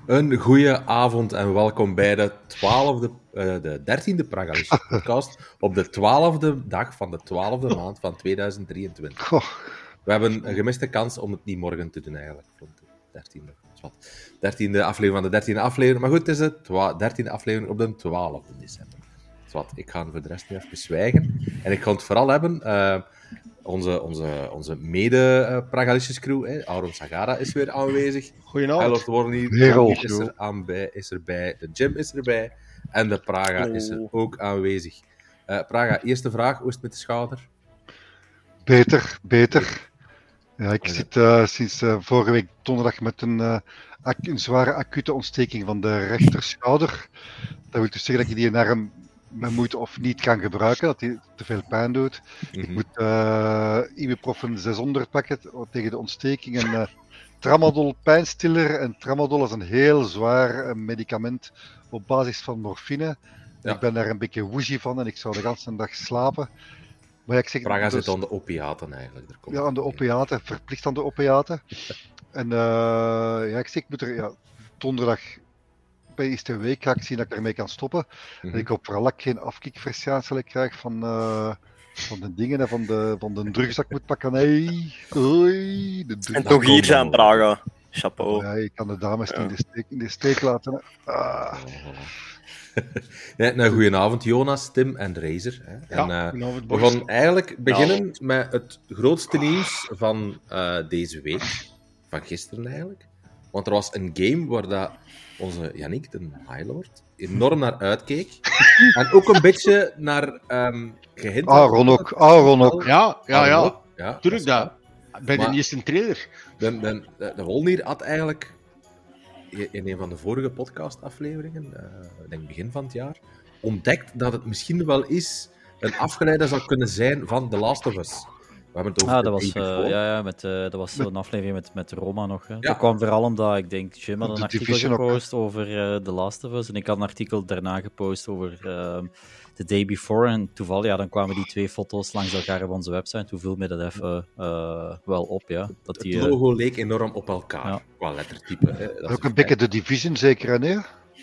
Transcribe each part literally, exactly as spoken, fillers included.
Een goede avond en welkom bij de twaalfde, uh, de dertiende Pragalische podcast op de twaalfde dag van de twaalfde maand van tweeduizend drieëntwintig. Goh. We hebben een gemiste kans om het niet morgen te doen eigenlijk, voor de dertiende. dertiende aflevering van de dertiende aflevering. Maar goed, het is de twa- dertiende aflevering op de twaalfde december. Zwat, ik ga voor de rest nu even zwijgen. En ik ga het vooral hebben... Uh, Onze, onze, onze mede-Pragalische crew, hè. Aaron Sagara is weer aanwezig. Goedenavond. Lord Warney is er aan bij, is erbij. De Jim is erbij. En de Praga oh. is er ook aanwezig. Uh, Praga, eerste vraag. Hoe is het met de schouder? Beter, beter. Ja, ik zit uh, sinds uh, vorige week donderdag met een, uh, acu- een zware acute ontsteking van de rechterschouder. Dat wil dus zeggen dat je die arm met moeite of niet kan gebruiken, dat hij te veel pijn doet. Mm-hmm. Ik moet uh, ibuprofen zeshonderd pakken tegen de ontsteking en uh, tramadol pijnstiller. En tramadol is een heel zwaar uh, medicament op basis van morfine. Ja. Ik ben daar een beetje woezie van en ik zou de hele dag slapen. Maar ja, ik zeg, Praga dus, zit aan de opiaten eigenlijk. Er komt ja, aan de opiaten, verplicht aan de opiaten. En uh, ja, ik zeg, ik moet er ja, donderdag... bij de eerste week ga ik zien dat ik ermee kan stoppen. Mm-hmm. En ik hoop vooral dat ik geen afkikverschijnselen krijg van, uh, van de dingen en van de, van de drugs dat ik moet pakken. Hey, oei, de en toch hier zijn, Praga. Chapeau. Oh, ja, ik kan de dames ja. in, de steek, in de steek laten. Ah. Ja, nou, goedenavond, Jonas, Tim en Razer. Hè. Ja, en, uh, we gaan eigenlijk beginnen ja. met het grootste nieuws van uh, deze week. Van gisteren eigenlijk. Want er was een game waar dat onze Yannick, de Highlord, enorm naar uitkeek. En ook een beetje naar um, gehint. Ah, Ron ook. Ah, Ron ook. Ja, ja, ja. Ook. ja Tuurlijk dat. Bij de eerste trailer. De, de, de, de Wolnier had eigenlijk in een van de vorige podcastafleveringen, uh, ik denk begin van het jaar, ontdekt dat het misschien wel eens een afgeleide zou kunnen zijn van The Last of Us. We hebben het over ah, dat was, uh, ja, ja, met, uh, dat was zo'n aflevering met, met Roma nog. Hè. Ja. Dat kwam vooral omdat, ik denk, Jim had een artikel gepost ook, over uh, The Last of Us en ik had een artikel daarna gepost over uh, The Day Before en toevallig, ja, dan kwamen die twee foto's langs elkaar op onze website en toen viel me dat even uh, wel op, ja. Dat die, het logo uh, leek enorm op elkaar, ja. Qua lettertype. Hè. Dat ook een beetje de Division zeker, hè? Ja.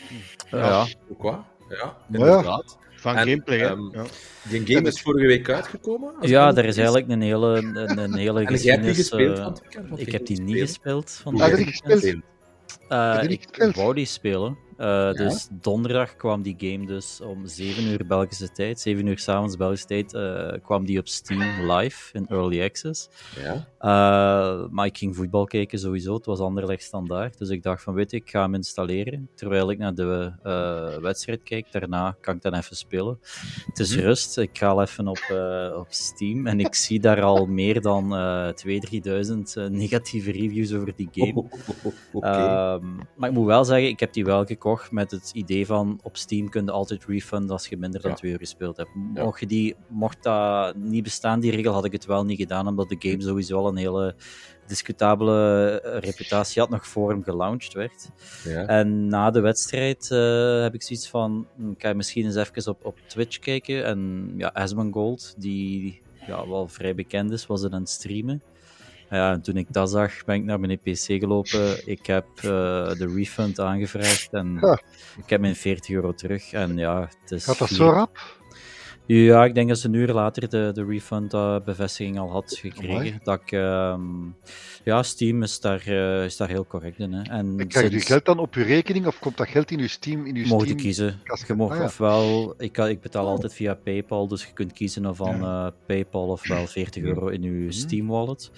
ja. Ook wat? Ja, inderdaad. Ja. Van en, gameplay, hè? Um, ja. Die game is vorige week uitgekomen? Ja, er is eigenlijk een hele, een, een hele en geschiedenis... En jij hebt die gespeeld? Uh, want ik heb die niet gespeeld. Van Hoe heb je die gespeeld? Uh, ik gespeeld? wou die spelen. Uh, ja? Dus donderdag kwam die game dus om zeven uur Belgische tijd, zeven uur 's avonds Belgische tijd, uh, kwam die op Steam live in Early Access. Ja. Uh, maar ik ging voetbal kijken sowieso, het was Anderlecht Standaard. Dus ik dacht van, weet je, ik ga hem installeren. Terwijl ik naar de uh, wedstrijd kijk, daarna kan ik dan even spelen. Het is rust, ik ga al even op, uh, op Steam en ik zie daar al meer dan uh, tweeduizend, drieduizend uh, negatieve reviews over die game. Oh, oh, oh, okay. uh, maar ik moet wel zeggen, ik heb die wel gekocht met het idee van op Steam kun je altijd refunden als je minder dan ja. twee uur gespeeld hebt. Mocht, je die, mocht dat niet bestaan, die regel, had ik het wel niet gedaan, omdat de game sowieso al een hele discutabele reputatie had, nog voor hem gelaunched werd. Ja. En na de wedstrijd uh, heb ik zoiets van, ik ga misschien eens even op, op Twitch kijken. En ja, Asmongold, die ja, wel vrij bekend is, was er aan het streamen. Ja, en toen ik dat zag, ben ik naar mijn P C gelopen. Ik heb uh, de refund aangevraagd en ja. ik heb mijn veertig euro terug. En ja, het is Gaat dat zo rap? Ja, ik denk dat ze een uur later de, de refund-bevestiging uh, al had gekregen. Amai. Dat ik, um, ja, Steam is daar, uh, is daar heel correct in. Hè. En en krijg je sinds... geld dan op je rekening of komt dat geld in je Steam? In je Mocht Steam je kiezen. Je mocht ah, ja. ofwel, ik, ik betaal oh. altijd via PayPal, dus je kunt kiezen van ja. uh, PayPal ofwel veertig euro in je mm. Steam-wallet.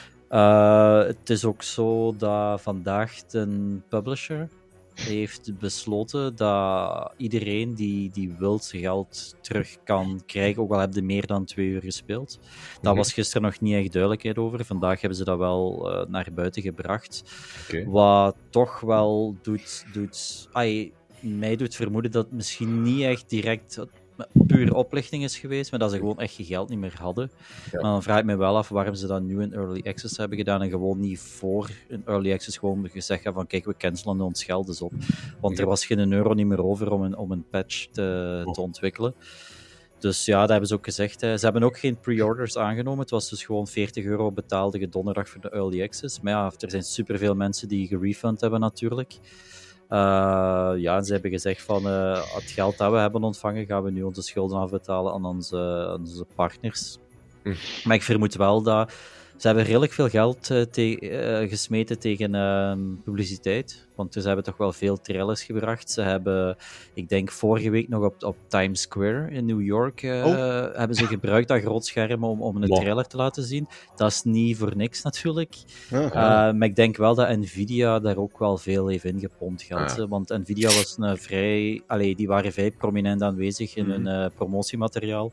Uh, het is ook zo dat vandaag de publisher heeft besloten dat iedereen die, die wil zijn geld terug kan krijgen, ook al heb je meer dan twee uur gespeeld. Daar mm-hmm. was gisteren nog niet echt duidelijkheid over. Vandaag hebben ze dat wel uh, naar buiten gebracht. Okay. Wat toch wel doet... doet ay, mij doet vermoeden dat het misschien niet echt direct puur oplichting is geweest, maar dat ze gewoon echt je geld niet meer hadden. Ja. Maar dan vraag ik me wel af waarom ze dat nu in Early Access hebben gedaan en gewoon niet voor in Early Access gewoon gezegd hebben van kijk, we cancelen ons geld dus op. Want er was geen euro niet meer over om een, om een patch te, oh. te ontwikkelen. Dus ja, dat hebben ze ook gezegd. Hè. Ze hebben ook geen pre-orders aangenomen. Het was dus gewoon veertig euro betaalde donderdag voor de Early Access. Maar ja, er zijn superveel mensen die gerefund hebben natuurlijk. Uh, ja, en ze hebben gezegd van uh, het geld dat we hebben ontvangen, gaan we nu onze schulden afbetalen aan onze, aan onze partners. Hm. Maar ik vermoed wel dat ze hebben redelijk veel geld uh, te, uh, gesmeten tegen uh, publiciteit. Want ze hebben toch wel veel trailers gebracht. Ze hebben, ik denk vorige week nog op, op Times Square in New York, uh, oh. hebben ze gebruikt dat groot scherm om, om een wow. trailer te laten zien. Dat is niet voor niks natuurlijk. Uh, uh, maar ik denk wel dat Nvidia daar ook wel veel heeft ingepompt gehad. Uh. Want Nvidia was een vrij, allee, die waren vrij prominent aanwezig in mm-hmm. hun uh, promotiemateriaal.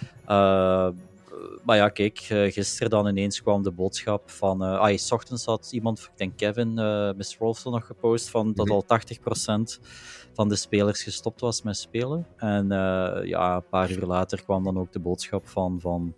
Uh, Maar ja, kijk, gisteren dan ineens kwam de boodschap van... Uh, ah, 's ochtends had iemand, ik denk Kevin, uh, miss Rolfson nog gepost van mm-hmm. dat al tachtig procent van de spelers gestopt was met spelen. En uh, ja, een paar uur later kwam dan ook de boodschap van... van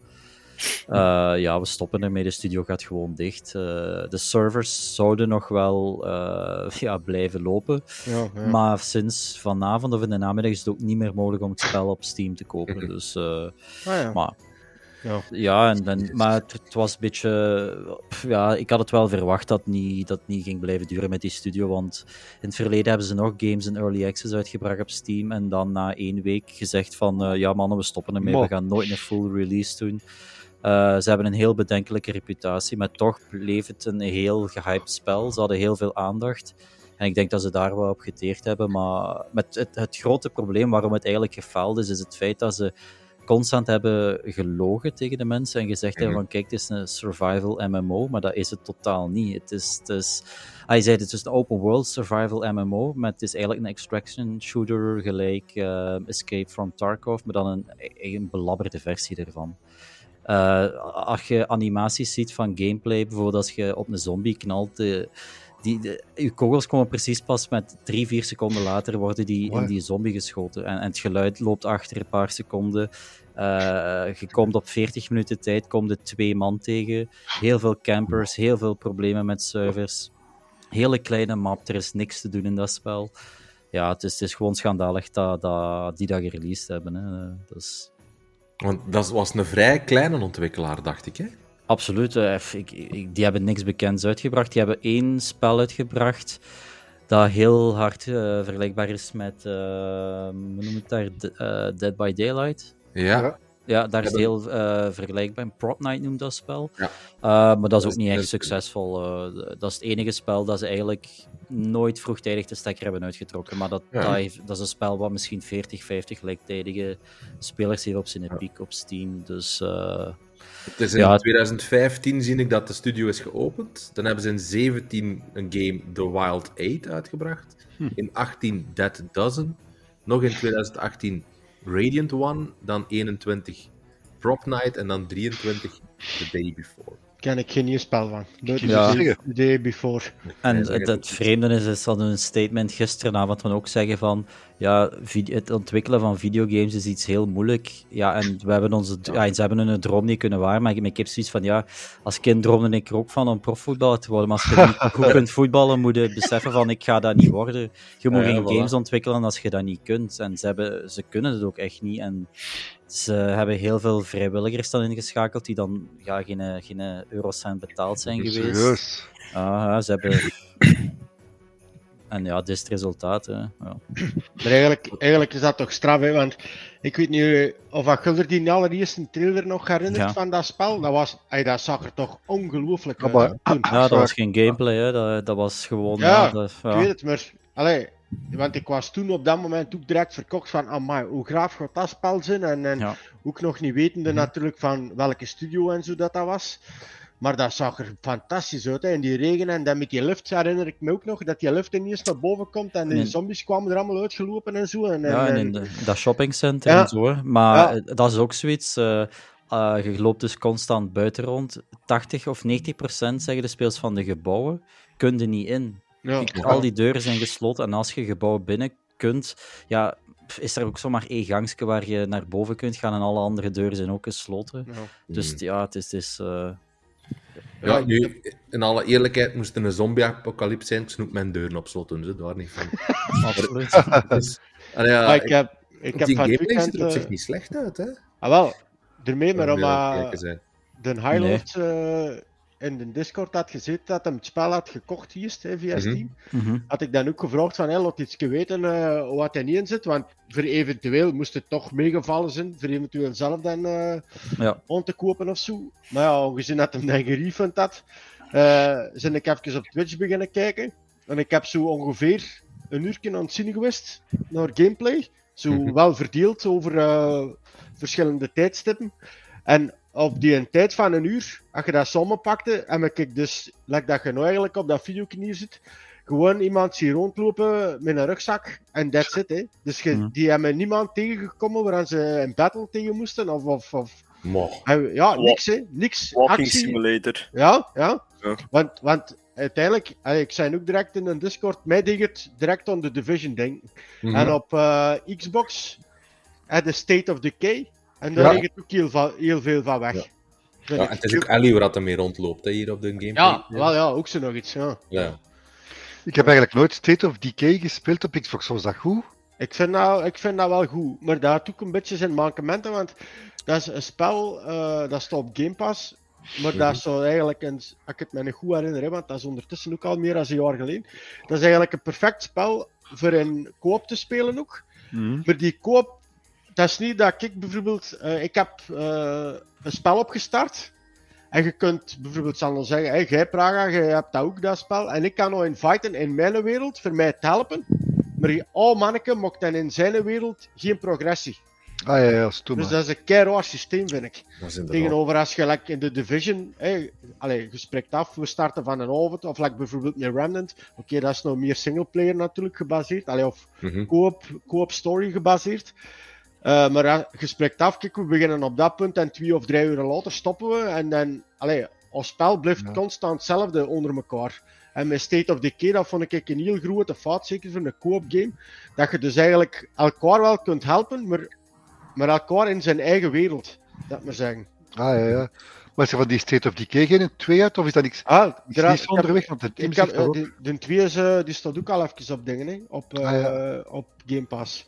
uh, ja, we stoppen ermee, de studio gaat gewoon dicht. Uh, de servers zouden nog wel uh, ja, blijven lopen. Ja, ja. Maar sinds vanavond of in de namiddag is het ook niet meer mogelijk om het spel op Steam te kopen. Mm-hmm. Dus, uh, ah, ja. Maar... Ja, ja en, en, maar het, het was een beetje... Ja, ik had het wel verwacht dat het niet, dat niet ging blijven duren met die studio, want in het verleden hebben ze nog games in Early Access uitgebracht op Steam en dan na één week gezegd van uh, ja mannen, we stoppen ermee, we gaan nooit een full release doen. Uh, ze hebben een heel bedenkelijke reputatie, maar toch bleef het een heel gehyped spel. Ze hadden heel veel aandacht. En ik denk dat ze daar wel op geteerd hebben, maar met het, het grote probleem waarom het eigenlijk gefaald is, is het feit dat ze constant hebben gelogen tegen de mensen en gezegd hebben van kijk, het is een survival M M O, maar dat is het totaal niet. Het is, het is, hij zei het is een open world survival M M O, maar het is eigenlijk een extraction shooter gelijk uh, Escape from Tarkov, maar dan een, een belabberde versie ervan. Uh, als je animaties ziet van gameplay, bijvoorbeeld als je op een zombie knalt, de, die, de, je kogels komen precies pas met drie, vier seconden later worden die What? in die zombie geschoten. En, en het geluid loopt achter een paar seconden. Uh, je komt op veertig minuten tijd, komt er twee man tegen. Heel veel campers, heel veel problemen met servers. Hele kleine map, er is niks te doen in dat spel. Ja, het is, het is gewoon schandalig dat, dat die dat gereleased hebben. Hè. Dus... Want dat was een vrij kleine ontwikkelaar, dacht ik, hè? Absoluut. Uh, ik, ik, die hebben niks bekends uitgebracht. Die hebben één spel uitgebracht dat heel hard uh, vergelijkbaar is met, uh, hoe noem het daar, D- uh, Dead by Daylight. Ja. Ja, daar is het heel uh, vergelijkbaar. Prop Night noemt dat spel. Ja. Uh, maar dat is ook niet echt succesvol. Uh, dat is het enige spel dat ze eigenlijk nooit vroegtijdig de stekker hebben uitgetrokken. Maar dat, ja. dat, heeft, dat is een spel wat misschien veertig, vijftig gelijktijdige spelers heeft op zijn ja. piek op Steam. Dus... Uh, Het is in ja, twintig vijftien zie ik dat de studio is geopend. Dan hebben ze in zeventien een game The Wild Eight uitgebracht. Hm. In achttien Dead Dozen. Nog in twintig achttien Radiant One. Dan eenentwintig Prop Night. En dan drieëntwintig The Day Before. Ken ik geen nieuw spel van. Ja. The Day Before. En het, het vreemde is, is dat een statement gisteravond van ook zeggen van ja, video, het ontwikkelen van videogames is iets heel moeilijk. Ja, en we hebben onze, ja, ze hebben hun droom niet kunnen waarmaken. Maar ik heb zoiets van, ja, als kind droomde ik er ook van om profvoetballer te worden. Maar als je niet goed kunt voetballen, moet je beseffen van, ik ga dat niet worden. Je moet ja, geen voilà. games ontwikkelen als je dat niet kunt. En ze, hebben, ze kunnen het ook echt niet. En ze hebben heel veel vrijwilligers dan ingeschakeld, die dan ja, geen, geen eurocent betaald zijn geweest. Serieus? Ah, ja, ze hebben... En ja, dit is het resultaat. Hè. Ja. Maar eigenlijk, eigenlijk is dat toch straf, hè? Want ik weet niet of ik er die allereerste trailer nog herinnert ja. van dat spel. Dat, was, ey, dat zag er toch ongelooflijk uit. Ja, uh, ja, dat was geen gameplay, hè. Dat, dat was gewoon... Ja, ja, dat, ja. ik weet het, maar... Allee, want ik was toen op dat moment ook direct verkocht van amai, hoe graaf gaat dat spel zijn? En, en ja. ook nog niet wetende mm-hmm. natuurlijk van welke studio en zo dat dat was. Maar dat zag er fantastisch uit, hè. In die regen en dan met die lift herinner ik me ook nog, dat die lift ineens naar boven komt en die zombies kwamen er allemaal uitgelopen en zo. En, ja, en in de, dat shoppingcenter ja. en zo. Hè. Maar ja. dat is ook zoiets, uh, uh, je loopt dus constant buiten rond. tachtig of negentig procent zeggen de speels van de gebouwen, kun je niet in. Ja. Je, al die deuren zijn gesloten en als je gebouw binnen kunt, ja, is er ook zomaar één gangske waar je naar boven kunt gaan en alle andere deuren zijn ook gesloten. Ja. Dus ja, het is... Het is uh, Ja, nu, in alle eerlijkheid, moest er een zombie-apocalypse zijn, ik snoep mijn deuren op slot doen, ze daar niet van. Absoluut. Dus, allee, ja, ik heb, ik heb die gameplay weekend, ziet er op zich niet slecht uit, hè? Ah wel, ermee, maar om uh, de Highlands nee. uh, in de Discord had gezeten dat hij het spel had gekocht hier via Steam, Mm-hmm. had ik dan ook gevraagd van, hey, laat iets weten uh, wat hij niet in zit, want voor eventueel moest het toch meegevallen zijn, voor eventueel zelf dan uh, ja. om te kopen of zo. Maar ja, gezien dat hij dan gerefund had, uh, ben ik even op Twitch beginnen kijken. En ik heb zo ongeveer een uur aan het zien geweest naar gameplay. Zo mm-hmm. wel verdeeld over uh, verschillende tijdstippen. En op die een tijd van een uur, als je dat samenpakte, heb ik dus, like dat je nou eigenlijk op dat videoknie zit, gewoon iemand zien rondlopen met een rugzak en that's it. Hè. Dus je, mm-hmm. die hebben niemand tegengekomen waar ze in battle tegen moesten. Of, of, of... Ja, niks hè. Niks. Walking actie. Simulator. Ja, ja. ja. Want, want uiteindelijk, ik zei ook direct in een Discord, mij deed het direct aan de Division denken. Mm-hmm. En op uh, Xbox, uh, de State of Decay. En daar ja. ligt het ook heel, heel veel van weg. Ja. Ja, en het is ook Ellie waar dat ermee rondloopt hè, hier op de gameplay. Ja, wel, ja, ook zo nog iets. Ja. Ja. Ik heb eigenlijk nooit State of Decay gespeeld op Xbox. Was dat goed? Ik vind dat, ik vind dat wel goed. Maar daar had ook een beetje zijn mankementen. Want dat is een spel uh, dat staat op Game Pass. Maar mm-hmm. dat is zo eigenlijk, een, als ik het me nog goed herinner, hè, want dat is ondertussen ook al meer dan een jaar geleden. Dat is eigenlijk een perfect spel voor in co-op te spelen ook. Mm-hmm. Maar die co-op, dat is niet dat ik bijvoorbeeld, uh, ik heb uh, een spel opgestart. En je kunt bijvoorbeeld zal dan zeggen, hey, jij Praga, jij hebt dat ook, dat spel. En ik kan nou inviten in mijn wereld, voor mij te helpen. Maar oh manneke, mocht dan in zijn wereld geen progressie. Ah ja, ja, stom. Dus dat is een kei raar systeem, vind ik. Tegenover als je like, in de Division, hey, allez, je spreekt af, we starten van een avond, of like, bijvoorbeeld met Remnant. Oké, okay, dat is nou meer singleplayer natuurlijk gebaseerd, allez, of mm-hmm. co-op, co-op story gebaseerd. Uh, maar uh, je spreekt af, kijk, we beginnen op dat punt en twee of drie uur later stoppen we. En dan, allez, ons spel blijft ja. constant hetzelfde onder elkaar. En met State of Decay, dat vond ik een heel grote fout, zeker voor een co-op game. Dat je dus eigenlijk elkaar wel kunt helpen, maar, maar elkaar in zijn eigen wereld, dat maar zeggen. Ah ja, ja. Maar is er van die State of Decay geen twee uit, of is dat niks, ah, niks onderweg? Want de team ik heb, uh, de, de twee is, uh, die staat ook al even op dingen, hè, op, uh, ah, ja. op Game Pass.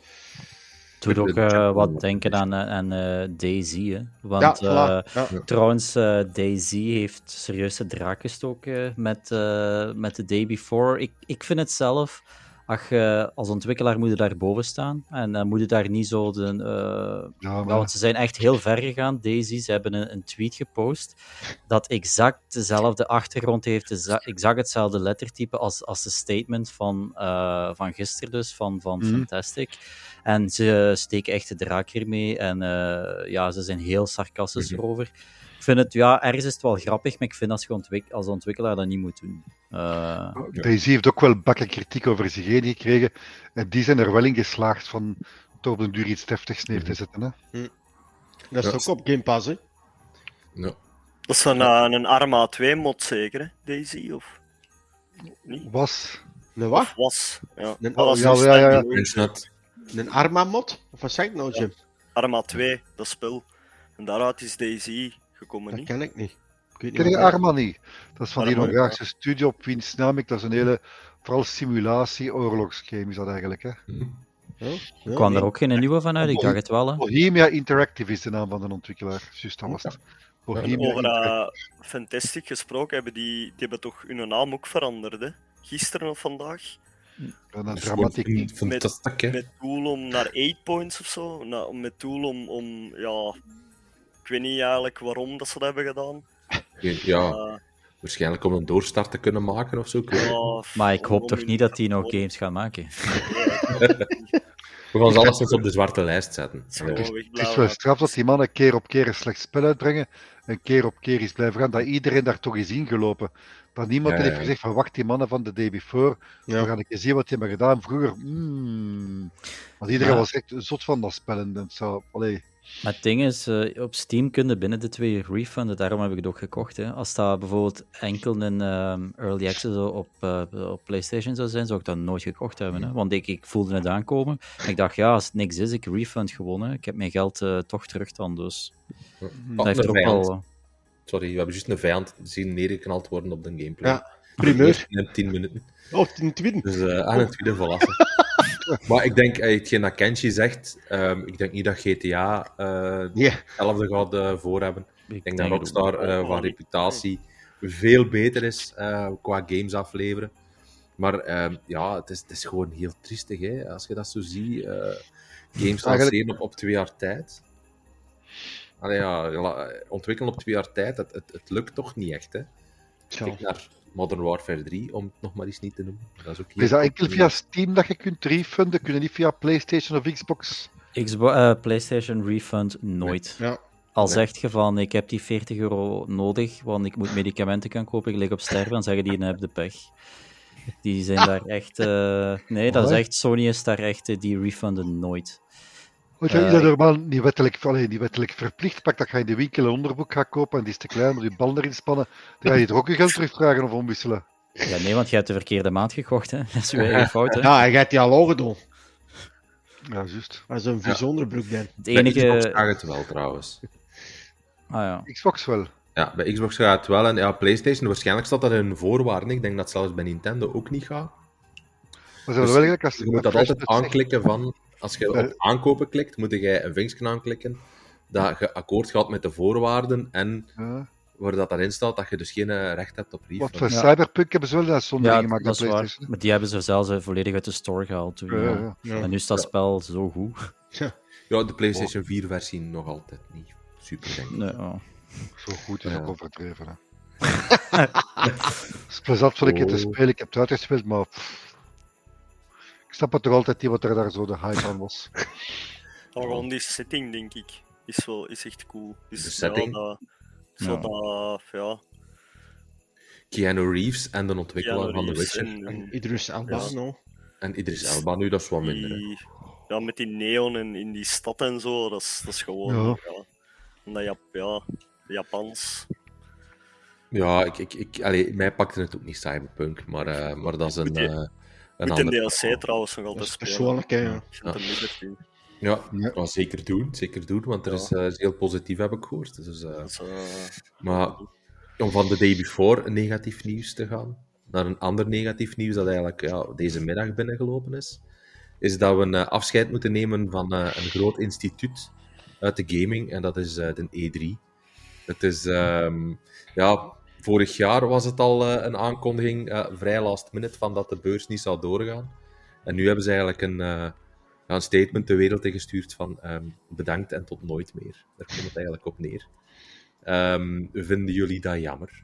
Het doet ook uh, wat denken aan, aan uh, DayZ, hè. Want ja, uh, ja. trouwens, uh, DayZ heeft serieus de draak gestoken met, uh, met The Day Before. Ik, ik vind het zelf, ach, uh, als ontwikkelaar moet je daar boven staan. En dan uh, moet je daar niet zo... De, uh, ja, maar... Want ze zijn echt heel ver gegaan, DayZ. Ze hebben een, een tweet gepost dat exact dezelfde achtergrond heeft, exact hetzelfde lettertype als, als de statement van, uh, van gisteren dus, van, van mm. Fantastic. En ze steken echt de draak hiermee. En uh, ja, ze zijn heel sarcastisch mm-hmm. erover. Ik vind het, ja, ergens is het wel grappig, maar ik vind als je ontwik- als ontwikkelaar dat niet moet doen. Uh, DayZ heeft ook wel bakken kritiek over zich heen gekregen. En die zijn er wel in geslaagd van toch op de duur iets deftigs neer te zetten. Hè? Mm. Dat is ja. ook op Game Pass, hè? Ja. Dat is een, uh, een Arma twee mod zeker, hè? DayZ, of? Niet? Was. Een wat? Of was, ja. Een, oh, ja, ja, ja, ja. Een Arma-mod? Of wat zeg ik nou, Jim? Arma twee, dat spel. En daaruit is DayZ gekomen, dat niet? ken ik niet. Ik ken je Arma niet? Dat is van Arma, die Hongaarse ja. studio op wiens naam ik, dat is een hele, vooral simulatie, oorlogsgame is dat eigenlijk, hè? Hmm. Ja, ja, kwam nee. er ook geen nieuwe van uit? Ik dacht het wel, hè? Bohemia Interactive is de naam van de ontwikkelaar. Juist, dat was het. Bohemia over uh, Fantastic gesproken, hebben die, die hebben toch hun naam ook veranderd, hè? Gisteren of vandaag? Ja, dat is dramatiek niet. Met, met doel om naar eight points of zo. Nou, met doel om, om, ja... Ik weet niet eigenlijk waarom dat ze dat hebben gedaan. Ja, uh, waarschijnlijk om een doorstart te kunnen maken of zo. Ja, maar ik hoop toch niet dat die nog games gaan maken. We gaan ze alleszins op de zwarte lijst zetten. Het is, het is wel straf dat die mannen keer op keer een slecht spel uitbrengen en keer op keer is blijven gaan, dat iedereen daar toch is ingelopen. Dat niemand ja, ja. heeft gezegd van wacht, die mannen van The Day Before, ja. we gaan een keer zien wat die hebben gedaan vroeger. Mm. Want iedereen ja. was echt zot van dat spel. En dat zou, allee. Maar het ding is, uh, op Steam kun je binnen de twee uur refunden, daarom heb ik het ook gekocht. Hè. Als dat bijvoorbeeld enkel in um, Early Access op, uh, op PlayStation zou zijn, zou ik dat nooit gekocht hebben. Hè. Want ik, ik voelde het aankomen. En ik dacht, ja, als het niks is, ik refund gewoon. Hè. Ik heb mijn geld uh, toch terug dan, dus... Ja. Dat heeft er ook wel... Sorry, we hebben juist een vijand zien neergeknald worden op de gameplay. Ja, primeur. In tien minuten. Oh, in tweede. Dus uh, aan het tweede verlassen. Maar ik denk, uh, hetgeen dat Kenshi zegt, um, ik denk niet dat G T A uh, yeah. hetzelfde gaat uh, voor hebben. Ik, ik denk dat Rockstar uh, van reputatie veel beter is uh, qua games afleveren. Maar uh, ja, het is, het is gewoon heel triestig, hè? Als je dat zo ziet. Uh, games lanceren op, op twee jaar tijd. Allee, ja, ontwikkelen op twee jaar tijd, het, het, het lukt toch niet echt, hè? Kijk naar Modern Warfare drie, om het nog maar eens niet te noemen. Dat is, ook is dat enkel via Steam dat je kunt refunden? Kunnen niet via PlayStation of Xbox? Xbox, uh, PlayStation refund nooit. Nee. Ja. Al nee. zegt je van, ik heb die veertig euro nodig, want ik moet medicamenten gaan kopen, ik lig op sterven, dan zeggen die, dan heb de pech. Die zijn daar echt... Uh... Nee, dat is echt... Sony is daar echt... Uh, die refunden nooit. Want je uh, is dat normaal niet wettelijk, allee, niet wettelijk verplicht. Pak dat je in de winkel een onderbroek gaat kopen en die is te klein, moet je bal erin spannen. Dan ga je toch ook je geld terugvragen of omwisselen. Ja, nee, want je hebt de verkeerde maat gekocht, hè. Dat is je eigen fout, hè. Ja, en je hebt die al overdoen. Ja, juist. Dat is een bijzonderbroek, dan. Het enige... Bij Xbox gaat het wel, trouwens. Ah ja. Xbox wel. Ja, bij Xbox gaat het wel. En ja, PlayStation, waarschijnlijk staat dat in een voorwaarde. Ik denk dat zelfs bij Nintendo ook niet gaat. Maar dus wel als je moet dat altijd aanklikken van... Als je op aankopen klikt, moet je een vinkje aanklikken dat je akkoord gaat met de voorwaarden en ja. waar dat daarin staat dat je dus geen recht hebt op refund. Wat voor ja. Cyberpunk hebben ze wel dat zonder ja, gemaakt dat op PlayStation. Waar. Maar die hebben ze zelfs uh, volledig uit de store gehaald toen. Ja, ja. Ja. Ja. En nu is dat ja. spel zo goed. Ja, ja de PlayStation vier versie nog altijd niet super, denk ik. Nee, oh. Zo goed is ja. ook overdreven, hè. Het is plezant voor een keer te spelen. Ik heb het uitgespeeld, maar... Pff. Ik snap het toch altijd niet wat er daar zo de hype aan was. Oh, gewoon die setting, denk ik, is, wel, is echt cool. Dus, de setting? Ja, dat, zo ja. dat, ja. Keanu Reeves en de ontwikkelaar Keanu van The Reeves Witcher. En, en Idris Elba, ja. no. En Idris Elba nu, dat is wat minder. Die, ja, met die neon en in die stad en zo, dat is, dat is gewoon... Ja. Ja. En dat Jap, ja, Japans... Ja, ik, ik, ik, allee, mij pakte het ook niet Cyberpunk, maar, uh, maar dat is een... Uh, een Moet een D L C trouwens nog altijd spelen. Persoonlijk, hè, ja. Ja, ja, ja. ja zeker doen, zeker doen, want er ja. is, uh, is heel positief, heb ik gehoord. Dus, uh, is, uh... Maar om van de day before negatief nieuws te gaan, naar een ander negatief nieuws dat eigenlijk ja, deze middag binnengelopen is, is dat we een uh, afscheid moeten nemen van uh, een groot instituut uit de gaming, en dat is uh, de E drie. Het is... Um, ja... Vorig jaar was het al uh, een aankondiging, uh, vrij last minute, van dat de beurs niet zou doorgaan. En nu hebben ze eigenlijk een, uh, een statement de wereld ingestuurd van um, bedankt en tot nooit meer. Daar komt het eigenlijk op neer. Um, vinden jullie dat jammer?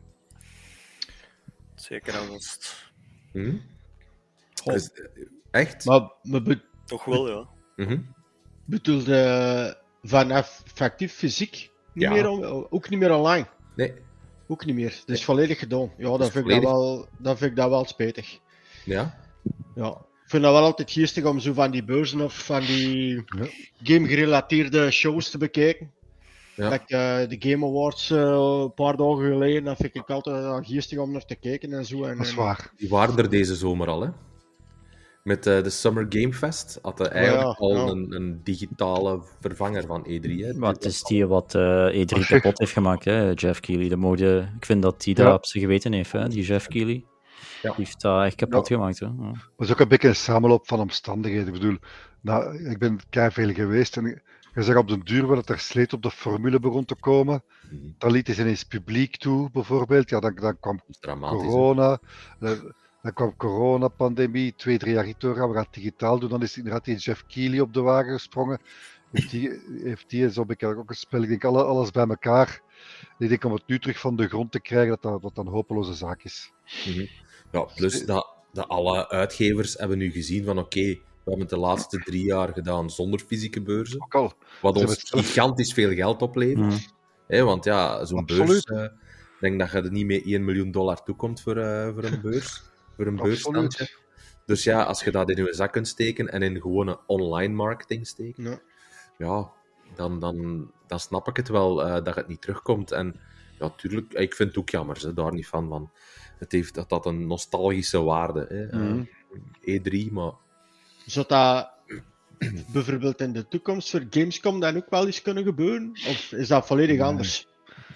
Zeker en vast. Hm? Dus, echt? Maar, maar be- Toch wel, ja. Mm-hmm. Bedoelde vanaf factief fysiek niet ja. meer on- ook niet meer online? Nee. Ook niet meer. Het is nee. volledig gedaan. Ja, dan vind, ik dat wel, dan vind ik dat wel spijtig. Ja? Ja. Ik vind dat wel altijd geestig om zo van die beurzen of van die ja. game-gerelateerde shows te bekijken. Ja. Like, uh, de Game Awards uh, een paar dagen geleden, dat vind ik altijd uh, geestig om naar te kijken en zo. En, dat is waar. Die waren er deze zomer al, hè? Met uh, de Summer Game Fest hadden eigenlijk ja, al ja. Een, een digitale vervanger van E drie. Hè. Maar het is die wat uh, E drie kapot heeft gemaakt, hè, Jeff Keighley. Dat mode, ik vind dat hij ja. dat op zijn geweten heeft, hè, die Jeff Keighley. Ja. Die heeft dat echt kapot ja. gemaakt. Hè. Ja. Maar het is ook een beetje een samenloop van omstandigheden. Ik bedoel, nou, ik ben keiveel geweest en je zag op de duur wel dat er sleet op de formule begon te komen. Mm-hmm. Dan liet hij ineens publiek toe, bijvoorbeeld. Ja, dan, dan kwam corona. Dan kwam corona-pandemie, twee, drie jaar niet doorgaan, we gaan het digitaal doen. Dan is inderdaad die Jeff Keighley op de wagen gesprongen. Heeft die, heeft die zo heb ik ook een spel. Ik denk alle, alles bij elkaar. Ik denk om het nu terug van de grond te krijgen, dat dat, dat een hopeloze zaak is. Mm-hmm. Ja, plus dat, dat alle uitgevers hebben nu gezien van oké, okay, we hebben het de laatste drie jaar gedaan zonder fysieke beurzen. Ook al. Wat ons gigantisch veel geld oplevert. Mm-hmm. He, want ja, zo'n Absoluut. beurs, ik uh, denk dat je er niet meer één miljoen dollar toekomt voor, uh, voor een beurs. Voor een beursstandje. Dus ja, als je dat in je zak kunt steken en in gewone online marketing steken, ja, ja dan, dan, dan snap ik het wel uh, dat het niet terugkomt. En ja, tuurlijk, ik vind het ook jammer, hè, daar niet van. van het heeft dat, dat een nostalgische waarde, hè, mm-hmm. uh, E drie, maar... Zou dat bijvoorbeeld in de toekomst voor Gamescom dan ook wel eens kunnen gebeuren? Of is dat volledig nee. anders?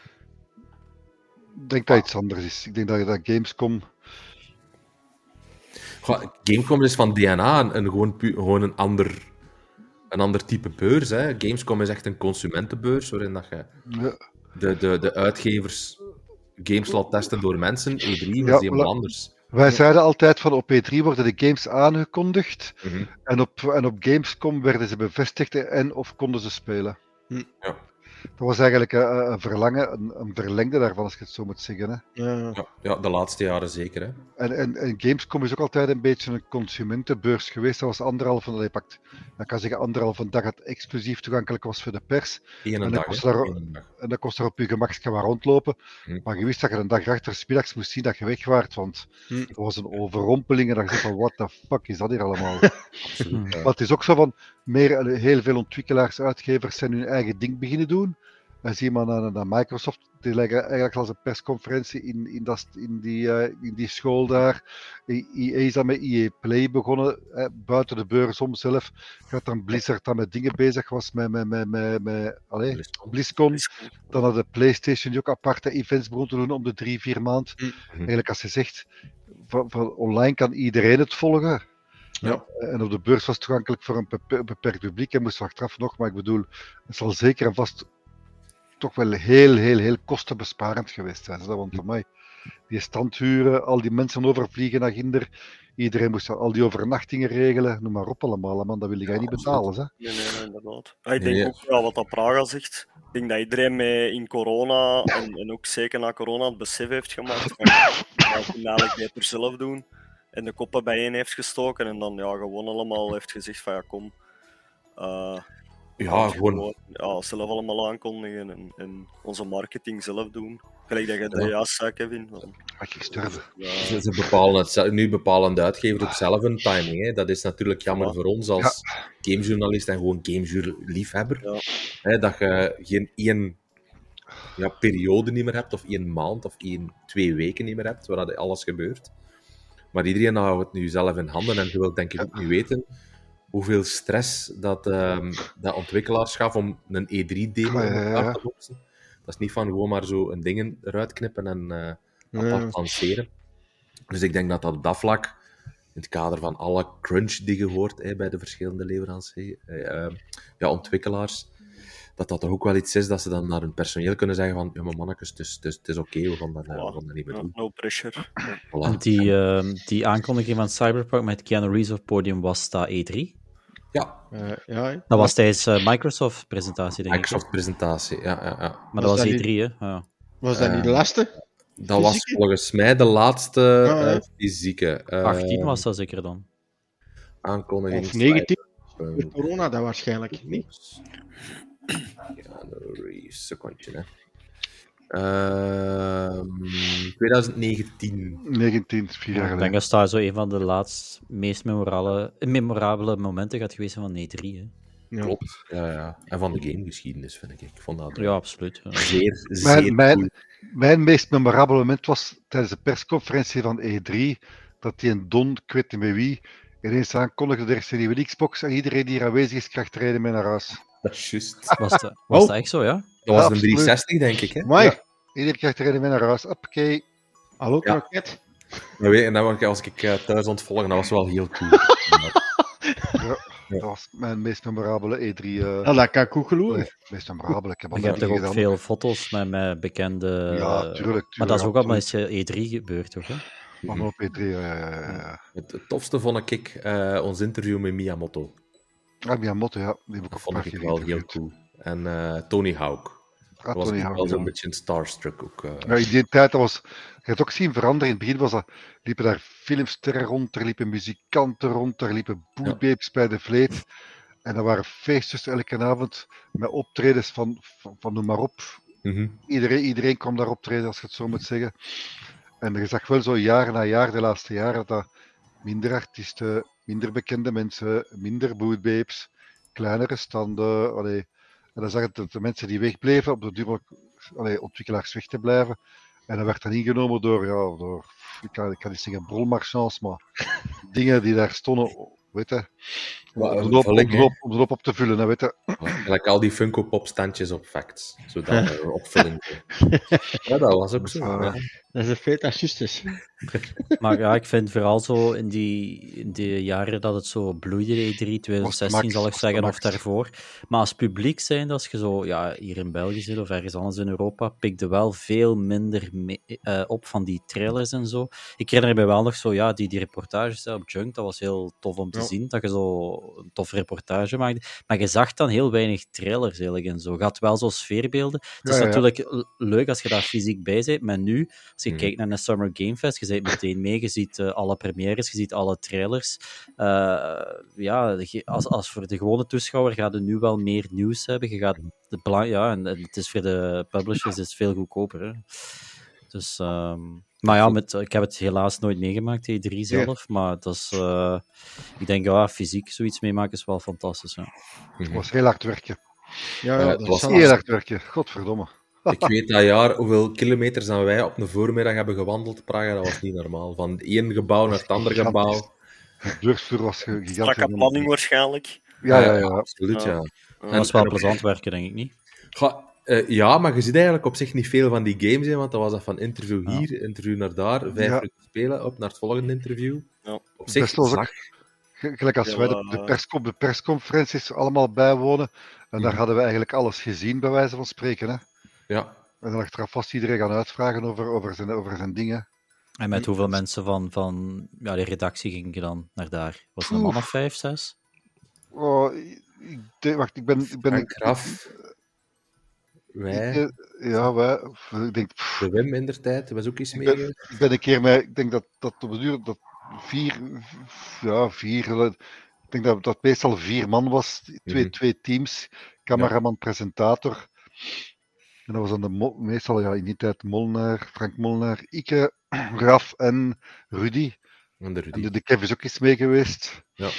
Ik denk dat iets anders is. Ik denk dat, dat Gamescom... Gamescom is van D N A een, een, gewoon, pu- gewoon een, ander, een ander type beurs. Hè. Gamescom is echt een consumentenbeurs, waarin dat je ja. de, de, de uitgevers games laat testen door mensen. E drie was Ja, helemaal voilà. anders. Wij zeiden altijd van op E drie worden de games aangekondigd Mm-hmm. en, op, en op Gamescom werden ze bevestigd en of konden ze spelen. Hm. Ja. Dat was eigenlijk een, een verlangen, een, een verlengde daarvan, als je het zo moet zeggen. Hè. Ja. Ja, ja, de laatste jaren zeker. Hè. En, en, en Gamescom is ook altijd een beetje een consumentenbeurs geweest. Dat was anderhalf van de pakt. Dan kan zeggen anderhalf een dag dat exclusief toegankelijk was voor de pers. Eén En dan dag. kost hè. daar- Eén dag. En dan kost er op je gemakske wat rondlopen. Hm. Maar je wist dat je een dag achter 's middags moest zien dat je weg waart. Want Hm. er was een overrompeling en dan dacht je van what the fuck is dat hier allemaal? Absoluut. ja. Maar het is ook zo van, meer, heel veel ontwikkelaars, uitgevers zijn hun eigen ding beginnen doen. En zie je maar naar, naar Microsoft, die leggen eigenlijk als een persconferentie in, in, dat, in, die, uh, in die school daar. E A is dan met E A Play begonnen, eh, buiten de beurs om zelf. Gaat dan Blizzard dan met dingen bezig was, met, met, met, met, met allez, BlizzCon. BlizzCon. Dan had de PlayStation die ook aparte events begon te doen om de drie, vier maand. Mm. Eigenlijk als je zegt, van, van online kan iedereen het volgen. Ja. En op de beurs was het toegankelijk voor een beper- beperkt publiek en moest achteraf nog, maar ik bedoel, het zal zeker en vast toch wel heel, heel, heel kostenbesparend geweest zijn. Zo, want voor mij, die standhuren, al die mensen overvliegen naar Ginder, iedereen moest al die overnachtingen regelen, noem maar op allemaal, man, dat wil jij Ja, niet absoluut. betalen. Hè? Nee, nee, nee, inderdaad. Ja, ik Nee, denk nee. ook, ja, wat dat Praga zegt, ik denk dat iedereen mee in corona, en, en ook zeker na corona, het besef heeft gemaakt van, ja, ik moet eigenlijk beter zelf doen. En de koppen bijeen heeft gestoken en dan ja, gewoon allemaal heeft gezegd van ja, kom. Uh, Ja, gewoon. Ja, zelf allemaal aankondigen en, en onze marketing zelf doen. Gelijk dat je dat Ja. juist zei, Kevin. Van, Mag ik sterven? ja, Ze, ze bepalen het, zelf- nu bepalen de uitgever ook zelf een timing. Hè. Dat is natuurlijk jammer Ja. voor ons als gamejournalist en gewoon gameliefhebber. Ja. Hè, dat je geen één ja, periode niet meer hebt, of één maand, of één, twee weken niet meer hebt, waar dat alles gebeurt. Maar iedereen houdt het nu zelf in handen en je wilt denk ik ook niet weten hoeveel stress dat, ehm, dat ontwikkelaars gaf om een E drie demo Ja, in ja, ja. elkaar te boksen. Dat is niet van gewoon maar zo een ding eruit knippen en eh apart Ja. lanceren. Dus ik denk dat dat op dat vlak, in het kader van alle crunch die je hoort hè, bij de verschillende leveranciers, eh, eh, ja, ontwikkelaars, dat dat toch ook wel iets is dat ze dan naar hun personeel kunnen zeggen van ja, maar mannetjes, het is, het is, het is oké, we gaan dat, eh, we gaan dat niet meer ja, doen. no pressure. Voilà. Die, ehm, die aankondiging van Cyberpunk met Keanu Reeves op het podium, was dat E drie? Ja, Uh, ja, Dat was tijdens de Microsoft-presentatie, denk ik. Microsoft-presentatie, ja, ja, ja. Maar dat Was was dat E niet- drie, hè? Ja. was dat Eh, niet de laatste? Dat was Fysieke? volgens mij de laatste Ja, hè? eh, fysieke eh, achttien was dat zeker dan. aankondiging. Of negentien? Cyberpunk. Voor corona, dat waarschijnlijk niet. Keanu Reeves, secondje, hè. Ehm, twintig negentien. negentien, vier jaar Ik denk geleden. dat daar zo een van de laatst meest memorabele, memorabele momenten gaat geweest zijn van E drie. Hè. Ja. Klopt. Ja, ja. En van de gamegeschiedenis, vind ik. Ik vond dat Ja, absoluut. Ja. zeer, zeer Mijn, mijn, cool. mijn meest memorabele moment was tijdens de persconferentie van E drie, dat die een Don, ik weet niet meer wie, ineens aankondigde er is een nieuwe Xbox en iedereen die hier aanwezig is krijgt rijden mee naar huis. Dat is juist. Was, dat, was Oh. dat echt zo, ja? Dat was Ja, een absoluut. driehonderdzestig, denk ik, hè. Maar, Ja. Iedereen krijgt rijden mee naar huis. Oké. hallo, Ja. kroket. Maar weet je, en dan was ik eh, thuis ontvolgen, dat was wel heel cool. Dat was mijn meest memorabele E drie. eh Ja, dat kan ik ook geloven. nee, meest memorabele. Ik heb Je andere hebt toch dingen ook gedaan. veel foto's met, met bekende... Ja, tuurlijk. tuurlijk Maar dat is ook allemaal absoluut. eens E drie gebeurd, toch? Hè? Allemaal op E drie, ja, ja, ja, ja. Het, het tofste vond ik eh, ons interview met Miyamoto. Ah, Miyamoto, ja. Die heb ik Dat ook vond een ik paar wel keer heel geïnterviewd. cool. En eh, Tony Hawk. Ah, Dat was Tony ik Hawk, wel ja. zo'n beetje een starstruck ook. eh. Ja, in die tijd, dat was, je hebt ook zien veranderen. In het begin was dat, liepen daar filmsterren rond, er liepen muzikanten rond, er liepen boelbeeps bij de vleet. En er waren feestjes elke avond met optredens van, van, van noem maar op. Mhm. Iedereen, iedereen kwam daar optreden, als je het zo moet zeggen. En je zag wel zo jaar na jaar, de laatste jaren, dat minder artiesten, minder bekende mensen, minder bootbabes, kleinere standen. Allee. En dan zag je dat de mensen die wegbleven, op de duur ook, allee, ontwikkelaars weg te blijven. En dat werd dan ingenomen door, ja, door ik, kan, ik kan niet zeggen brolmarchands, maar dingen die daar stonden, weet je, Om de loop, om de loop, om de loop op te vullen, hè, weet je. Gelijk al die Funko Pop standjes op Facts. Zodat we opvulling. Ja, dat was ook zo. Ja. Dat is een feit dat juist is. Maar ja, ik vind vooral zo in die, in die jaren dat het zo bloeide, E drie, twintig zestien zal ik zeggen, of daarvoor. Maar als publiek zijn, als je zo ja, hier in België zit of ergens anders in Europa, pikte wel veel minder mee, uh, op van die trailers en zo. Ik herinner me wel nog zo, ja, die, die reportages hè, op Junk, dat was heel tof om te ja. zien, dat je zo een toffe reportage maakte. Maar je zag dan heel weinig trailers eigenlijk en zo. Je had wel zo sfeerbeelden. Het is ja, ja. natuurlijk leuk als je daar fysiek bij bent, maar nu, als je mm. kijkt naar een Summer Game Fest, je bent meteen mee, je ziet uh, alle premières, je ziet alle trailers. Uh, ja, als, als voor de gewone toeschouwer gaat je nu wel meer nieuws hebben. Je gaat de belang, ja, en, en het is voor de publishers is veel goedkoper. Hè. Dus, um, maar ja, met, ik heb het helaas nooit meegemaakt, E drie zelf, ja. maar dat is, uh, ik denk, ja, fysiek zoiets meemaken is wel fantastisch. Ja. Het was heel hard werken. Ja, ja, het was heel hard werken, godverdomme. Ik weet dat jaar hoeveel kilometers dan wij op een voormiddag hebben gewandeld, Praga, dat was niet normaal. Van het ene gebouw naar het andere gebouw. De beursvloer was gigantisch. Strakke planning waarschijnlijk. Ja, ja, ja. ja. Absoluut, ja. ja. Dat was wel plezant werken, denk ik niet. Ga, uh, ja, maar je ziet eigenlijk op zich niet veel van die games, hè, want dat was dat van interview hier, ja. interview naar daar, vijf ja. minuten spelen, op naar het volgende interview. Ja. Op zich zag... Gelijk als ja, wij de, de, persco- de persconferenties allemaal bijwonen, en daar mm. hadden we eigenlijk alles gezien, bij wijze van spreken, hè. Ja. En dan achteraf vast iedereen gaan uitvragen over, over, zijn, over zijn dingen. En met hoeveel mensen van, van ja, de redactie gingen je dan naar daar? Was het een man of vijf, zes? Oh, ik, ik, wacht, ik ben... Ik ben Frank Graf. Wij. Ik, ja, wij. Ik denk, pff, de Wim in der tijd, was ook iets ik mee. Ben, ik ben een keer met... Ik denk dat dat op de duur... Dat vier... Ja, vier... Ik denk dat dat meestal vier man was. Twee, mm-hmm. twee teams. Cameraman, ja. presentator... En dat was dan de mo- meestal ja, in die tijd Molnar, Frank Molnar, Ike, Graf en Rudy. En de, Rudy. En de, de Kev is ook eens mee geweest. Ja.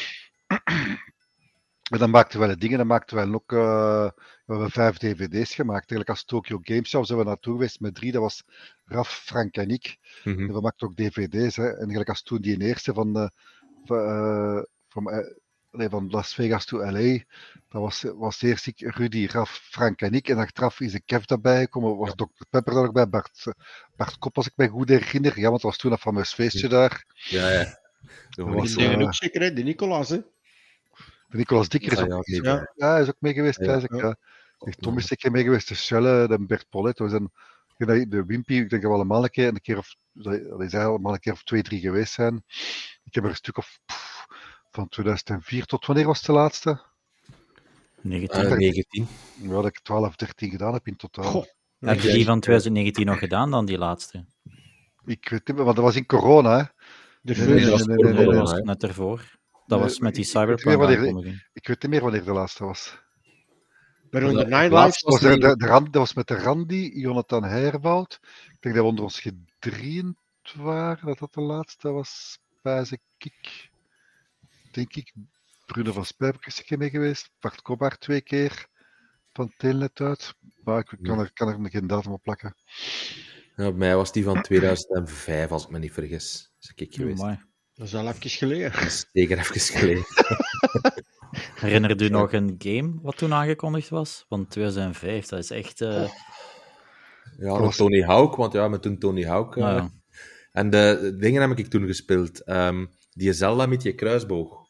En dan maakten wij de dingen, dan maakten wij ook uh, we hebben vijf D V D's gemaakt. Eigenlijk als Tokyo Game Show zijn we naartoe geweest met drie. Dat was Raf, Frank en ik. Mm-hmm. En we maakten ook D V D's. Hè. En eigenlijk als toen die eerste van, de, van, uh, van, uh, nee, van Las Vegas to L A. Dat was, was eerst ik, Rudy, Raf, Frank en ik. En achteraf is de Kev daarbij gekomen. Was ja. dokter Pepper daar ook bij. Bart, Bart Kop, als ik mij goed herinner. Ja, want het was toen een fameus feestje ja. daar. Ja, ja. Dat was uh, ook zeker, hè? De Nicolaas, hè? De Nicolaas Dikker is ook, ja, ja. Ja, is ook mee geweest. Ja, ja. Ja. Ja. Tom is zeker mee geweest. De Schelle, de Bert Pollet. We zijn, de Wimpy, ik denk dat we allemaal een keer, een keer of, dat is allemaal een keer of twee, drie geweest zijn. Ik heb er een stuk of pff, van tweeduizend vier tot wanneer was het de laatste? negentien. Uh, negentien. Ja, dat ik twaalf, dertien gedaan heb in totaal. Goh. Heb je die van twintig negentien nog gedaan dan, die laatste? Ik weet niet meer, want dat was in corona, hè. De nee, nee, nee, nee, nee, nee, nee, dat was net ervoor. Dat was met die Cyberpunk aankondiging. Ik weet niet meer wanneer de laatste was. Bij de Nine Lives was de, de, de Rand, dat was met de Randy, Jonathan Herwoud. Ik denk dat we onder ons gedrieënd waren, dat dat de laatste was. Pijs ik, denk ik. Bruno van Spijper is er mee geweest. Bart Kobar twee keer van Telnet uit. Maar ik kan er, kan er geen datum op plakken. Ja, bij mij was die van tweeduizend vijf, als ik me niet vergis. Dat is ik geweest. Oh, dat is al even geleden. Dat is zeker even geleden. Herinnert u nog een game wat toen aangekondigd was? Van tweeduizend vijf, dat is echt... Uh... Oh. Ja, met Tony Hawk, want ja, met toen Tony Hawk. Uh... Ah, ja. En de, de dingen heb ik toen gespeeld. Um, die Zelda met je kruisboog.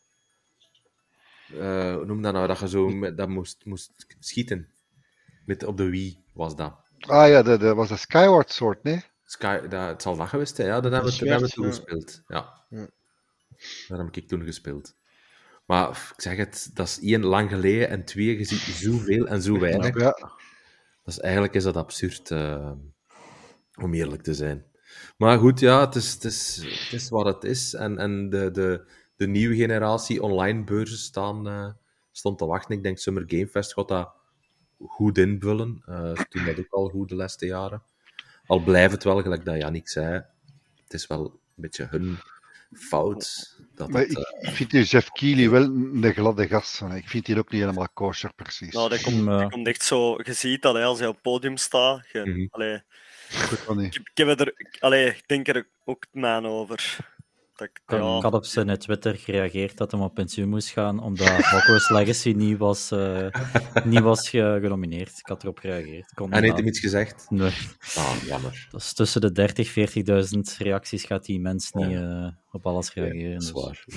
Uh, hoe noem dat nou? Dat je zo met, dat moest, moest schieten. Met, op de Wii was dat. Ah ja, dat was een Skyward Sword, nee? Sky, dat, het zal dat geweest zijn, ja. Dat hebben we, dat hebben we toen ja. gespeeld. Ja. ja. Dat heb ik toen gespeeld. Maar ik zeg het, dat is één, lang geleden, en twee, je ziet zoveel en zo weinig. Ja. Dus eigenlijk is dat absurd, uh, om eerlijk te zijn. Maar goed, ja, het is, het is, het is wat het is. En, en de, de, de nieuwe generatie online beurzen staan, uh, stond te wachten. Ik denk Summer Game Fest gaat dat goed invullen. Uh, toen dat ook al goed de laatste jaren. Al blijft het wel, gelijk dat Yannick zei, het is wel een beetje hun fout. Dat maar het, ik, uh... ik vind die Jeff Keighley wel een gladde gast. Ik vind die ook niet helemaal kosher, precies. Nou, dat komt, dat komt echt zo... Je ziet dat hij als hij op het podium staat. Je, mm-hmm. allee, ik, ik, ik, heb er, allee, ik denk er ook na over. Dat, Ik ja, had op zijn Twitter gereageerd dat hij op pensioen moest gaan, omdat Hogwarts Legacy niet was, uh, niet was ge- genomineerd. Ik had erop gereageerd. Kon En heeft hem iets gezegd? Nee. Ah, jammer. Dat is tussen de dertig, veertigduizend reacties gaat die mens niet uh, op alles reageren. Ja, dat is dus. waar.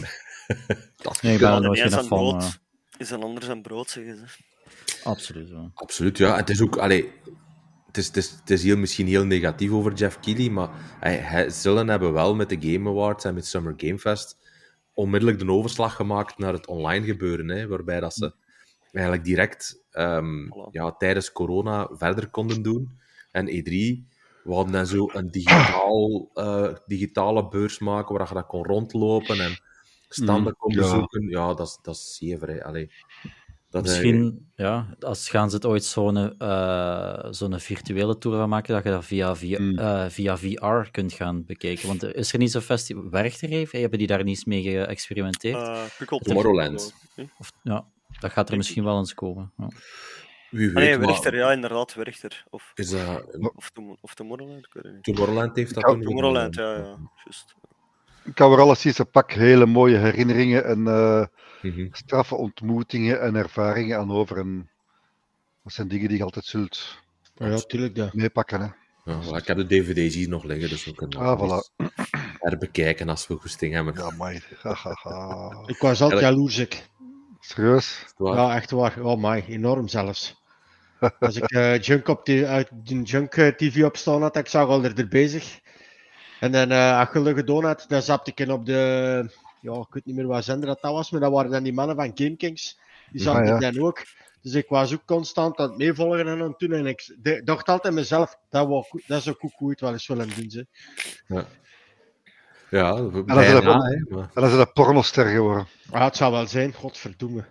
dat nee, ik ben er nooit geen fan van. Uh... Is een ander zijn brood, zeggen ze. Absoluut, ja. Absoluut, ja. Het is ook... Allee, het is, het is, het is heel, misschien heel negatief over Jeff Keighley, maar hij, hij, zullen hebben wel met de Game Awards en met Summer Game Fest onmiddellijk de overslag gemaakt naar het online gebeuren, hè, waarbij dat ze eigenlijk direct um, voilà. ja, tijdens corona verder konden doen. En E drie, we hadden dan zo een digitaal, uh, digitale beurs maken waar je dat kon rondlopen en standen kon bezoeken. Ja, ja dat, is, dat is zever, hè. Allee. Dat Misschien, hij... ja, als gaan ze het ooit zo'n uh, zo'n virtuele tour gaan maken, dat je dat via, via, mm. uh, via V R kunt gaan bekijken. Want is er niet zo'n festival... Werkt er even? Hebben die daar niets mee geëxperimenteerd? Uh, Tomorrowland. Of, ja, dat gaat er misschien wel eens komen. Ja. Wie weet, ah, nee, Werchter, ja, inderdaad, Werchter. Of, is dat... of, to- of Tomorrowland, ik weet het niet. Tomorrowland heeft dat ja, toen Tomorrowland, ja, ja, juist. Ik kan er alleszins een pak hele mooie herinneringen en uh, mm-hmm. straffe ontmoetingen en ervaringen aan over. En dat zijn dingen die je altijd zult ja, tuurlijk, ja. meepakken. Hè. Ja, voilà. Ik heb de D V D's hier nog liggen, dus we kunnen ah, voilà. herbekijken als we goesting hebben. Ja, maar... ik was altijd jaloers, ik. Serieus? Ja, echt waar. Oh my, enorm zelfs. Als ik uh, Junk op die, uit de Junk uh, T V opstaan had, ik zag al er, er bezig. En dan, uh, als je dat gedaan had, dan zat ik in op de... Ja, ik weet niet meer wat zender dat was, maar dat waren dan die mannen van Game Kings. Die zaten ja, ja. dan ook. Dus ik was ook constant aan het meevolgen en aan het doen. En ik de, dacht altijd mezelf, dat, was, dat is ook hoe goed wel eens willen doen. Ze. Ja. Ja, en dan is dat, dat, dat pornoster geworden. Ah, het zou wel zijn, godverdomme.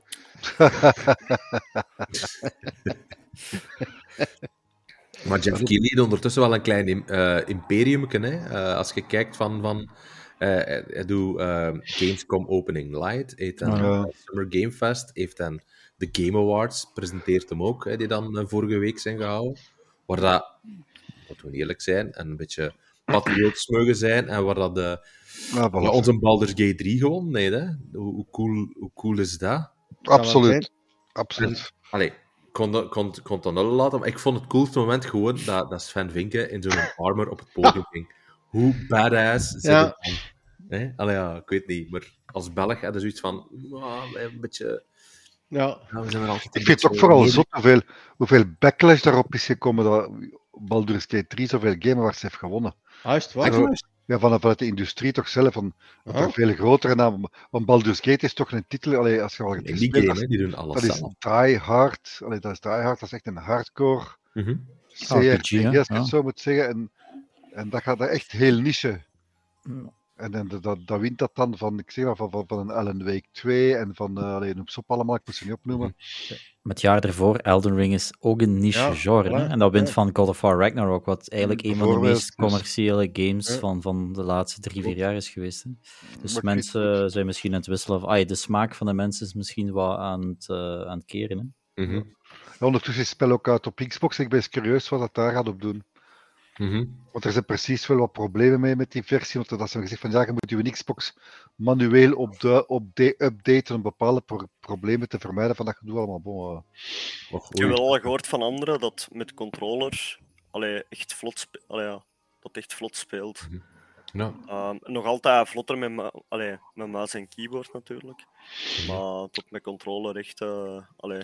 Maar Jeff Keighley heeft ondertussen wel een klein uh, imperium. Hè? Uh, als je kijkt van... van uh, hij doet uh, Gamescom Opening Light, heeft dan uh, Summer Game Fest, heeft dan de Game Awards, presenteert hem ook, hè, die dan uh, vorige week zijn gehouden. Waar dat, moeten we eerlijk zijn, een beetje patriots mogen zijn, en waar dat de, ja, ja, onze Baldur's Gate drie gewonnen heeft. Hè? Hoe, hoe, cool, hoe cool is dat? Absoluut. Absoluut. En, allee, ik kon, kon, kon het dan nullen laten, maar ik vond het coolste moment gewoon dat, dat Sven Vinken in zo'n armor op het podium ging. Hoe badass zit ja. het dan? Nee? Allee, ja, ik weet niet, maar als Belg had je zoiets van, oh, een beetje... Ja. Ja, we zijn er altijd ik vind het ook vooral zot hoeveel, hoeveel backlash daarop is gekomen dat Baldur's Gate drie zoveel Game Awards heeft gewonnen. Ah, is het waar? Ja, vanuit de industrie toch zelf, van, dat er veel grotere namen... Want Baldur's Gate is toch een titel, allee, als je al die speelt, game, die doen alles dat zelf. Is die hard, allee, dat is die hard, dat is echt een hardcore mm-hmm. C R P G, ja, als ik ja. het zo moet zeggen. En, en dat gaat er echt heel niche. Mm. En, en dat, dat wint dat dan van, ik zeg maar, van, van, van een Alan Wake twee en van, uh, alleen noem ze op allemaal, ik moet ze niet opnoemen. Met het jaar ervoor, Elden Ring is ook een niche ja, genre. Ja, en dat wint ja. van God of War Ragnarok, wat eigenlijk een van de meest commerciële games ja. van, van de laatste drie, vier jaar is geweest. Hè. Dus maar mensen het... zijn misschien aan het wisselen. Ay, de smaak van de mensen is misschien wat aan het, uh, aan het keren. Hè. Mm-hmm. Ja, ondertussen is het spel ook uit op Xbox. Ik ben eens curieus wat dat daar gaat op doen. Mm-hmm. Want er zijn precies wel wat problemen mee met die versie. Want dat ze hebben gezegd van ja, je moet je Xbox manueel op de, op de updaten om bepaalde pro- problemen te vermijden. Van dat gedoe allemaal. Bon, uh. oh, ik heb wel al gehoord van anderen dat met controllers allee, echt vlot, spe- allee, ja, dat echt vlot speelt. Mm-hmm. Ja. Um, nog altijd vlotter met, mu- allee, met muis en keyboard natuurlijk. Mm-hmm. Maar tot met controller echt... Uh, allee,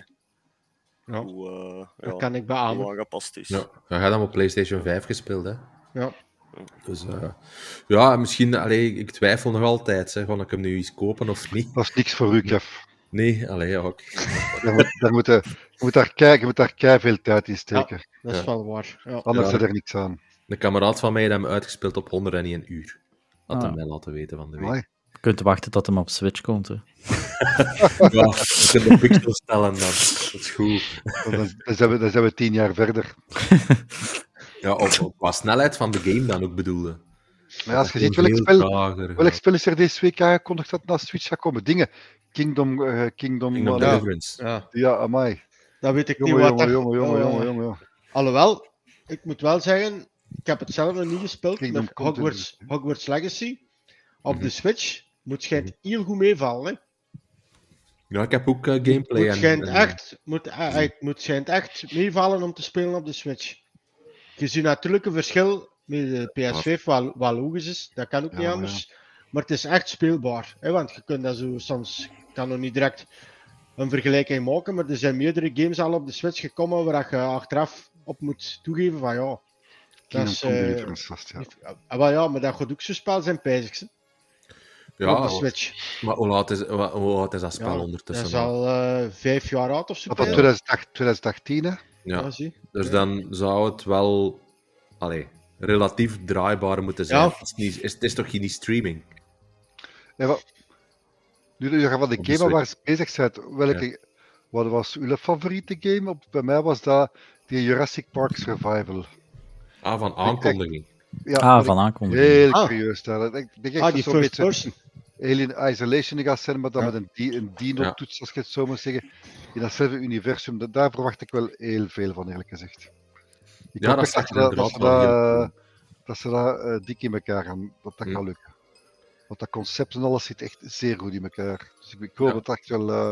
Ja. Hoe, uh, dat ja, kan ik beamen. hoe aangepast is. Ja, je gaat hem op PlayStation vijf gespeeld, hè? Ja. Dus uh, ja, misschien, allee, ik twijfel nog altijd, hè, ga ik hem nu eens kopen of niet? Dat is niks voor u, Kev. Nee, allee, ja, ook. Daar moet, daar moet, je, je moet daar kijken, je moet daar kei veel tijd in steken. Ja, dat is ja. wel waar. Ja. Anders ja, is er niks aan. Een kameraad van mij heeft hem uitgespeeld op honderden uur. Had ah. hij mij laten weten van de week. Amai. Je kunt wachten tot hem op Switch komt, hè. Ja, je kunt de pixel stellen dan. Dat is goed. Dan, dan, zijn we, dan zijn we tien jaar verder. Ja, op, op qua snelheid van de game dan ook bedoelde. Ja, als je ziet welk spel, welk spel is er deze week aangekondigd dat naar Switch gaat komen. Dingen. Kingdom... Uh, Kingdom, Kingdom uh, Deliverance. Ja, ja amai. Dat weet ik jongen, niet jongen, wat jongen, er... jongen, oh, jongen, jongen, jongen. Alhoewel, ik moet wel zeggen, ik heb het zelf nog niet gespeeld Kingdom met Hogwarts, Hogwarts Legacy. op Mhm. de Switch moet schijnt heel goed meevallen. Hè. Ja, ik heb ook uh, gameplay. Moet en, schijnt en- echt, moet, uh, het moet schijnt echt meevallen om te spelen op de Switch. Je ziet natuurlijk een verschil met de P S vijf, wat, wat logisch is, dat kan ook Ja, niet maar anders. Maar het is echt speelbaar, hè, want je kunt dat zo soms, ik kan nog niet direct een vergelijking maken, maar er zijn meerdere games al op de Switch gekomen waar je achteraf op moet toegeven van ja, dat Kingdom is... Come eh, Deliverance vast, ja. ah, wel ja, maar dat gaat ook zo'n spel zijn, pijzig, hè, ja, op de Switch. maar hoe oud is, hoe hoe oud is dat spel Ja, ondertussen? dat is al uh, vijf jaar oud of zo. Dat was pijzig. twintig achttien, twintig achttien, hè? Ja, Ja, zie. dus Ja. dan zou het wel allee, relatief draaibaar moeten zijn. Ja. Het, is niet, is, het is toch geen streaming? Ja, wat... Nu dat je van de Op de game waar Switch. je bezig bent, welke... Wat was uw favoriete game? Op, bij mij was dat die Jurassic Park Survival. Ah, van aankondiging. Ja, Ah, dat van ik aankondiging. heel Ah. curieus daar. Ik denk echt Ah, dat die zo'n first beetje person. Alien Isolation gaat zijn, maar dan Ja. met een, di een dino-toets, Ja. als je het zo moet zeggen. In datzelfde universum. Dat, daar verwacht ik wel heel veel van, eerlijk gezegd. Ik Ja, hoop dat echt zag dat, er ze dat, dat inderdaad ze wel heel dat, dat, ze dat uh, dik in elkaar gaan. Dat dat Hm. gaat lukken. Want dat concept en alles zit echt zeer goed in elkaar. Dus ik, ik hoop Ja. dat het echt wel uh,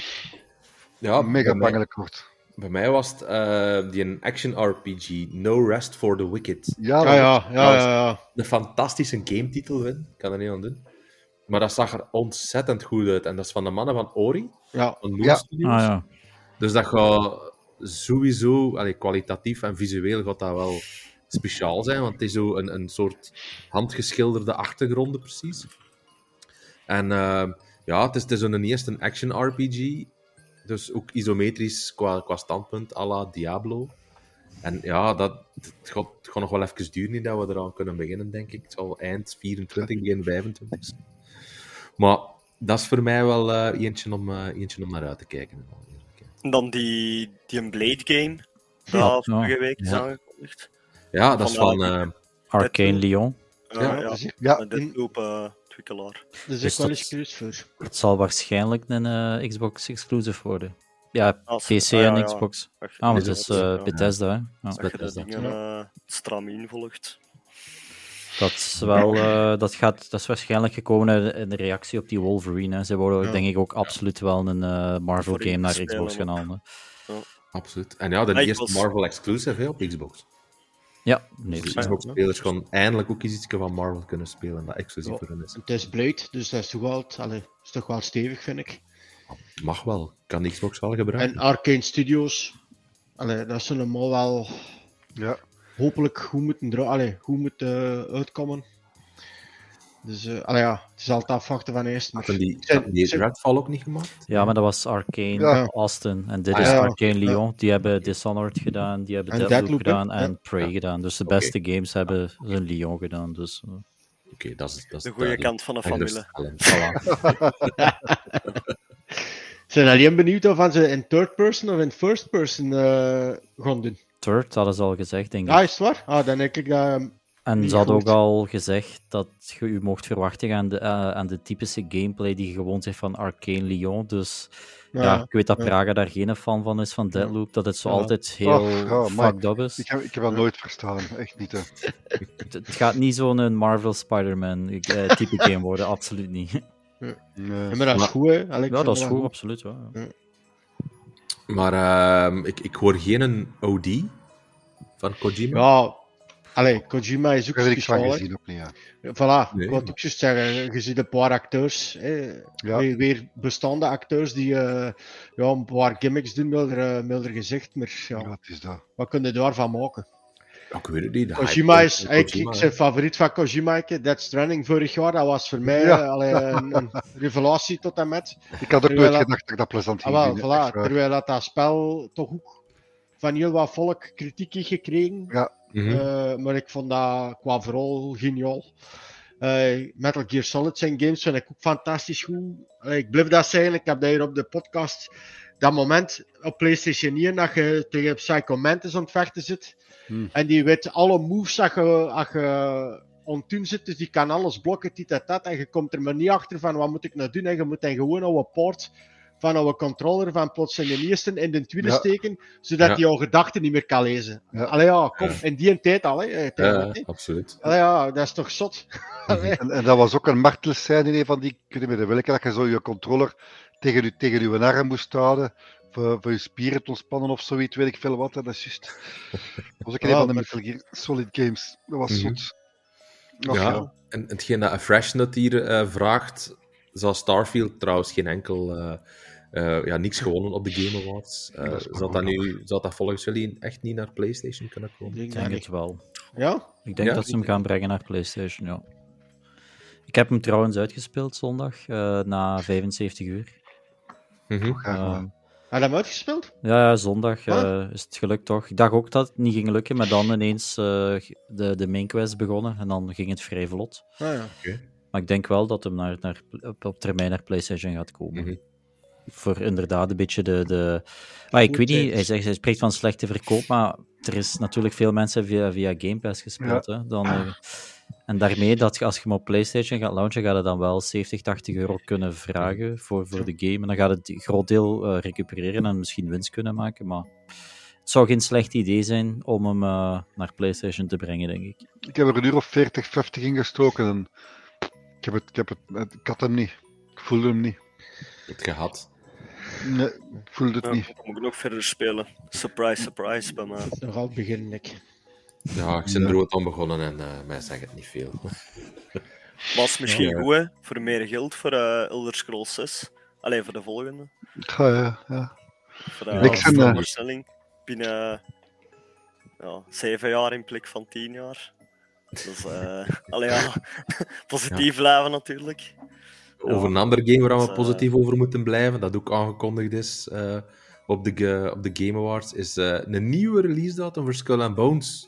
Ja, mega bij mij, bangelijk wordt. bij mij was het uh, die een action R P G, No Rest for the Wicked. Ja, Ja, dat- ja, ja, ja, ja. Een fantastische gametitel, vind. Ik kan er niet aan doen. Maar dat zag er ontzettend goed uit. En dat is van de mannen van Ori, ja. van Moon Ja. Studios. Ah ja. Dus dat gaat sowieso, allee, kwalitatief en visueel gaat dat wel speciaal zijn, want het is zo een, een soort handgeschilderde achtergronden precies. En uh, ja, het is, het is een eerste action R P G, dus ook isometrisch qua, qua standpunt à la Diablo. En ja, dat, het, gaat, het gaat nog wel even duren dat we eraan kunnen beginnen, denk ik. Het zal eind vierentwintig, begin vijfentwintig zijn. Maar dat is voor mij wel uh, eentje, om, uh, eentje om naar uit te kijken. En dan die, die een Blade game, Ja, dat vorige ja. week is Ja. aangekondigd. Ja, dat is Van, van... Uh, Arcane Deathloop. Lyon. Ja, Ja, ja, dus- ja. een Deathloop uh, ontwikkelaar. Dus Dus ik wel dat- eens curieus voor. Het zal waarschijnlijk een eh, Xbox exclusive worden. Ja, Als- P C ah, ja, en ja. xbox. Als je- Ah, maar als het je is dat- eh, ja. Bethesda, hè. Ja. Als je de Bethesda. dingen uh, stram involgt. Dat is wel, eh, dat gaat, dat is waarschijnlijk gekomen uit een reactie op die Wolverine. Hè. Ze wilden Ja. denk ik ook absoluut wel een eh, Marvel Voor game naar spelen Xbox gaan ook. halen. absoluut. En ja, de Ah, ik eerste was- Marvel exclusive hè, op Xbox. Ja, nee, Dus de precies. Xbox-spelers gaan eindelijk ook eens iets van Marvel kunnen spelen dat exclusief Ja. voor hen is. Het is Blade, dus dat is toch wel, allee, is toch wel stevig, vind ik. Mag wel. Kan de Xbox wel gebruiken. En Arcane Studios, allee, dat zullen allemaal wel ja. hopelijk goed moeten, dra- allee, goed moeten uh, uitkomen. Dus uh, allee, ja, het is altijd afwachten van eerst. Maar... Hadden die, Zijn- hadden die zijn- Redfall ook niet gemaakt? Ja, maar dat was Arcane Ja. Austin. En dit Ah, is ja. Arcane Lyon. Die hebben Dishonored gedaan, die hebben En Deathloop, Deathloop, hè? gedaan en Ja. Prey Ja. gedaan. Dus de Oké. beste games hebben ze in Lyon gedaan. Dus, eh, Oké, dat is dat is De goede duidelijk. kant van de familie. Understanding. voilà. Ik ben alleen benieuwd of ze in third person of in first person uh, gaan doen. Third hadden ze al gezegd, denk ik. Ah, is het waar? Ah, dan denk ik dat... um, En niet ze hadden ook goed. al gezegd dat je u mocht verwachten aan de, uh, aan de typische gameplay die je gewoon zegt van Arcane Lyon. Dus ja, ja, ik weet dat ja. Praga daar geen fan van is, van Deathloop. Dat het zo Ja. altijd heel Och, ja, maar fucked up is. Ik heb, ik heb dat nooit verstaan, echt niet. Hè. Het, het gaat niet zo'n Marvel Spider-Man uh, type game worden, absoluut niet. Nee. Ja, maar dat is goed, hè? Allee, ik Ja, vind dat is goed, absoluut. Ja. Maar ehm, ik, ik hoor geen O D van Kojima. Ja, allee, Kojima is ook Daar heb ik van speciaal, hè. gezien, ook niet. Ja. Voilà, Nee, ik wou het maar- ook juist zeggen. Je ziet een paar acteurs, hè, Ja. weer, weer bestaande acteurs die uh, ja, een paar gimmicks doen, milder, uh, milder gezegd, maar ja, Ja, het is dat. wat kun je daarvan maken? Ja, ik weet het niet. de Kojima hype is, van ik, Kojima, ik hè. zijn favoriet van Kojima, Death Stranding vorig jaar, dat was voor mij Ja. uh, allee, een, een revelatie tot en met. Ik had ook Terwijl nooit dat- gedacht dat ik dat plezant Ah, ging wel, vinden, echt voilà, waar. terwijl dat, dat spel toch ook van heel wat volk kritiek heeft gekregen. Ja. Mhm. Uh, maar ik vond dat qua vooral geniaal. Uh, Metal Gear Solid zijn games vind ik ook fantastisch goed. Uh, ik blijf dat zeggen, ik heb dat hier op de podcast. Dat moment op PlayStation één dat je tegen Psycho Mantis aan het vechten zit. Hmm. En die weet alle moves dat je, als je ontdoen zit. Dus die kan alles blokken, dit en dat. En je komt er maar niet achter van wat moet ik nou doen. En je moet dan gewoon op een poort van jouw controller van plots in de eerste en de tweede Ja. steken, zodat Ja. hij jouw gedachten niet meer kan lezen. Ja. Allee ja, kom, Ja. in die tijd al, hè. Ja, uiteindelijk, hè. absoluut. Allee ja, dat is toch zot. Allee. En, en dat was ook een martelscène in een van die, ik weet niet meer welke, dat je zo je controller tegen je, tegen je arm moest houden, voor, voor je spieren te ontspannen of zoiets, weet ik veel wat, hè, dat is juist. Dat was ook een Ja, van de maar- Metal Gear Solid games, dat was Mhm. zot. Och, Ja, ja. en hetgeen dat Afreshnet hier eh, vraagt, zou Starfield trouwens geen enkel... eh, eh, ja, niks gewonnen op de Game Awards. Eh, Dat is maar zou, dat goed, nu, zou dat volgens jullie echt niet naar PlayStation kunnen komen? Ik denk Ik dat denk niet. het wel. Ja? Ik denk Ja? dat ze hem gaan brengen naar PlayStation, ja. Ik heb hem trouwens uitgespeeld zondag, eh, na vijfenzeventig uur. Mhm. Ja, Eh, Had je hem uitgespeeld? ja, ja, zondag eh, Huh? is het gelukt toch. Ik dacht ook dat het niet ging lukken, maar dan ineens eh, de, de main quest begonnen en dan ging het vrij vlot. Ah, ja. Maar ik denk wel dat hem naar, naar, op, op termijn naar PlayStation gaat komen. Mhm. Voor inderdaad een beetje de... de... Maar ik weet niet, hij, zegt, hij spreekt van slechte verkoop, maar er is natuurlijk veel mensen via, via Game Pass gespeeld. Hè? Dan, eh, en daarmee, dat je, als je hem op PlayStation gaat launchen, gaat je dan wel zeventig, tachtig euro kunnen vragen voor, voor de game. En dan gaat het een groot deel uh, recupereren en misschien winst kunnen maken. Maar het zou geen slecht idee zijn om hem uh, naar PlayStation te brengen, denk ik. Ik heb er een uur of veertig, vijftig in gestoken en ik, heb het, ik, heb het, ik had hem niet. Ik voelde hem niet. Het gehad. Nee, ik voelde het Ja, niet. dan moet ik nog verder spelen. Surprise, surprise bij mij. Nog al beginnen, ik. Ja, ik ben Ja. er ook aan begonnen en uh, mij zegt het niet veel. Maar is misschien Ja. goed, hè? Voor meer geld voor uh, Elder Scrolls zes. Alleen voor de volgende. Ja, ja, ja. Voor uh, Niks aan, een eh, versnelling binnen ja, zeven jaar in plek van tien jaar. Dus, uh, allee, ja, positief blijven natuurlijk. Over een ander game waar we Dus, uh, positief over moeten blijven, dat ook aangekondigd is uh, op, de, uh, op de Game Awards, is uh, een nieuwe release datum voor Skull and Bones.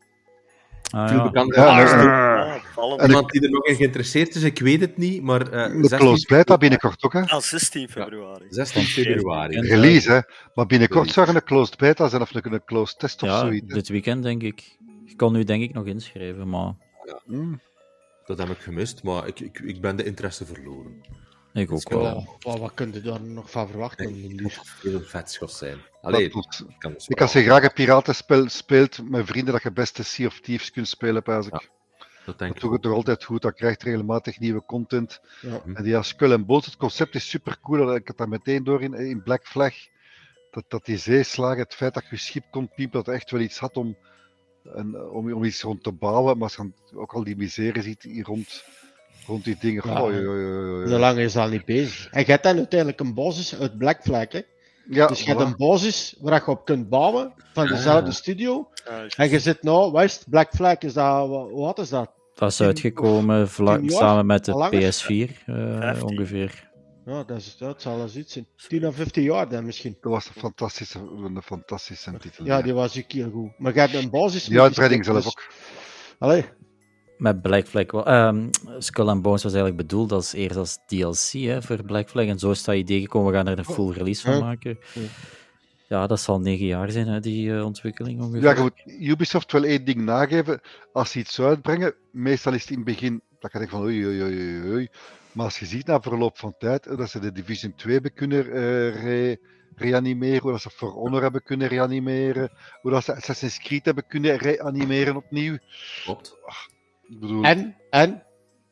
Ah, Veel ja. bekend. Ja, Ah, en- Ja, vallen. en- Iemand die er nog in geïnteresseerd is, ik weet het niet, maar... Uh, De closed beta binnenkort ook, hè? Ah, zestien februari. zestien februari. En- Release, hè? Maar binnenkort Release. zou er een closed beta zijn of een, een closed test of Ja, zoiets. hè. dit weekend denk ik. Je kan nu denk ik nog inschrijven, maar Hmm. Dat heb ik gemist, maar ik, ik, ik ben de interesse verloren. ik ook Skull wel. and- Wat, wat, wat kun je daar nog van verwachten? Het in moet die- veel vetschot zijn. Allee, Dat moet- ik kan dus Ik wel. als je graag een piratenspel speelt met vrienden, dat je best een Sea of Thieves kunt spelen, pijs ik. Ja, Dat denk Dat ik doet ook. het nog altijd goed, dat krijgt regelmatig nieuwe content. Ja. En die Skull and Bones, het concept is super cool. Ik had dat meteen door in, in Black Flag. Dat, dat die zeeslagen, het feit dat je schip kon piepen, dat het echt wel iets had om, en, om, om iets rond te bouwen. Maar als je dan ook al die misère ziet hier rond, rond die dingen. Ja. Goh, ja, ja, ja, ja. Hoe lang is dat niet bezig? En je hebt dan uiteindelijk een basis uit Black Flag, hè? Ja, Dus je hebt voilà. een basis waar je op kunt bouwen, van dezelfde Ah. studio. Ah, juist. En je zit nou, wat is het? Black Flag, is dat, wat, wat is dat? Dat is Tien uitgekomen vla- tien jaar? samen met de Al langer? P S vier eh, Vijftien. ongeveer. Ja, dat, is, dat zal eens iets zijn. tien of vijftien jaar dan misschien. Dat was een fantastische, een fantastische titel. Ja, die was ook heel goed. Maar je hebt een basis. Die uitbreiding zelf dus- ook. Allee, Met Black Flag. wel- ehm, Skull and Bones was eigenlijk bedoeld als eerst als D L C hè, voor Black Flag. En zo is dat idee gekomen, we gaan er een full release van Ja. maken. Ja. Ja, dat zal negen jaar zijn, hè, die eh, ontwikkeling ongeveer. Ja, je moet Ubisoft wel één ding nageven. Als ze iets uitbrengen, meestal is het in het begin dat je denkt van oei, oei, oei, oei, oei. Maar als je ziet na verloop van tijd eh, dat ze de Division twee hebben kunnen eh, re- reanimeren, hoe dat ze For Honor hebben kunnen reanimeren, hoe dat ze Assassin's Creed hebben kunnen reanimeren opnieuw. Klopt. Ik bedoel, en, en,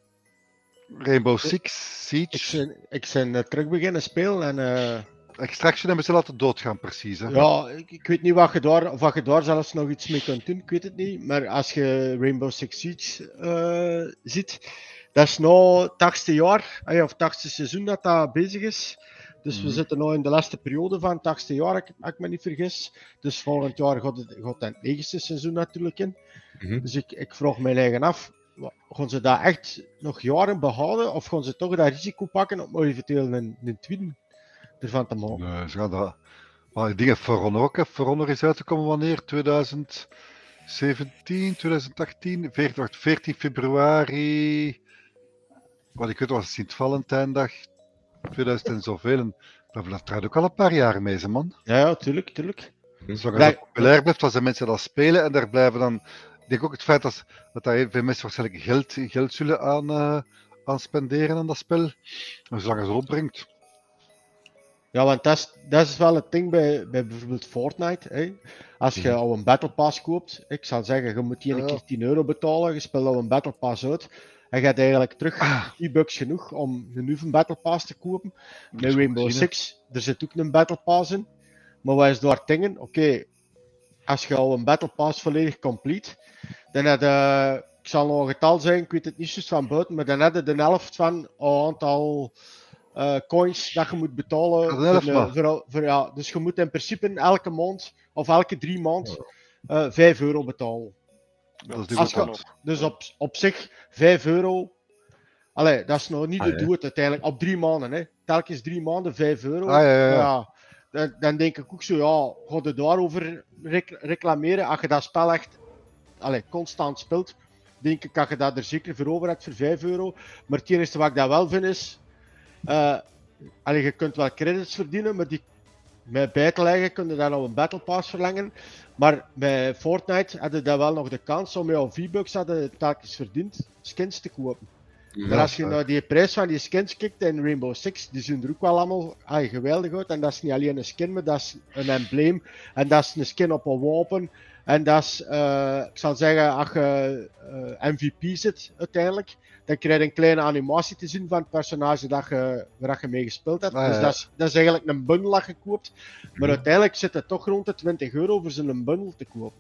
Rainbow Six, ik Siege, ben, ik ben uh, terug beginnen spelen en uh, Extraction hebben ze laten doodgaan precies. Hè? ja, ik, ik weet niet wat je, daar, of wat je daar zelfs nog iets mee kunt doen, ik weet het niet. Maar als je Rainbow Six Siege uh, ziet, dat is nou het tachtigste jaar, of het tachtigste seizoen dat dat bezig is. Dus Mhm. we zitten nu in de laatste periode van het tachtigste jaar, als ik, als ik me niet vergis. Dus volgend jaar gaat het, gaat het negende seizoen natuurlijk in. Mhm. Dus ik, ik vraag mij eigen af, wa- gaan ze dat echt nog jaren behouden? Of gaan ze toch dat risico pakken om nog eventueel een, een tweede ervan te maken? Nee, ze gaan dat. Maar ik denk dat For Honor ook. Hè. For Honor is uitgekomen wanneer? twintig zeventien, twintig achttien, veertien, veertien februari. Wat ik weet was Sint-Valentijndag, tweeduizend en zoveel. En dat, dat draait ook al een paar jaar mee, ze man. Ja, ja, tuurlijk, tuurlijk. Zolang Nee. het populair blijft, als de mensen dat spelen en daar blijven dan. Ik denk ook het feit dat, dat daar heel veel mensen waarschijnlijk geld, geld zullen aan, uh, aan spenderen aan dat spel. En zolang het ze opbrengt. Ja, want dat is, dat is wel het ding bij, bij bijvoorbeeld Fortnite. Hè. Als je Mhm. al een Battle Pass koopt, ik zal zeggen, je moet hier een Ja. keer tien euro betalen, je speelt al een Battle Pass uit, en je hebt eigenlijk terug e-bucks genoeg om een nieuwe Battle Pass te kopen. Dat Met is Rainbow goed gezien, Six, er zit ook een Battle Pass in. Maar wat is daar het ding in? Oké, als je al een Battle Pass volledig complete, dan heb je, ik zal nog een getal zeggen, ik weet het niet juist van buiten, maar dan heb je de helft van het aantal uh, coins dat je moet betalen. Dat is een helft, voor, maar. uh, voor, voor, ja, dus je moet in principe elke maand, of elke drie maanden, uh, vijf euro betalen. Dat is Ja, Als dubbel je- kant. Dus op, op zich vijf euro. Allee, dat is nog niet Ah, de ja. doet uiteindelijk. Op drie maanden, hè. Telkens drie maanden, vijf euro. Ah, ja, ja, ja. dan, dan denk ik ook zo, ja, ga je daarover rec- reclameren? Als je dat spel echt allee, constant speelt, denk ik dat je dat er zeker voor over hebt voor vijf euro. Maar het enige wat ik dat wel vind is, uh, allee, je kunt wel credits verdienen, maar die, met bij te leggen kun je dan nog een Battle Pass verlengen. Maar bij Fortnite had je dan wel nog de kans om jouw V-Bucks hadden telkens verdiend skins te kopen. Maar als je ja. naar die prijs van die skins kijkt in Rainbow Six, die zien er ook wel allemaal ah, geweldig uit. En dat is niet alleen een skin, maar dat is een embleem. En dat is een skin op een wapen. En dat is, uh, ik zal zeggen, als je uh, M V P zit uiteindelijk, dan krijg je een kleine animatie te zien van het personage dat je, waar je mee gespeeld hebt. Ah, ja. Dus dat is, dat is eigenlijk een bundel dat je koopt. Maar uiteindelijk zit het toch rond de twintig euro voor zo'n bundel te kopen.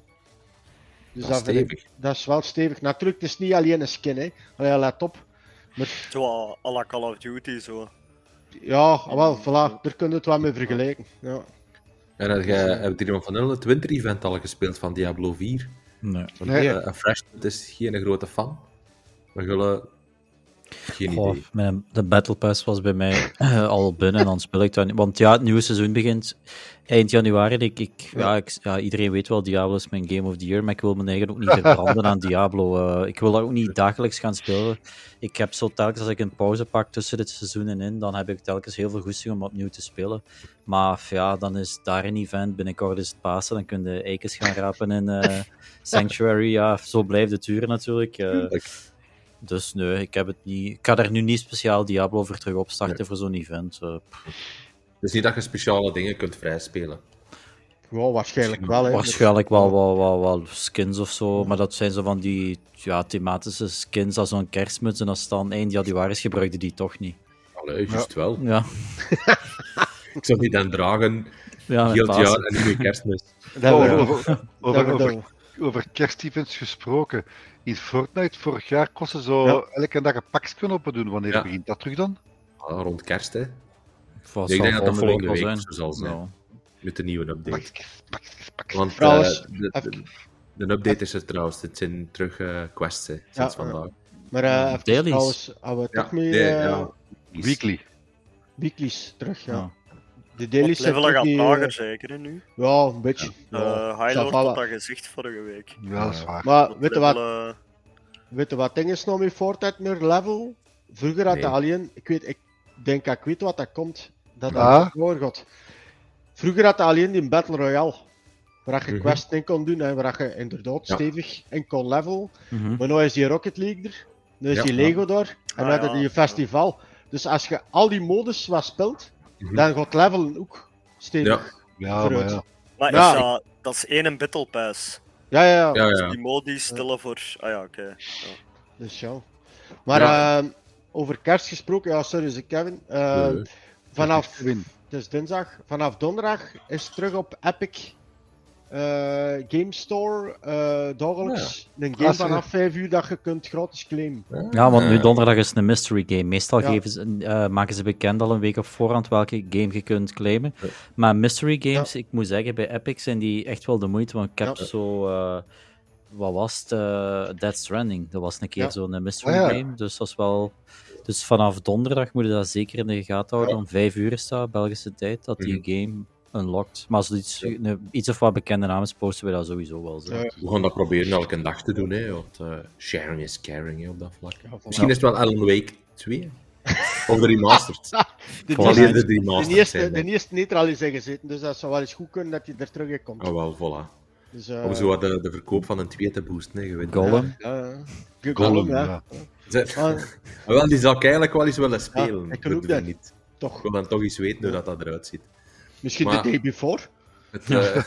Dus Dat is vind ik- stevig. dat is wel stevig. Natuurlijk, het is niet alleen een skin, hè. Allee, let op. Maar Zo à la Call of Duty, zo. ja, ah, wel, voilà, daar kun je het wel mee vergelijken. Ja. En heb jij hebt hier iemand van Nul het winter-event al gespeeld van Diablo vier? Nee. Want Nee. eh, een Fresh is geen grote fan. We willen... Geen Goh, idee. mijn, de Battle Pass was bij mij eh, al binnen en dan speel ik dat niet. Want ja, het nieuwe seizoen begint eind januari. Ik, ik, ja, ik, ja, iedereen weet wel, Diablo is mijn Game of the Year, maar ik wil mijn eigen ook niet verbranden aan Diablo. Uh, ik wil dat ook niet dagelijks gaan spelen. Ik heb zo telkens, als ik een pauze pak tussen dit seizoenen in, dan heb ik telkens heel veel goesting om opnieuw te spelen. Maar ja, dan is daar een event, binnenkort is het Pasen, dan kun je eikens gaan rapen in uh, Sanctuary. Ja, zo blijft het duren natuurlijk. Uh, Dus nee, ik heb het niet. Ik ga daar nu niet speciaal Diablo voor terug opstarten Nee. voor zo'n event. Uh, Dus niet dat je speciale dingen kunt vrijspelen. Ja, waarschijnlijk wel. Hè. waarschijnlijk wel, wel, wel, wel skins of zo, maar dat zijn zo van die ja, thematische skins als zo'n kerstmuts en als het dan eind januari is, gebruikte die toch niet. Allee, juist wel. Ja, Ik zou die dan dragen ja met heel het Pasen. jaar en niet meer kerstmis. Dat Oh, wel. over, Dat over, wel. over, over kerstevents gesproken. In Fortnite vorig jaar kostte zo Ja. elke dag een pakje open doen. Wanneer Ja. begint dat terug dan? Ah, rond kerst, hè. Vast Ik zal denk dat dat volgende volgende wel week zo zal zijn. Ja. Met de nieuwe update. Pakjes, pakjes, pakjes. Want Trouwens, eh, de, de, even- de update is er trouwens. Het zijn terug eh, quests, hè, sinds Ja, vandaag. Maar uh, even Dailies. trouwens, als we Ja, toch mee nee, uh, ja. Weekly. weeklies terug, ja. Ja. De Het dailies zijn levelen toch gaat die, lager, uh, zeker, hè, nu. ja, een beetje. Ja. Uh, High zal Lord vallen. had dat gezegd vorige week. Ja, dat is waar. Maar Dat weet je wat, levelen- weet je wat ding is nou met Fortnite meer level? Vroeger had Nee. de Alien, ik weet, ik denk dat ik weet wat dat komt. Dat dat Ah. ook gaat. Vroeger had de Alien die Battle Royale. Waar je Mhm. quests in kon doen en waar je inderdaad Ja. stevig in kon level. Mhm. Maar nu is die Rocket League er, nu is Ja. die Lego daar, en Ah, nu had ja. je die festival. Dus als je al die modus wat speelt, Mhm. dan gaat levelen ook stevig. Ja. Ja, Vooruit. maar ja. Maar Ja. is dat, dat is één Battle Pass. Ja, ja, ja. Ja, Dus ja. die modi stellen voor... Ah ja, oké. Dus ja. Maar Ja. ehm, over kerst gesproken, ja, sorry, ze Kevin. Ehm, Nee. vanaf, Win. het is dinsdag, vanaf donderdag is terug op Epic eh, Game Store eh, dagelijks een game Ah, sorry. vanaf vijf uur dat je kunt gratis claimen. Ja, want nu Eh, donderdag is het een mystery game. Meestal Ja. geven ze, eh, maken ze bekend al een week op voorhand welke game je kunt claimen. Ja. Maar mystery games, ik moet zeggen, bij Epic zijn die echt wel de moeite. Want ik heb Ja. zo, eh, wat was het? eh, Death Stranding. Dat was een keer Ja. zo'n mystery Ah, ja. game. Dus dat is wel... Dus vanaf donderdag moet je dat zeker in de gaten houden. Om vijf uur is dat, Belgische tijd, dat die game unlocked. Maar als er iets, Ja. een- iets of wat bekende namen is, posten we dat sowieso wel. Zo. Ja. We gaan dat proberen elke dag te doen, hè, want eh, sharing is caring hè, op dat vlak. Ja, voilà. Misschien is het wel Alan Wake twee. Of de remastered. De Voilà. Alleen eerste, de de, remastered eerste, zijn. de dan. eerste niet er al is in gezeten, dus dat zou wel eens goed kunnen dat hij er terug in komt. Oh wel, voilà. Dus, eh, Om zo wat de, de verkoop van een twee te boosten, hè, je weet het. Golem. Ja, ja. Go- Gollum, Gollum, ja. ja. Ze- Ah, Wel, die zou ik eigenlijk wel eens willen spelen. ik kan ook doe dat dat. niet. toch. Ik wil dan toch eens weten hoe dat, dat eruit ziet. Misschien maar, de day before? Het, uh,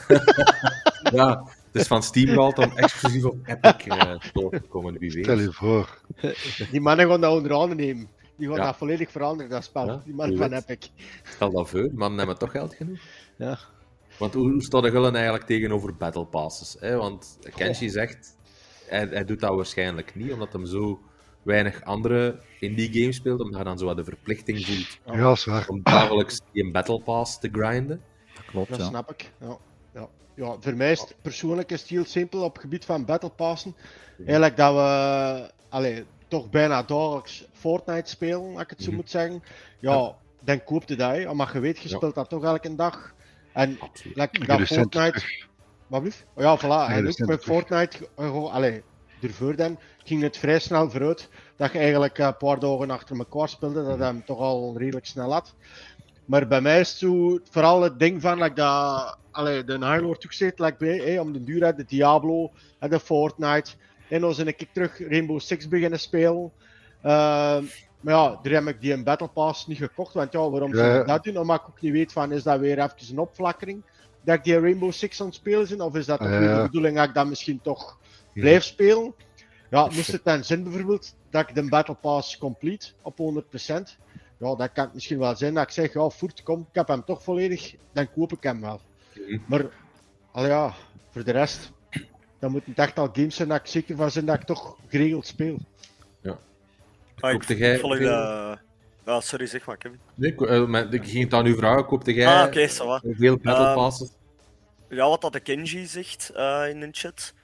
ja, het is van Steam gehaald om exclusief op Epic uh, door te komen, wie weet. Stel je voor. Die mannen gaan dat onder handen nemen. Die gaan ja. dat volledig veranderen, dat spel. Ja, die mannen van weet. Epic. Stel dat voor, mannen hebben toch geld genoeg. Ja. Want hoe, hoe staat de Gullen eigenlijk tegenover Battle Passes? Hè? Want Kenshi oh. zegt, hij, hij doet dat waarschijnlijk niet, omdat hij zo weinig andere indie games speelt, omdat hij dan zo wat de verplichting voelt ja, zwaar. om dagelijks die Battle Pass te grinden. Dat klopt, Dat ja. snap ik. Ja. Ja. Ja, voor mij is het persoonlijk is het heel simpel op het gebied van Battle Passen. Eigenlijk dat we allee, toch bijna dagelijks Fortnite spelen, als ik het zo mm-hmm. moet zeggen. Ja, ja. dan koopt je dat, hè. Maar je weet, je ja. speelt dat toch elke dag. En like, dat Fortnite... Wat blieft? Oh, ja, voilà. En ook met Fortnite, uh, allee, ervoor dan, ging het vrij snel vooruit. Dat je eigenlijk een paar dagen achter elkaar speelde, dat hij hem toch al redelijk snel had. Maar bij mij is het zo, vooral het ding van, like dat, allee, de Hyrule toegezet, like bij, hey, om de duur uit de Diablo en de Fortnite. En dan ben ik terug Rainbow Six beginnen spelen. Uh, maar ja, daar heb ik die een Battle Pass niet gekocht, want ja, waarom zou ik dat doen? Omdat ik ook niet weet van, is dat weer even een opflakkering? Dat ik die Rainbow Six aan het spelen ben? Of is dat toch uh, weer de bedoeling dat ik dat misschien toch ja. blijf spelen? Ja, moest het dan zijn bijvoorbeeld dat ik de Battle Pass complete op honderd procent? Ja, dat kan het misschien wel zijn dat ik zeg, ja, voert, kom, ik heb hem toch volledig, dan koop ik hem wel. Mm-hmm. Maar, al ja, voor de rest, dan moeten het echt al games zijn dat ik zeker van zijn dat ik toch geregeld speel. Ja. Ah, ik jij volg dat... Ah, sorry, zeg maar, Kevin. Nee, ik, uh, ik ging het aan u vragen, koopte jij ah, okay, so veel Battle Passes? Um, ja, wat dat de Kenji zegt uh, in de chat.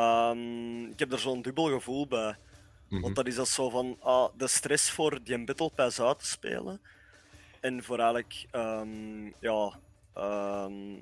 Um, ik heb er zo'n dubbel gevoel bij. Mm-hmm. Want dat is dat zo van ah, de stress voor die Battle Pass uit te spelen. En voor eigenlijk, um, ja, um,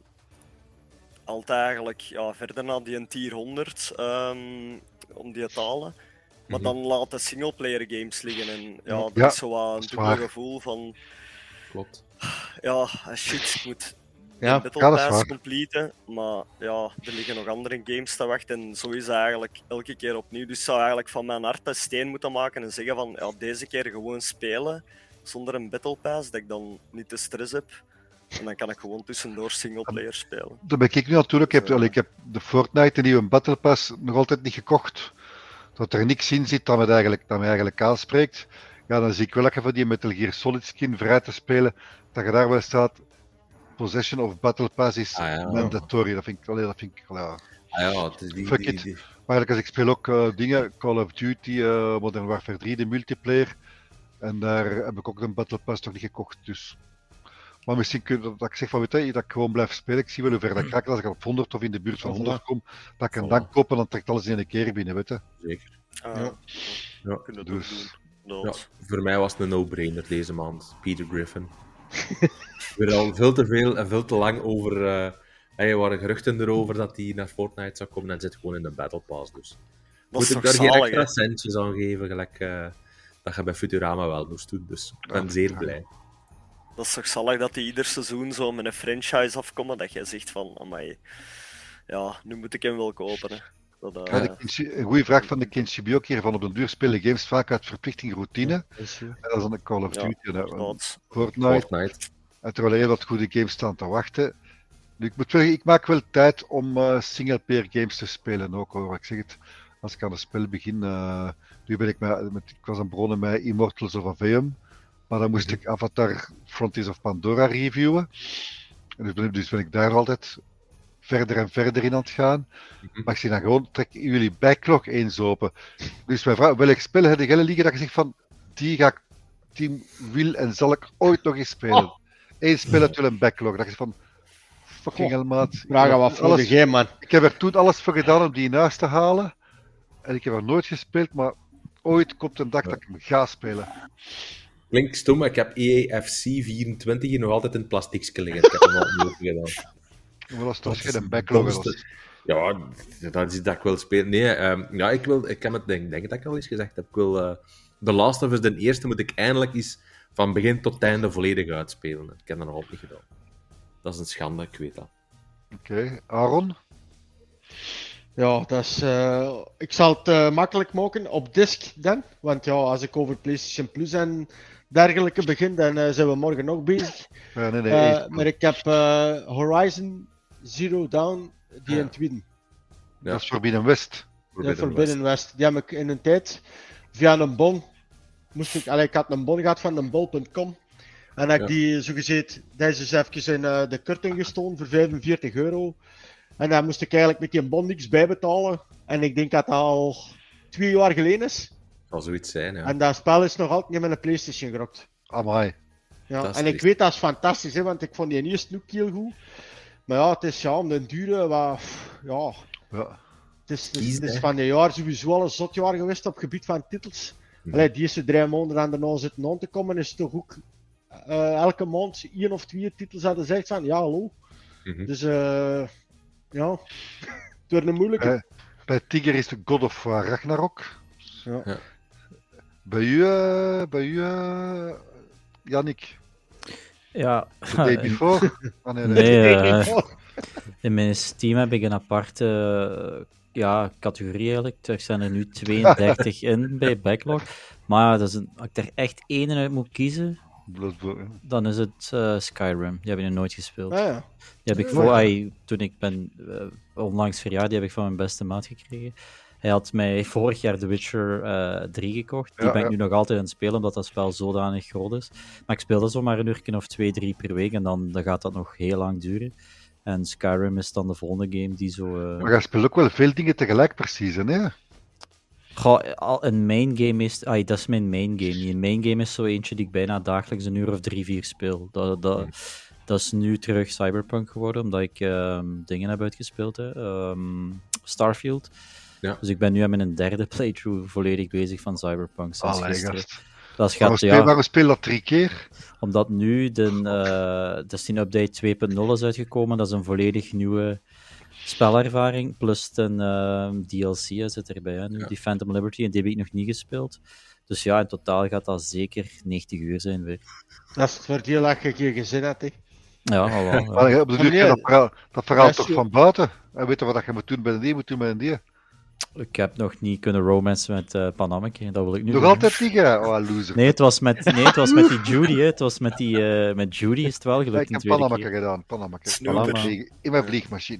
altijd eigenlijk ja, verder naar die tier honderd um, om die te halen. Maar mm-hmm. dan laat de singleplayer games liggen en ja, dat ja, is zo wat een dubbel gevoel van... Klopt. Ja, shit, ik moet ja, de Battle Pass completen, maar ja, er liggen nog andere games te wachten en zo is het eigenlijk elke keer opnieuw. Dus ik zou eigenlijk van mijn hart een steen moeten maken en zeggen van ja, deze keer gewoon spelen zonder een Battle Pass, dat ik dan niet de stress heb. En dan kan ik gewoon tussendoor singleplayer spelen. Dat ben ik nu natuurlijk. Ik heb, ik heb de Fortnite, de nieuwe Battle Pass, nog altijd niet gekocht. Dat er niks in zit dat me eigenlijk, dat me eigenlijk aanspreekt. Ja, dan zie ik wel dat je van die Metal Gear Solid skin vrij te spelen, dat je daar wel staat. Possession of Battle Pass is ah, ja. mandatory. Dat vind ik, allee, dat vind ik ja. Ah, ja, het is die, Fuck die, it. Die... Maar eigenlijk als ik speel ook uh, dingen, Call of Duty, uh, Modern Warfare drie, de multiplayer. En daar heb ik ook een Battle Pass nog niet gekocht. Dus. Maar misschien kun je, dat ik zeg van weet je, dat ik gewoon blijf spelen. Ik zie wel hoe ver dat gaat. Als ik op honderd of in de buurt van honderd kom, dat ik een dank koop en dan trekt alles in een keer binnen, weet je. Zeker. Uh, ja. Ja. Ja. Dus. Ja, voor mij was het een no-brainer deze maand. Peter Griffin. Weer al veel te veel en veel te lang over. Uh, er waren geruchten erover dat hij naar Fortnite zou komen en zit gewoon in de Battle Pass. Dus moet ik daar geen extra he? centjes aan geven, gelijk uh, dat je bij Futurama wel moest doen. Dus ik ben ja, zeer ja. blij. Dat is toch zalig dat hij ieder seizoen zo met een franchise afkomt, dat jij zegt van, amai, ja, nu moet ik hem wel kopen. Hè. Dat, uh... ja, een goede vraag van de Kenshi ook hier, van op de duur spelen games vaak uit verplichting routine. Ja, en dat is dan een Call of Duty, ja, en, uh, Fortnite. Fortnite. En terwijl er heel wat goede games staan te wachten. Nu, ik moet wel, ik maak wel tijd om uh, single-player games te spelen ook, hoor. Ik zeg het, als ik aan een spel begin, uh, nu ben ik met, met, ik was aan begonnen met Immortals of Aveum, maar dan moest ik Avatar Frontiers of Pandora reviewen. En dus, ben, dus ben ik daar altijd verder en verder in aan het gaan. Mm-hmm. Maar ik zie dan gewoon, trek jullie backlog eens open. Dus mijn vraag, welk spel heb jij liggen dat ik zeg van, die ga ik, die wil en zal ik ooit nog eens spelen. Oh. Eén spel heeft wel een backlog, dat is van, fucking hell, maat. Vragen wat voor de game, man. Ik heb er toen alles voor gedaan om die in huis te halen. En ik heb er nooit gespeeld, maar ooit komt een dag ja. dat ik hem ga spelen. Klinkt stom, maar ik heb E A F C vierentwintig hier nog altijd in het plastiekje liggen. Ik heb hem al niet gedaan. Maar dat is toch geen een backlog? Ja, dat is dat ik wil spelen. Nee, um, ja, ik wil, ik heb het denk, denk dat ik al eens gezegd heb. Ik wil uh, The Last of Us, de eerste, moet ik eindelijk eens van begin tot einde volledig uitspelen. Ik heb dat nog altijd niet gedaan. Dat is een schande, ik weet dat. Oké, okay. Aaron? Ja, dat is, uh, ik zal het uh, makkelijk maken op disc dan. Want ja, als ik over PlayStation Plus en dergelijke begint, dan uh, zijn we morgen nog bezig. Ja, nee, nee, uh, maar ik heb uh, Horizon Zero Dawn, die Ja. in het wieden. Ja. Dat is Forbidden West. Forbidden, Forbidden West. West. Die heb ik in een tijd via een bon. Moest ik, allee, ik had een bon gehad van een bol punt com. En heb ik ja. die zogezegd, dat is dus even in uh, de korting gestolen voor vijfenveertig euro. En daar moest ik eigenlijk met die bon niks bijbetalen. En ik denk dat dat al twee jaar geleden is. Zal zoiets zijn, ja. En dat spel is nog altijd niet met een PlayStation gerokt. Amai. Ja, en ik weet dat is fantastisch, hè, want ik vond die eerste ook heel goed. Maar ja, het is ja, om de dure, wat, ja. ja. Het is, het is, het is van dit jaar sowieso al een zot jaar geweest op het gebied van titels. Hm. Allee, die eerste drie maanden aan de nou zitten aan te komen, is toch ook uh, elke maand één of twee titels hadden gezegd van ja, hallo. Mm-hmm. Dus uh, ja, het wordt een moeilijke. Bij, bij Tiger is de God of War Ragnarok. Ja. Ja. Bij u, uh, bij u uh, Yannick? Ja. The Day Before? Oh, nee, nee. nee uh, in mijn Steam heb ik een aparte uh, ja, categorie eigenlijk. Er zijn er nu tweeëndertig in bij Backlog. Maar dat is een, als ik er echt één uit moet kiezen, Bloodborne, ja. dan is het uh, Skyrim. Die heb ik nog nooit gespeeld. Ah, ja. Die heb ik voor, ay, toen ik ben uh, onlangs verjaard, die heb ik van mijn beste maat gekregen. Hij had mij vorig jaar The Witcher uh, drie gekocht. Die ja, ben ik ja. nu nog altijd aan het spelen, omdat dat spel zodanig groot is. Maar ik speelde zomaar een uurtje of twee, drie per week en dan, dan gaat dat nog heel lang duren. En Skyrim is dan de volgende game die zo... Uh... Maar jij speelt ook wel veel dingen tegelijk precies, hè? Goh, een main game is... Ay, dat is mijn main game. Een main game is zo eentje die ik bijna dagelijks een uur of drie, vier speel. Dat, dat, hmm. dat is nu terug Cyberpunk geworden, omdat ik um, dingen heb uitgespeeld. Hè. Um, Starfield. Ja. Dus ik ben nu aan mijn derde playthrough volledig bezig van Cyberpunk sinds Allee, gisteren. Gast. Dat is waarom, gaat, speel, ja, waarom speel dat drie keer? Omdat nu de uh, Destiny Update twee punt nul is uitgekomen. Dat is een volledig nieuwe spelervaring. Plus een uh, D L C zit erbij, hè, nu, ja. die Phantom Liberty. En die heb ik nog niet gespeeld. Dus ja, in totaal gaat dat zeker negentig uur zijn weer. Dat is het voordeel dat je je gezin hebt, hè. Ja, voilà, ja. Maar op de duur nee, dat verhaal, dat verhaal toch je... van buiten. En weet je wat je moet doen bij een die, moet doen bij een die. Ik heb nog niet kunnen romancen met uh, Panammeke, dat wil ik nu Nog doen. altijd niet, hè? Oh, loser. Nee, het was met, nee, het was met die Judy, hè. Het was met die, uh, met Judy is het wel gelukt. Ja, ik heb Panammeke gedaan, Panammeke. Panammeke. In mijn vliegmachine.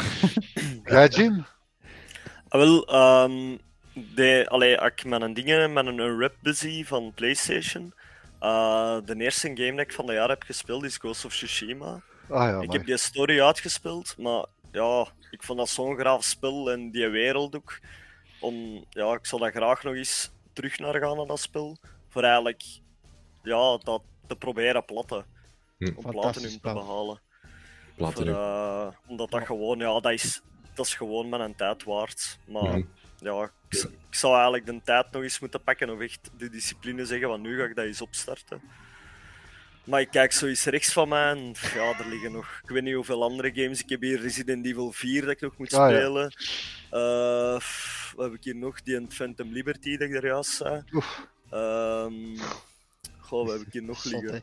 Ga je, Jim? Ah, wel, um, de, allee, als ik met een dingen, met een rap busy van PlayStation, uh, de eerste game dat ik van het jaar heb gespeeld is Ghost of Tsushima. Ah, ja, ik maar. heb die story uitgespeeld, maar ja, ik vond dat zo'n graaf spel en die wereld ook. Om, ja, ik zou daar graag nog eens terug naar gaan naar dat spel. Voor eigenlijk ja, dat te proberen platten. Hm. Om platinum te behalen. Platinum. Voor, uh, omdat dat gewoon, ja, dat is, dat is gewoon mijn tijd waard. Maar hm. ja, ik, ik zou eigenlijk de tijd nog eens moeten pakken of echt de discipline zeggen van nu ga ik dat eens opstarten. Maar ik kijk zo eens rechts van mij en ja, er liggen nog, ik weet niet hoeveel andere games. Ik heb hier Resident Evil vier dat ik nog moet ah, spelen. Ja. Uh, wat heb ik hier nog? Die Phantom Liberty dat ik er juist zei. Um, goh, wat heb ik hier nog liggen?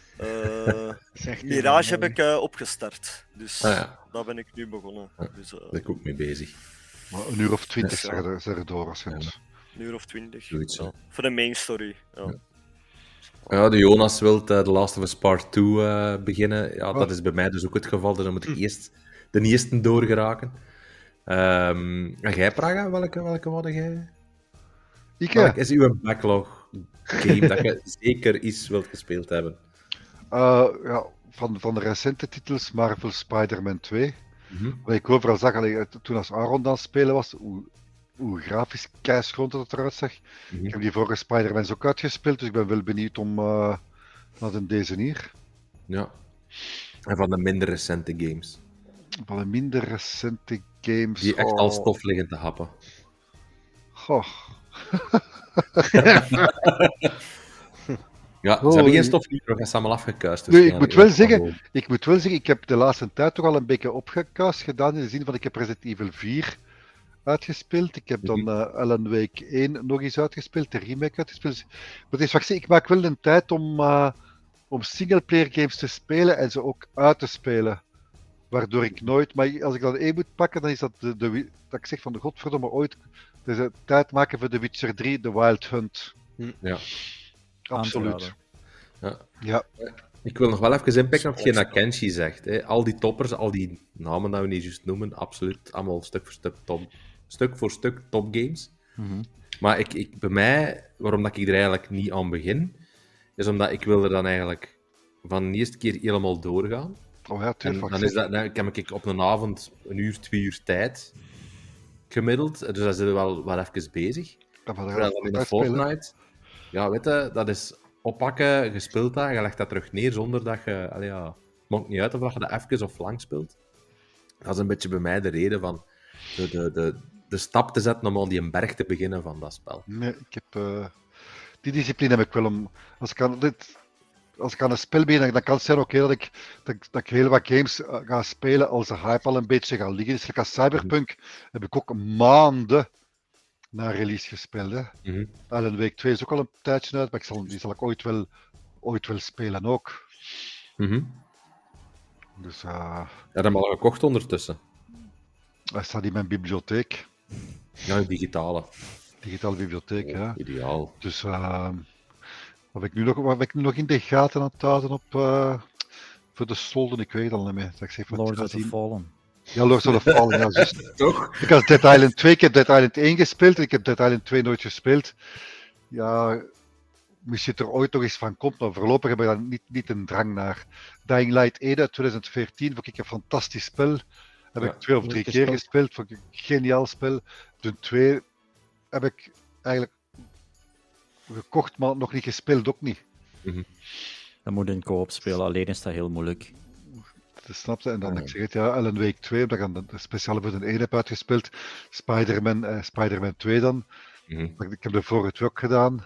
Uh, Mirage heb ik uh, opgestart. Dus ah, ja. daar ben ik nu begonnen. Ja, dus, uh, daar ben ik ook mee bezig. Maar een uur of twintig zijn er, er door als je het... Een uur of twintig. Zoiets, ja. Voor de main story. Ja. Ja. Ja, de Jonas wil uh, The Last of Us Part twee uh, beginnen. Ja, dat is bij mij dus ook het geval. Dus dan moet ik eerst de eerste doorgeraken. Um, en jij, Praga, welke, welke wat jij? Ik, welke is uw backlog game dat je zeker iets wilt gespeeld hebben? Uh, ja, van, van de recente titels, Marvel Spider-Man twee. Mm-hmm. Wat ik overal zag, allee, toen als Aaron aan het spelen was, hoe, hoe grafisch keisgrond dat het eruit zag. Mm-hmm. Ik heb die vorige Spider-Man ook uitgespeeld, dus ik ben wel benieuwd om uh, naar de deze hier. Ja. En van de minder recente games? Van de minder recente games... Die echt oh. al stof liggen te happen. Goh. Ja, ze oh, hebben geen stof niet, nog eens allemaal afgekuist. Dus nee, ik moet, wel zeggen, ik moet wel zeggen, ik heb de laatste tijd toch al een beetje opgekuist gedaan, in de zin van ik heb Resident Evil vier uitgespeeld, ik heb dan uh, Alan Wake één nog eens uitgespeeld, de remake uitgespeeld. Maar het is wacht, ik maak wel een tijd om, uh, om singleplayer games te spelen en ze ook uit te spelen. Waardoor ik nooit, maar als ik dan één moet pakken, dan is dat de, de, dat ik zeg van de godverdomme ooit, dus tijd maken voor The Witcher drie, The Wild Hunt. Ja. Absoluut. Ja. ja. Ik wil nog wel even inpikken op hetgeen dat Kenshi zegt. Hè. Al die toppers, al die namen dat we niet juist noemen, absoluut allemaal stuk voor stuk top, stuk voor stuk topgames. Mm-hmm. Maar ik, ik, bij mij, waarom dat ik er eigenlijk niet aan begin, is omdat ik wil er dan eigenlijk van de eerste keer helemaal doorgaan. Oh ja, tuurlijk. En dan is dat, dan heb ik op een avond een uur, twee uur tijd gemiddeld. Dus dan zitten we wel, wel even bezig. Ja, maar Terwijl dan in de Fortnite, ja, weet je, dat is oppakken, je speelt dat, je legt dat terug neer zonder dat je, allee, ja, maakt niet uit of je dat even of lang speelt. Dat is een beetje bij mij de reden van de, de, de, de stap te zetten om al die een berg te beginnen van dat spel. Nee, ik heb, uh, die discipline heb ik wel om, als ik aan, dit, als ik aan een spel begin, dan kan het zijn oké okay, dat, ik, dat, dat ik heel wat games ga spelen als de hype al een beetje gaat liggen. Dus als Cyberpunk heb ik ook maanden na release gespeeld. Hè. Mm-hmm. Alan Wake twee is ook al een tijdje uit, maar ik zal, die zal ik ooit wel, ooit wel spelen ook. Mm-hmm. Dus, uh, ja, dat heb al gekocht ondertussen. Hij staat in mijn bibliotheek. Ja, een digitale. Digitale bibliotheek, oh, ja. Ideaal. Dus uh, wat ik nu nog, wat ik nu nog in de gaten aan het houden op uh, voor de solden, ik weet het al niet meer. Dat ik zeg, Lords of the Fallen. Ja, Lords of the Fallen, ja, juist. Toch? Ik had Dead Island twee, ik heb Dead Island één gespeeld en ik heb Dead Island twee nooit gespeeld. Ja, misschien er ooit nog eens van komt, maar voorlopig heb ik daar niet, niet een drang naar. Dying Light één uit twintig veertien vond ik een fantastisch spel. Heb ja, ik twee of drie keer gespeeld. gespeeld, vond ik een geniaal spel. De twee heb ik eigenlijk gekocht, maar nog niet gespeeld, ook niet. Mm-hmm. Dan moet je een co-op spelen, alleen is dat heel moeilijk. Dat snapte. En dan, oh. ik zeg het, ja, Alan Wake twee, omdat ik dan de speciale voor de één heb uitgespeeld. Spider-Man, eh, Spider-Man twee dan. Mm-hmm. Ik heb de vorige twee ook gedaan.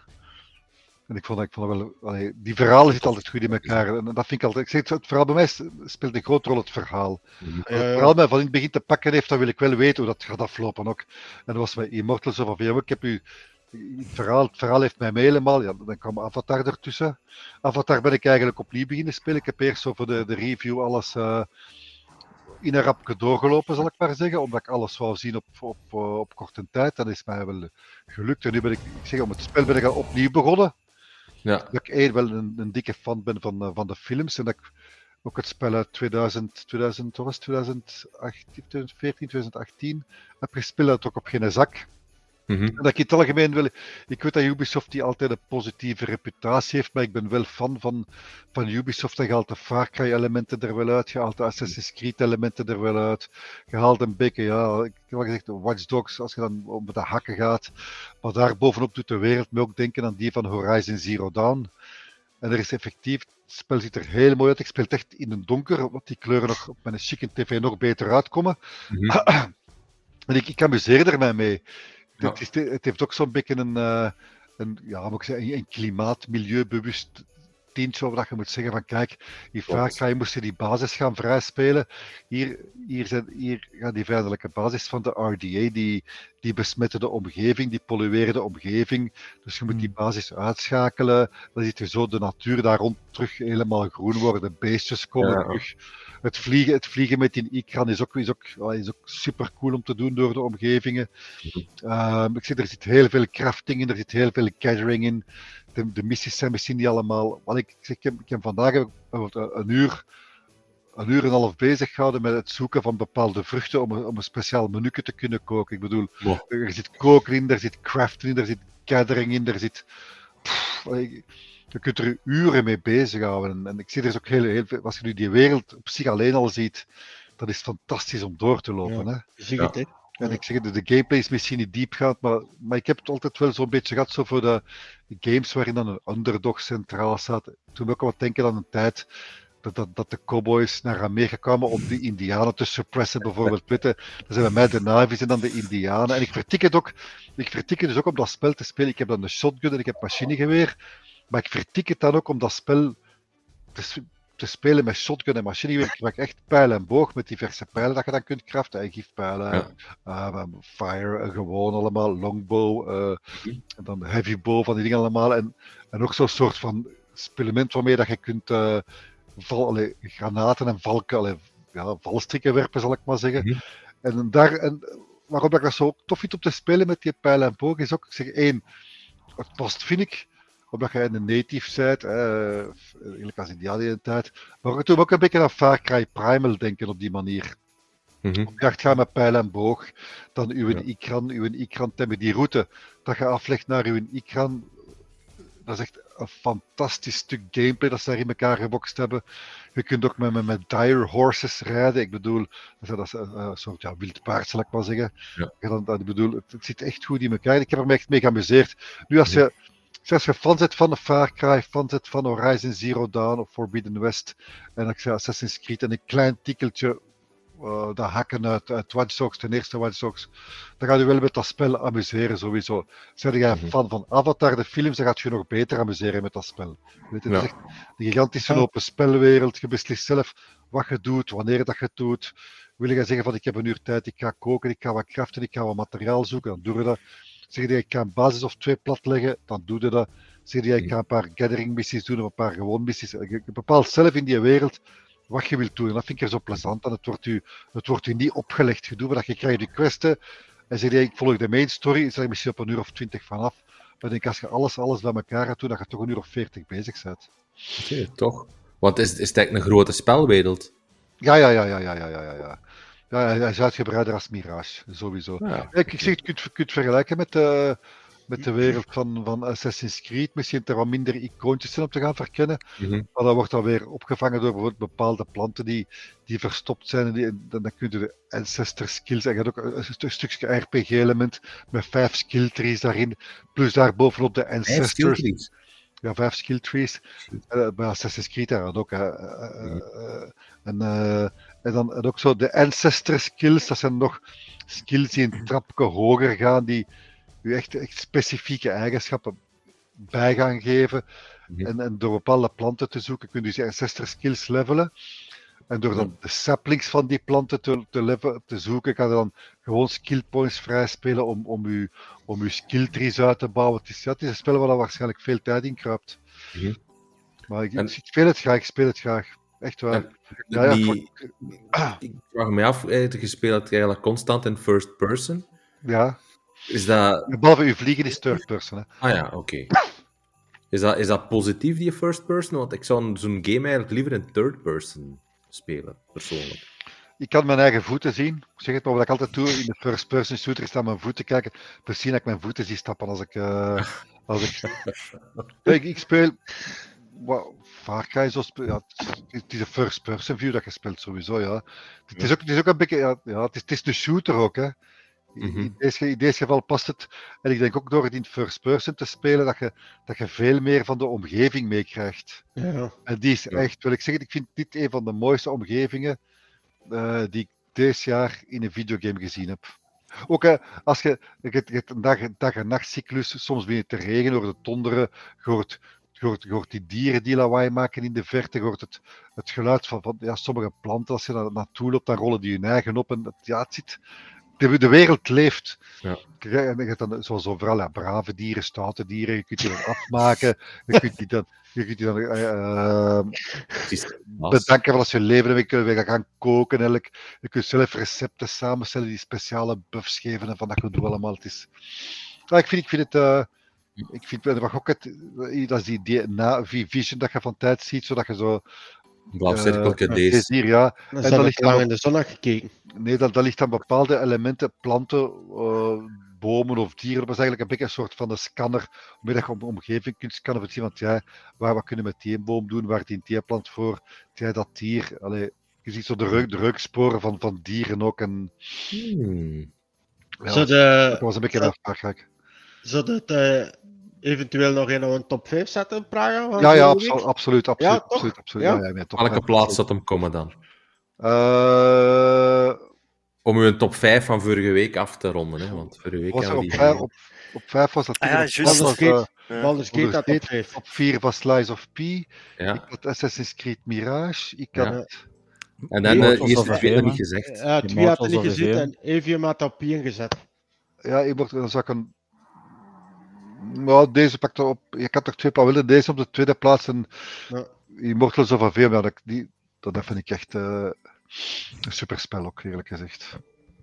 En ik vond, ik vond wel, allee, die verhalen zitten altijd goed in elkaar. En dat vind ik altijd, ik zeg het, het verhaal bij mij speelt een grote rol, het verhaal. Mm-hmm. Als het verhaal mij van in het begin te pakken heeft, dan wil ik wel weten hoe dat gaat aflopen ook. En dat was bij Immortals of ja, ik heb u, het verhaal, het verhaal heeft mij mee helemaal, ja, dan kwam Avatar ertussen. Avatar ben ik eigenlijk opnieuw beginnen spelen. Ik heb eerst zo voor de, de review alles uh, in een rapje doorgelopen, zal ik maar zeggen, omdat ik alles wou zien op, op, op, op korte tijd. Dat is mij wel gelukt. En nu ben ik, ik zeg, om het spel ben ik al opnieuw begonnen. Ja. Dat ik één wel een, een dikke fan ben van, uh, van de films en dat ik ook het spel uit tweeduizend, tweeduizend, wat was twintig achttien, twintig veertien, twintig achttien heb gespeeld, dat ook op geen zak. Mm-hmm. En dat ik in het algemeen wil, ik weet dat Ubisoft die altijd een positieve reputatie heeft, maar ik ben wel fan van, van Ubisoft. Je haalt de Far Cry elementen er wel uit, je haalt de Assassin's Creed elementen er wel uit, je haalt een beetje, ja, ik heb al gezegd, Watch Dogs, als je dan om de hakken gaat, maar daar bovenop doet de wereld me ook denken aan die van Horizon Zero Dawn. En er is effectief, het spel ziet er heel mooi uit, ik speel het echt in het donker, wat die kleuren nog op mijn chique tv nog beter uitkomen. Mm-hmm. En ik, ik amuseer er mij mee. Ja. Het, is, het heeft ook zo'n beetje een, uh, een, ja, moet ik zeggen, een klimaat, milieubewust tintje, waar je moet zeggen van kijk, in Far Cry moest je die basis gaan vrijspelen. Hier, hier, zijn, hier gaat die vijandelijke basis van de R D A, die, die besmetten de omgeving, die pollueren de omgeving. Dus je moet die basis uitschakelen. Dan ziet je zo de natuur daar rond terug helemaal groen worden, beestjes komen ja. terug. Het vliegen, het vliegen met die ikran is ook, is, ook, is ook super cool om te doen door de omgevingen. Uh, ik zeg, er zit heel veel crafting in, er zit heel veel gathering in. De, de missies zijn misschien niet allemaal. Want ik, ik, ik, heb, ik heb vandaag een, een, uur, een uur en een half bezig gehouden met het zoeken van bepaalde vruchten om een, om een speciaal menu te kunnen koken. Ik bedoel, wow. Er zit koken in, er zit crafting in, er zit gathering in, er zit. Pff, ik, je kunt er uren mee bezighouden. En, en ik zie er dus ook heel, heel veel. Als je nu die wereld op zich alleen al ziet, dat is fantastisch om door te lopen. Ja, hè? Zie je het, hè? En ik zeg, de, de gameplay is misschien niet diepgaand, maar, maar ik heb het altijd wel zo'n beetje gehad zo voor de, de games waarin dan een underdog centraal staat. Toen ook al wat denken aan een tijd dat, dat, dat de cowboys naar Amerika kwamen om die indianen te suppressen, bijvoorbeeld. Weet je, dat zijn bij mij de Navi's en dan de indianen. En ik vertik het ook, ik vertik het dus ook om dat spel te spelen. Ik heb dan de shotgun en ik heb machinegeweer, maar ik vertik het dan ook om dat spel te te spelen met shotgun en machinegeweer. Ik maak echt pijl en boog met diverse pijlen dat je dan kunt craften. En gifpijlen, ja. uh, fire, uh, gewoon allemaal, longbow, uh, mm-hmm. en dan heavy bow, van die dingen allemaal. En, en ook zo'n soort van spellement waarmee dat je kunt uh, val, allee, granaten en valken, allee, ja, valstrikken werpen, zal ik maar zeggen. Mm-hmm. En daar, en waarom dat ik dat zo tof vind om te spelen met die pijlen en boog, is ook, ik zeg één, het past, vind ik, omdat je een native bent, eh, eigenlijk als Indiaan in de tijd. Maar we doen ook een beetje aan Far Cry Primal denken op die manier. Mm-hmm. Op jacht gaan met pijl en boog, dan uw Ja. ikran, uw ikran temmen, die route dat je aflegt naar uw ikran, dat is echt een fantastisch stuk gameplay dat ze daar in elkaar gebokst hebben. Je kunt ook met, met, met dire horses rijden, ik bedoel, dat is een, een soort ja, wild paard zal ik maar zeggen. Ja. Ja, dan, dat, ik bedoel, het, het zit echt goed in elkaar, ik heb er me echt mee geamuseerd. Nu als je, als je fan bent van Far Cry, fan bent van Horizon Zero Dawn of Forbidden West en ik zei Assassin's Creed en een klein tikkeltje Uh, dat hakken uit, uit Watch Dogs, de eerste Watch Dogs, dan gaat u wel met dat spel amuseren sowieso. Zeg jij Mhm. fan van Avatar, de films, dan gaat je nog beter amuseren met dat spel. Weet je, Ja. Het is echt een gigantische Ja. open spelwereld, je beslist zelf wat je doet, wanneer dat je het doet. Wil je zeggen van ik heb een uur tijd, ik ga koken, ik ga wat craften, ik ga wat materiaal zoeken, dan doe je dat. Zeg je ik ga een basis of twee platleggen, dan doe je dat. Zeg je ik ga een paar gathering missies doen of een paar gewoon missies. Je bepaalt zelf in die wereld wat je wilt doen. En dat vind ik er zo plezant. En het wordt u, het wordt u niet opgelegd. Je doet wat je krijgt, je questen. En zeg je, ik volg de main story, is er misschien op een uur of twintig vanaf. Maar ik denk, als je alles, alles bij elkaar gaat doen, dan ga je toch een uur of veertig bezig bent. Oké, okay, toch? Want is, is het eigenlijk een grote spelwereld? Ja, ja, ja, ja, ja, ja, ja, ja. Ja, hij is uitgebreider als Mirage, sowieso. Ja. Ik, ik zeg, je kunt, je kunt vergelijken met de, met de wereld van, van Assassin's Creed. Misschien er wat minder icoontjes zijn om te gaan verkennen. Mm-hmm. Maar dat wordt dan weer opgevangen door bijvoorbeeld bepaalde planten die, die verstopt zijn. En, die, en dan kun je de ancestor skills. En je hebt ook een, een stukje R P G-element met vijf skill trees daarin. Plus daarbovenop de ancestors. Ja, vijf skill trees. Uh, bij Assassin's Creed daar ook. Uh, uh, uh, en, uh, en dan en ook zo de ancestor skills. Dat zijn nog skills die een trapje hoger gaan. Die je echt, echt specifieke eigenschappen bij gaan geven. Mm-hmm. En, en door bepaalde planten te zoeken kun je dus je ancestor skills levelen. En door dan de saplings van die planten te, te, level, te zoeken, kan je dan gewoon skill points vrijspelen om, om, je, om je skill trees uit te bouwen. Het is, ja, het is een spel waar er waarschijnlijk veel tijd in kruipt. Mm-hmm. Maar ik, en, ik speel het graag, ik speel het graag. Echt waar. En, ja, ja, die, voor... Ik vraag me af, je speelt het eigenlijk constant in first person. Ja. Is dat... Behalve uw vliegen is third person. Hè. Ah ja, oké. Okay. Is dat, is dat positief, die first person? Want ik zou zo'n game eigenlijk liever in third person spelen, persoonlijk. Ik kan mijn eigen voeten zien. Ik zeg het maar, wat ik altijd doe in de first person shooter is naar mijn voeten kijken. Precies dat ik mijn voeten zie stappen als ik... Uh, als ik... ik, ik speel... Well, Far Cry zo speel... ja, het is een first person view dat je speelt sowieso, ja. Het is ook, het is ook een beetje... Ja, ja het, is, het is de shooter ook, hè. Mm-hmm. In, deze, in deze geval past het. En ik denk ook door het in first person te spelen, dat je, dat je veel meer van de omgeving meekrijgt. Ja. En die is ja. echt, wil ik zeggen, ik vind dit een van de mooiste omgevingen uh, die ik dit jaar in een videogame gezien heb. Ook uh, als je, je, je hebt een dag, dag en nachtcyclus, soms begint het te regenen, hoort het donderen, je hoort, je, hoort, je hoort die dieren die lawaai maken in de verte, je hoort het, het geluid van, van ja, sommige planten, als je daar naartoe loopt, dan rollen die hun eigen op. En ja, het zit... De, de wereld leeft. Ja. En je hebt dan zoals overal ja, brave dieren, stoute dieren. Je kunt die dan afmaken. Je kunt die dan, je kunt die dan uh, bedanken voor als je leven hebt. Je kunt gaan koken. Elk. Je kunt zelf recepten samenstellen die speciale buffs geven en van dat gedoe allemaal. Het is... ja, ik, vind, ik vind het. Uh, ik vind wat ook het. Dat is die D N A-vision dat je van tijd ziet, zodat je zo. Blauw cirkeltje, uh, deze. Hier, ja. Dan en dat ligt lang in de zon gekeken. Nee, dat, dat ligt aan bepaalde elementen, planten, uh, bomen of dieren. Dat is eigenlijk een beetje een soort van een scanner, waarmee je de omgeving kunt scannen. Van, want ja, waar, wat kunnen we met die boom doen, waar dient die plant voor, ja, dat dier. Allee, je ziet zo de, reuk, de reuksporen van, van dieren ook. En, hmm. ja, zo de, dat was een beetje een vraag. Zou dat uh, eventueel nog in een top vijf zetten, Praga? Ja, ja, abso absoluut, absoluut, ja, absoluut, absoluut. Ja? Ja, ja, top welke plaats zat hem komen dan? Uh, Om uw top vijf van vorige week af te ronden, hè? Want vorige week was er we op, die vijf, op, op vijf was dat ah, ja, juist. Baldur's Gate, uh, Baldur's Gate had op vijf. Op vier was Lies of P. Ja. Ik had Assassin's Creed Mirage. Ik had... Ja. En dan uh, is het tweede niet gezegd. Ja, uh, twee had er niet gezet en Evium had op één gezet. Ja, ik mocht dan zag een... Nou, deze pakte op... Je kan toch twee paar willen. Deze op de tweede plaats en... Ja. Immortals of Aveum, ja, dat, die, dat vind ik echt uh, een superspel ook, eerlijk gezegd.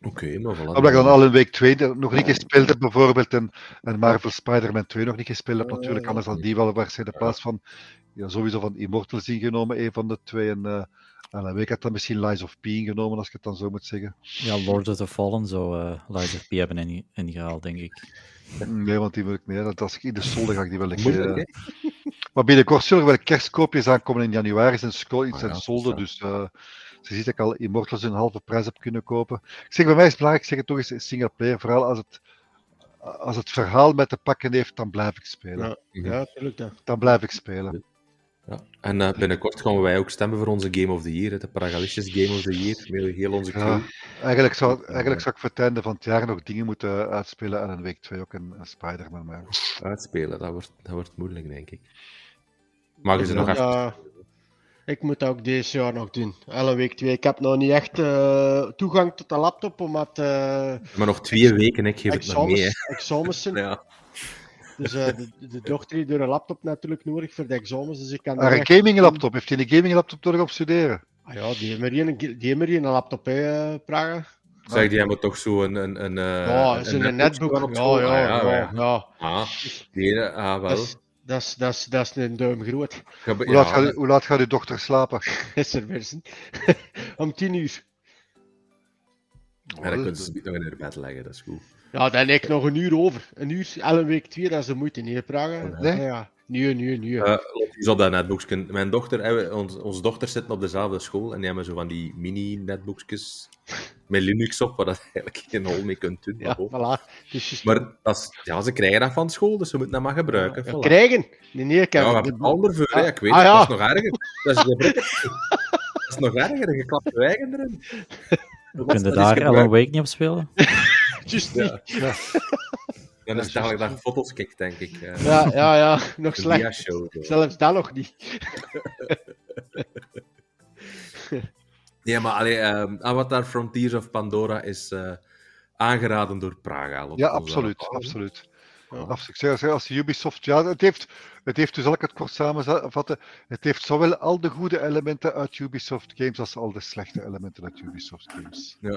Oké, okay, maar voilà. Omdat ik dan al in week twee nog niet gespeeld heb, bijvoorbeeld, en, en Marvel Spider-Man twee nog niet gespeeld heb, natuurlijk. Anders had die wel waarschijnlijk de plaats van, ja, sowieso van Immortals ingenomen, een van de twee. En, uh, en een week had dan misschien Lies of P ingenomen, als ik het dan zo moet zeggen. Ja, Lord of the Fallen zou uh, Lies of P hebben ingehaald, denk ik. Nee, want die wil ik niet. Dat als ik in de solde ga ik die wel een keer. Uh... Maar binnenkort zullen er wel kerstkoopjes aankomen in januari. Zijn sco- iets ah, ja, solde, dus uh, ze ziet dat ik al Immortals een halve prijs heb kunnen kopen. Ik zeg, bij mij is het belangrijk, ik zeg het toch eens, single player. Vooral als het, als het verhaal met te pakken heeft, dan blijf ik spelen. Ja, ja natuurlijk. Ja. Dan blijf ik spelen. Ja. En uh, binnenkort gaan wij ook stemmen voor onze Game of the Year, de Paragalicious Game of the Year, met heel onze crew. Ja, eigenlijk, zou, eigenlijk zou ik voor het einde van het jaar nog dingen moeten uitspelen en in week twee ook een, een Spider-Man. Maar... Uitspelen, dat wordt, dat wordt moeilijk, denk ik. Mag je ze nog ja, even... Ik moet dat ook deze jaar nog doen. Alle week twee. Ik heb nog niet echt uh, toegang tot de laptop, omdat... Uh, maar nog twee weken, ik geef examens, het nog mee. Hè. Examens zijn. Ja. Dus uh, de, de dochter heeft een laptop natuurlijk nodig voor de examens. Dus ik kan maar een gaming laptop? Heeft hij een gaming laptop nodig om te studeren? Ah ja, die hebben hier een laptop, hè, uh, Praga. Zeg, die hebben toch zo een... een, een ja, een, een, een netbook. netbook. Ja, ja, ja, ja, ja, ja. Ah, die, ah, wel. Dat is, dat, is, dat is een duim groot. Ja, hoe, laat ja, gaat, hoe laat gaat uw dochter slapen? Is er weer om tien uur. Ja, dan kun je nog in haar bed leggen, dat is goed. Ja, dan heb ik nog een uur over. Een uur, elke week twee, dat is de moeite niet, Praga. Nee? Ja, nee, nee, nee. Uh, op dat netboekje. Mijn dochter, ons, onze dochters zitten op dezelfde school en die hebben zo van die mini-netboekjes met Linux op, waar dat eigenlijk geen hol mee kunt doen. Ja, voilà. Dus maar dat is, ja, ze krijgen dat van school, dus ze moeten dat maar gebruiken. Ja, voilà. Krijgen? Nee, nee, ik heb... Ja, we hebben al ervoor, ah, ik weet ah, het, ja. dat is nog erger. Dat is, dat is nog erger, je klapt je eigen erin. We kunnen daar Alan Wake niet op spelen? Just ja. Ja. Dan is het eigenlijk dat foto's kijkt, denk ik. Uh, ja, ja, ja, nog slecht. Show, zelfs dat nog niet. nee, maar allee, uh, Avatar Frontiers of Pandora is uh, aangeraden door Praga. Ja, absoluut, absoluut. Ja. Als ik zeg, als Ubisoft, ja, het heeft, het heeft, dus zal ik het kort samenvatten, het heeft zowel al de goede elementen uit Ubisoft games als al de slechte elementen uit Ubisoft games. Ja.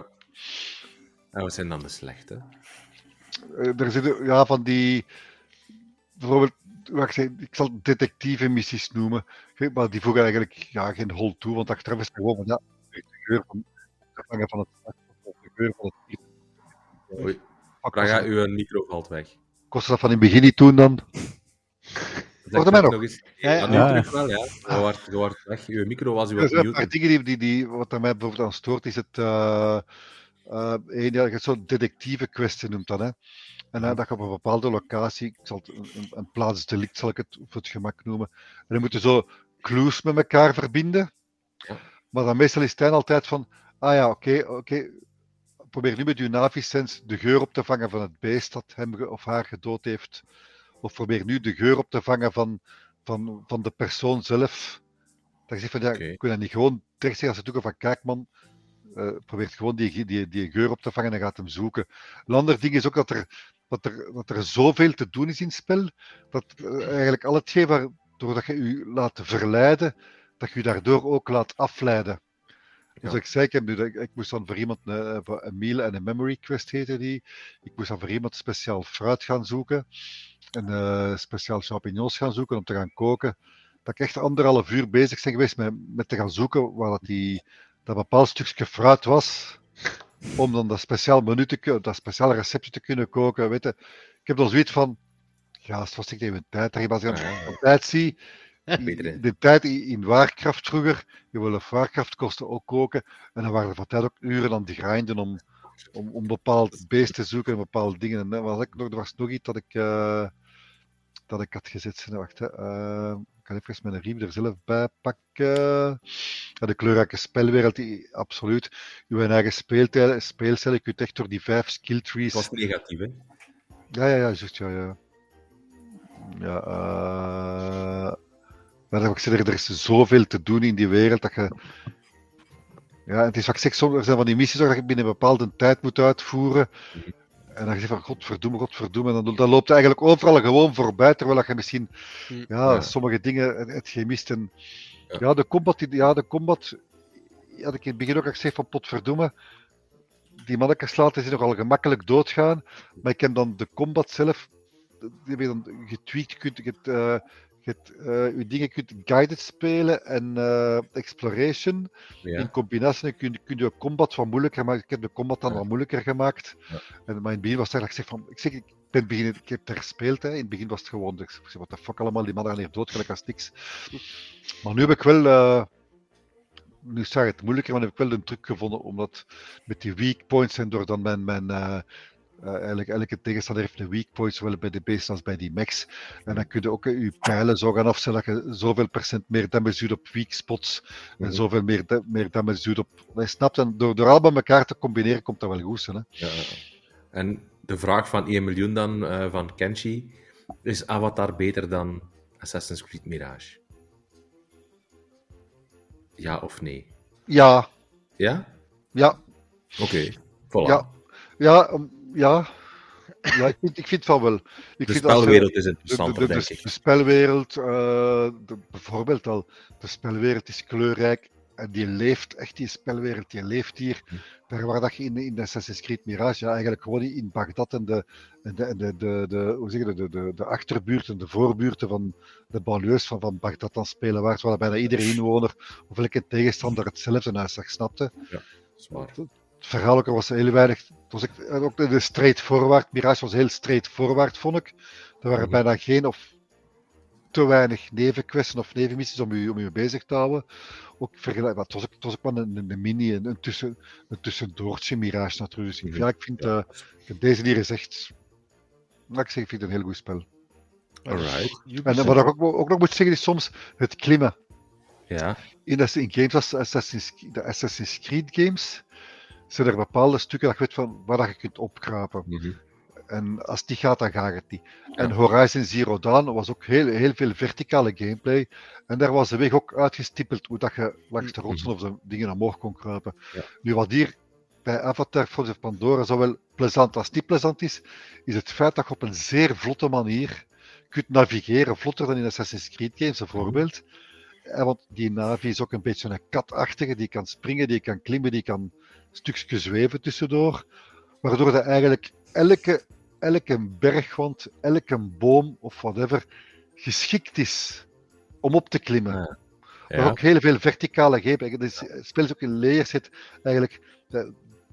En wat zijn dan de slechte? Uh, er zitten, ja, van die, bijvoorbeeld, wat ik, zei, ik zal detectieve missies noemen, maar die voegen eigenlijk ja, geen hol toe, want achteraf is het gewoon ja, de geur van het vangen van het de geur van het Oei, Praga, uw micro valt weg. Kost dat van in het begin niet doen dan? Hoorde mij nog? nog eens. Ja, ja, nu ja. Terug wel, ja. Je wordt, je wordt weg. Uw micro was uw Er zijn een paar dingen die, die, die, wat er mij bijvoorbeeld aan stoort, is het... Uh, uh, een, ja, zo'n detectieve kwestie noemt dat, hè. En uh, dat je op een bepaalde locatie, ik zal het, een, een plaatsdelict zal ik het voor het gemak noemen, en dan moeten zo clues met elkaar verbinden. Ja. Maar dan meestal is het altijd van, ah ja, oké, okay, oké, okay, probeer nu met uw navisense de geur op te vangen van het beest dat hem of haar gedood heeft. Of probeer nu de geur op te vangen van, van, van de persoon zelf. Dat je zegt van, ja, okay. ik wil dat niet gewoon terecht zeggen als ze toeken van, kijk man, uh, probeert gewoon die, die, die geur op te vangen en gaat hem zoeken. Een ander ding is ook dat er, dat er, dat er zoveel te doen is in het spel, dat uh, eigenlijk al hetgeen waar, doordat je je laat verleiden, dat je je daardoor ook laat afleiden. Dus ja. ik zei, ik, heb nu, ik, ik moest dan voor iemand een, een meal en een memory quest heten die. Ik moest dan voor iemand speciaal fruit gaan zoeken. En uh, speciaal champignons gaan zoeken om te gaan koken. Dat ik echt anderhalf uur bezig ben geweest met, met te gaan zoeken waar dat, die, dat bepaald stukje fruit was. Om dan dat speciaal menu te, dat speciale receptje te kunnen koken. Weet je. Ik heb dan zoiets van, ja, het was ik even tijd. Als ik de tijd zie, de tijd in Warcraft vroeger, je wil of Warcraft kosten ook koken. En dan waren er van tijd ook uren aan die grinden om, om, om bepaald beest te zoeken en bepaalde dingen. En was ik nog, er was nog iets dat ik, uh, dat ik had gezet. Wacht, hè. Uh, ik kan even mijn riem er zelf bij pakken. Ja, de kleurrijke spelwereld, die, absoluut. Je eigen speelcel, speelcel, je kunt echt door die vijf skill trees... Dat was negatief, hè? Ja, ja, ja, juist, ja, ja. Ja, uh... maar ik zeg, er is zoveel te doen in die wereld dat je... Ja, het is wat ik zeg, soms er zijn van die missies waar je binnen een bepaalde tijd moet uitvoeren. En dan zeg je van, godverdomme, godverdomme. En dan, dan loopt het eigenlijk overal gewoon voorbij, terwijl je misschien ja, ja. sommige dingen het, het gemist. En ja, ja de combat, ja, de combat had ik in het begin ook gezegd van, potverdomme. die mannetjes laten ze nogal gemakkelijk doodgaan, maar ik heb dan de combat zelf, die heb je dan getweakt, je kunt, je hebt, uh, je, hebt, uh, je dingen kunt guided spelen en uh, exploration, ja. In combinatie kun, kun je combat wat moeilijker maken, ik heb de combat dan ja. wat moeilijker gemaakt, ja. En maar in het begin was het eigenlijk, ik zeg van, ik zeg, ik ben begin, ik heb het herspeeld, hè. In het begin was het gewoon, ik zeg, wat de fuck allemaal, die mannen gaan hier dood, gelijk als niks, maar nu heb ik wel... Uh, Nu zag het moeilijker, maar heb ik wel een truc gevonden, omdat met die weak points en door dan mijn, mijn uh, uh, eigenlijk elke tegenstander heeft een weak point, zowel bij de beesten als bij die mechs. En dan kun je ook uh, je pijlen zo gaan afstellen dat je zoveel procent meer damage doet op weak spots en mm-hmm. zoveel meer, da- meer damage doet op... Je snapt, en door, door allemaal elkaar te combineren komt dat wel goed, hè? Ja. En de vraag van één miljoen dan, uh, van Kenshi, is Avatar beter dan Assassin's Creed Mirage? Ja of nee? Ja. Ja? Ja. Oké, okay. Voilà. Ja. Ja, um, ja. Ja, ik vind, ik vind van wel. Ik de vind spelwereld als, is interessanter, de, de, de, denk ik. De spelwereld, uh, de, bijvoorbeeld al, de spelwereld is kleurrijk en die leeft, echt die spelwereld, die leeft hier. Hm. Daar waar dat je in, in Assassin's Creed Mirage, ja, eigenlijk gewoon in Bagdad en de, en de, de, de, de, hoe zeg je, de, de, de achterbuurten, de voorbuurten van de banlieues van, van Bagdad aan spelen waard, waar bijna iedere inwoner of elke tegenstander hetzelfde uitzag, snapte. Ja, zwaar. Het verhaal was heel weinig, was ik, ook de straightforward, Mirage was heel straightforward, vond ik. Er waren mm-hmm. bijna geen of te weinig nevenquests of nevenmissies om je, om je bezig te houden. Ook vergelijk, het was ook, het was ook maar een, een mini, een, een, tussen, een tussendoortje Mirage natuurlijk. Dus ja, ik vind uh, deze hier is echt, nou, ik zeg, ik vind het een heel goed spel. Alright. En wat ik ook, ook nog moet zeggen is soms het klimmen. Ja. In, in games als Assassin's, de Assassin's Creed games zijn er bepaalde stukken dat je weet van waar je kunt opkruipen. Mm-hmm. En als het niet gaat, dan gaat het niet. Ja. En Horizon Zero Dawn was ook heel, heel veel verticale gameplay. En daar was de weg ook uitgestippeld, hoe dat je langs de rotsen of de dingen omhoog kon kruipen. Ja. Nu wat hier bij Avatar Frontiers of Pandora zowel plezant als niet plezant is, is het feit dat je op een zeer vlotte manier kunt navigeren, vlotter dan in Assassin's Creed games bijvoorbeeld. Mm-hmm. Want die Navi is ook een beetje een katachtige, die kan springen, die kan klimmen, die kan stukjes zweven tussendoor. Waardoor dat eigenlijk elke elke bergwand, elke boom of whatever geschikt is om op te klimmen. Ja. Ja. Maar ook heel veel verticale gameplay. Dus het spel is ook in layers zit eigenlijk de,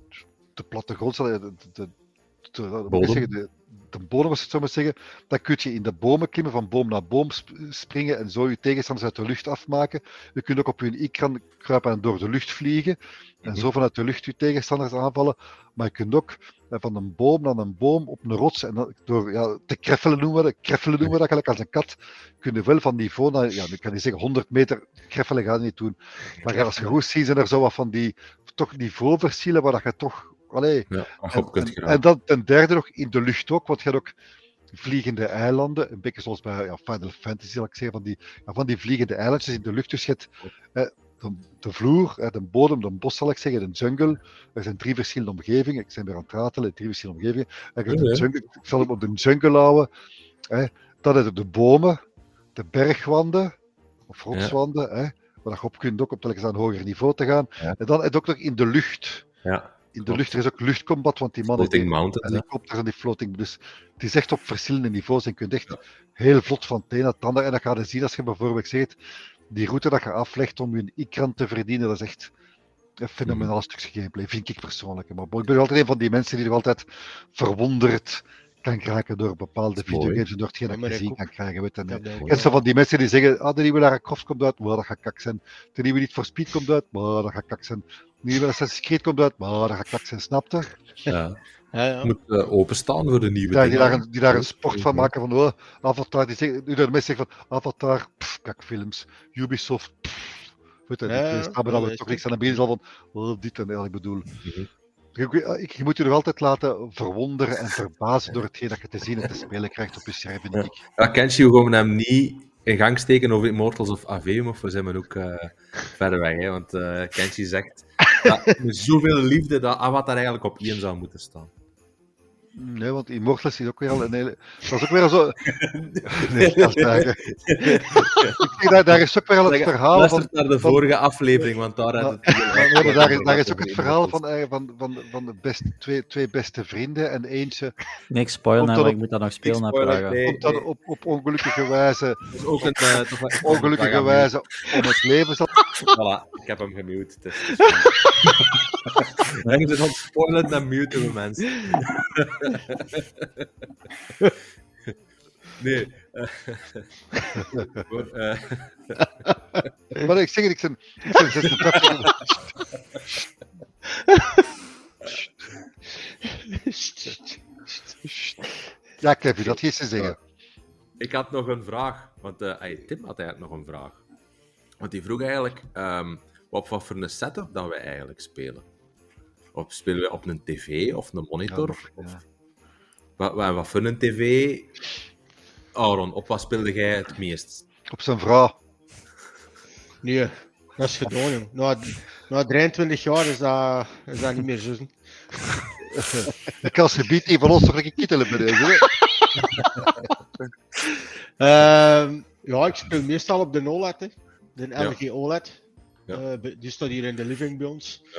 de plattegrond, de, de, de, de, bodem. de, de bodem, als je het zo moet zeggen, dan kun je in de bomen klimmen, van boom naar boom springen en zo je tegenstanders uit de lucht afmaken. Je kunt ook op je ikran kruipen en door de lucht vliegen en mm-hmm. zo vanuit de lucht je tegenstanders aanvallen. Maar je kunt ook van een boom naar een boom op een rots en dan, door ja, te kreffelen noemen we, kreffelen noemen we dat gelijk als een kat, kun je wel van niveau naar, ja, nu kan je zeggen honderd meter kreffelen gaan niet doen. Maar als je goed ziet, zijn er zo wat van die toch niveauverschillen waar dat je toch Allee. Ja, en, en, en dan ten derde nog in de lucht ook, want je hebt ook vliegende eilanden, een beetje zoals bij ja, Final Fantasy, zal ik zeggen, van die, ja, van die vliegende eilandjes in de lucht. Dus je hebt eh, de, de vloer, eh, de bodem, de bos zal ik zeggen, de jungle. Er zijn drie verschillende omgevingen, ik ben weer aan het ratelen, drie verschillende omgevingen. En je de jungle, ik zal hem op de jungle houden. Eh, dan heb je de bomen, de bergwanden, of rotswanden, ja. eh, waar je op kunt ook op telkens aan een hoger niveau te gaan. Ja. En dan heb je ook nog in de lucht. Ja. In de lucht er is ook luchtcombat, want die mannen floating mountains, helikopters en die floating. Dus het is echt op verschillende niveaus en je kunt echt ja. heel vlot van het een naar het ander. En dat ga je zien als je bijvoorbeeld zegt, die route dat je aflegt om je ikran te verdienen, dat is echt een fenomenaal mm. stukje gameplay, vind ik persoonlijk. Maar ik ben altijd een van die mensen die er altijd verwonderd kan krijgen door bepaalde videogames en door hetgeen dat je gezien kan krijgen. Weet en, ja, en zo van die mensen die zeggen, ah, de nieuwe Lara Croft komt uit, maar dat gaat kak zijn. De nieuwe Need for Speed komt uit, maar dat gaat kak zijn. De nieuwe Assassin's Creed komt uit, maar dat gaat kak zijn, snapte? Ja. Ja, ja. Je moet uh, openstaan voor de nieuwe ja, dingen. Die daar, een, die daar een sport van maken van, oh, Avatar, die zeggen, nu de mensen zeggen van, Avatar, pff, kakfilms, Ubisoft, pff, weet je, ja, die snappen ja, dan toch niks aan de benen van, oh, dit en dat, ik bedoel. Mm-hmm. Je, je moet je nog altijd laten verwonderen en verbazen door hetgeen dat je te zien en te spelen krijgt op je scherm, vind ik. Ja, Kenshi, we gaan hem niet in gang steken over Immortals of Aveum, of we zijn we ook uh, verder weg, hè? Want uh, Kenshi zegt dat met zoveel liefde dat Avatar eigenlijk op één zou moeten staan. Nee, want Immortals is ook weer al een hele... Dat is ook weer zo... Nee, dat is daar, daar is ook weer al het verhaal Luister van... naar de vorige aflevering, want daar had het... Ja, maar daar, is, daar is ook het verhaal van, van, van, van de beste, twee, twee beste vrienden en eentje... Niks spoilen, maar op, ik moet dat nog spelen naar Praga. Nee, komt dan nee. op, op ongelukkige wijze... Dat is ook een... Uh, toch wel- ongelukkige wijze om het leven zat... Voilà, ik heb hem gemute. Het is, het is Denk je dat spoilen, dan muten we mensen. Nee. Uh, voor, uh, maar ik zeg het, ik ben, ik ben zesentachtig. Ja, Kevin, dat geeft ze zeggen. Ik had nog een vraag, want uh, hey, Tim had eigenlijk nog een vraag. Want die vroeg eigenlijk um, op wat voor een setup dat wij eigenlijk spelen. Of spelen we op een tv of een monitor? Ja, nog, ja. Of, wat, wat, wat voor een tv? Aaron, op wat speelde jij het meest? Op zijn vrouw. Nee, dat is gedaan, jong. Na, na drieëntwintig jaar is dat, is dat niet meer zo. Ik kan ze biedt die van ons toch een kittel hebben deze. uh, ja, ik speel meestal op de O L E D, hè. De L G Ja. O L E D. Ja. Uh, die staat hier in de living bij ons. Ja.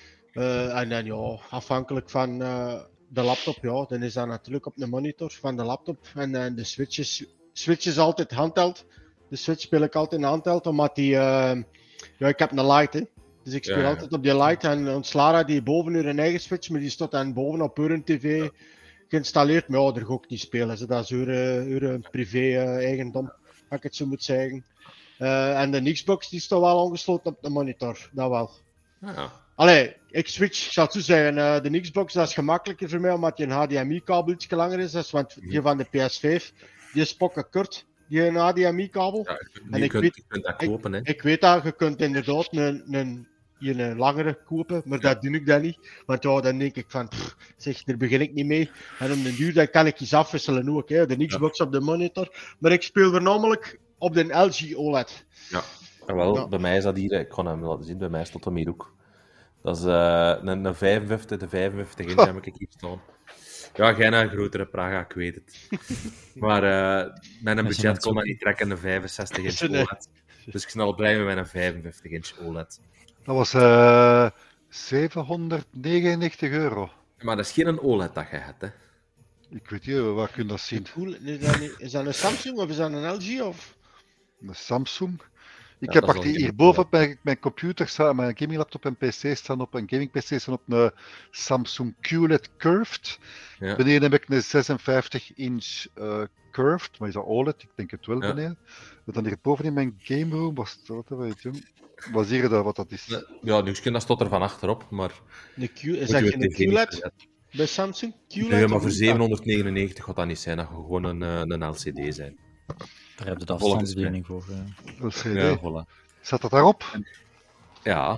Uh, en dan ja, afhankelijk van uh, de laptop, ja, dan is dat natuurlijk op de monitor van de laptop. En uh, de switch is, switch is altijd handheld. De switch speel ik altijd in handheld, omdat die... Uh, ja, ik heb een light, hè. Dus ik speel Ja, ja. altijd op die light. En ons Lara die boven haar eigen switch, maar die staat dan boven op haar tv ja. geïnstalleerd. Maar ja, daar ga ik niet spelen. Zo. Dat is haar privé-eigendom, uh, als ik het zo moet zeggen. Uh, en de Xbox die staat wel aangesloten op de monitor, dat wel. Ja. Allee, ik switch, ik zal het zo zeggen, uh, de Xbox dat is gemakkelijker voor mij, omdat je een H D M I-kabel iets langer is. Dus, want die van de P S vijf, die is pokken kort, die een H D M I-kabel. Ja, je, En je, ik kunt, weet- je kunt dat kopen, hè. Ik weet dat, je kunt inderdaad een, een, een langere kopen, maar dat doe ik dan niet. Want ja, dan denk ik van, pff, zeg, daar begin ik niet mee. En om de duur, dan kan ik iets afwisselen ook, hè. De Xbox op de monitor. Maar ik speel voornamelijk op de L G O L E D. Ja. En wel, Ja. bij mij is dat hier, ik kan hem laten zien, bij mij stond hem hier ook. Dat is uh, een, een vijfenvijftig, de vijfenvijftig inch heb ik hier staan. Ja, geen een grotere Praga, ik weet het. Maar uh, met een Als je budget het kon zo- dat niet trekken, een vijfenzestig inch Nee. O L E D. Dus ik ben al blij met mijn vijfenvijftig inch O L E D. Dat was uh, zevenhonderdnegenennegentig euro. Maar dat is geen O L E D dat je hebt, hè. Ik weet niet, waar kun je dat zien? Cool. Is dat, niet, is dat een Samsung of is dat een L G? Of? Een Samsung. Ik Ja, heb dat is achter al hierboven geen op mijn, mijn computer staan, mijn gaming laptop en P C staan op een gaming P C staan op een Samsung Q L E D Curved. Ja. Beneden heb ik een zesenvijftig inch uh, Curved, maar is dat O L E D? Ik denk het wel Ja. beneden. Maar dan hierboven in mijn game room was wat weet je, wat zie je daar wat dat is? Ja, nu dat stond er van achterop, maar... Een Q, is moet dat je geen tv niet Q L E D verzetten. bij Samsung? Q L E D? Nee, maar of voor is zevenhonderdnegenennegentig gaat dat niet zijn, dat gaat gewoon een, eh, een L C D zijn. Daar heb je de Volgens afstandsbediening voor. Ja. Dat is Ja, C D. voilà. Zat dat daarop? Ja.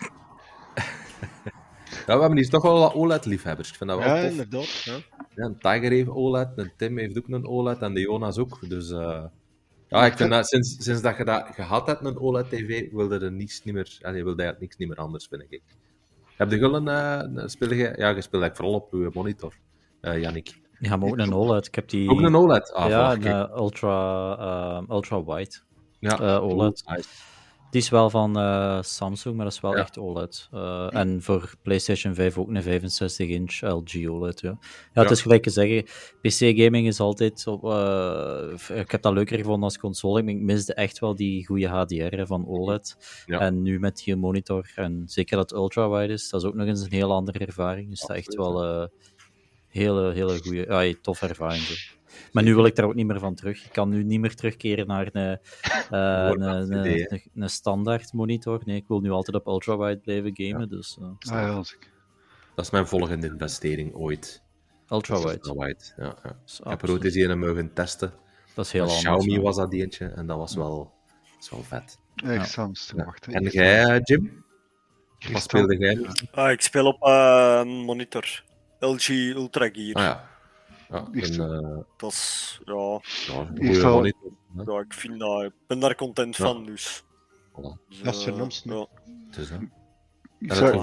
Ja, we hebben hier toch wel wat O L E D-liefhebbers. Ik vind dat dat? wel Ja, tof. inderdaad. Ja. Ja, een Tiger heeft O L E D, een Tim heeft ook een O L E D en de Jonas ook. Dus uh, ja, ik vind dat sinds, sinds dat je dat gehad hebt, een O L E D-tv, wilde er niets niet meer, allee, wilde eigenlijk niks niet meer anders, vind ik. Heb je wel een, uh, speel je, ja, je speelt eigenlijk vooral op je monitor, uh, Yannick. Ja, maar ook een O L E D. Ik heb die... Ook een O L E D? Ah, ja, voilà, een kijk. uh, ultra, uh, ultra wide. Ja, uh, O L E D. Nice. Die is wel van uh, Samsung, maar dat is wel Ja. echt O L E D. Uh, en voor PlayStation vijf ook een vijfenzestig inch L G O L E D. Ja, ja het Ja. is gelijk te zeggen. P C-gaming is altijd... Op, uh, ik heb dat leuker gevonden als console. Ik misde echt wel die goede H D R van O L E D. Ja. En nu met die monitor, en zeker dat het ultra-wide is, dat is ook nog eens een heel andere ervaring. Dus dat is echt Absoluut, wel een hele, hele goede, ja, toffe ervaring. Zo. Maar nu wil ik daar ook niet meer van terug. Ik kan nu niet meer terugkeren naar een, uh, een, een, een, een, een standaard monitor. Nee, ik wil nu altijd op ultra-wide blijven gamen. Ja. Dus, uh, Ah, ja, als ik... Dat is mijn volgende investering ooit. ultra-wide. Ultra-wide, ja. ja. Dat Ik heb er ooit eens een mogen testen. Dat is heel Van anders. Xiaomi ja. was dat eentje en dat was wel, dat is wel vet. Echt Ja. Samsung, Ja. wacht. hè. En Ik- jij, Jim? Wat Christel- speelde jij? Ah, ik speel op uh, een monitor. L G Ultra Gear. Ah ja. Ja, Is- een, uh, Dat is, ja, ja, een Is goede wel- monitor. hè. ja, ik vind dat, ik ben daar content Ja. van, dus. Voilà. Dus, Dat is eh, vernomst, ja. Het is, hè. ik En zou- het gevonden.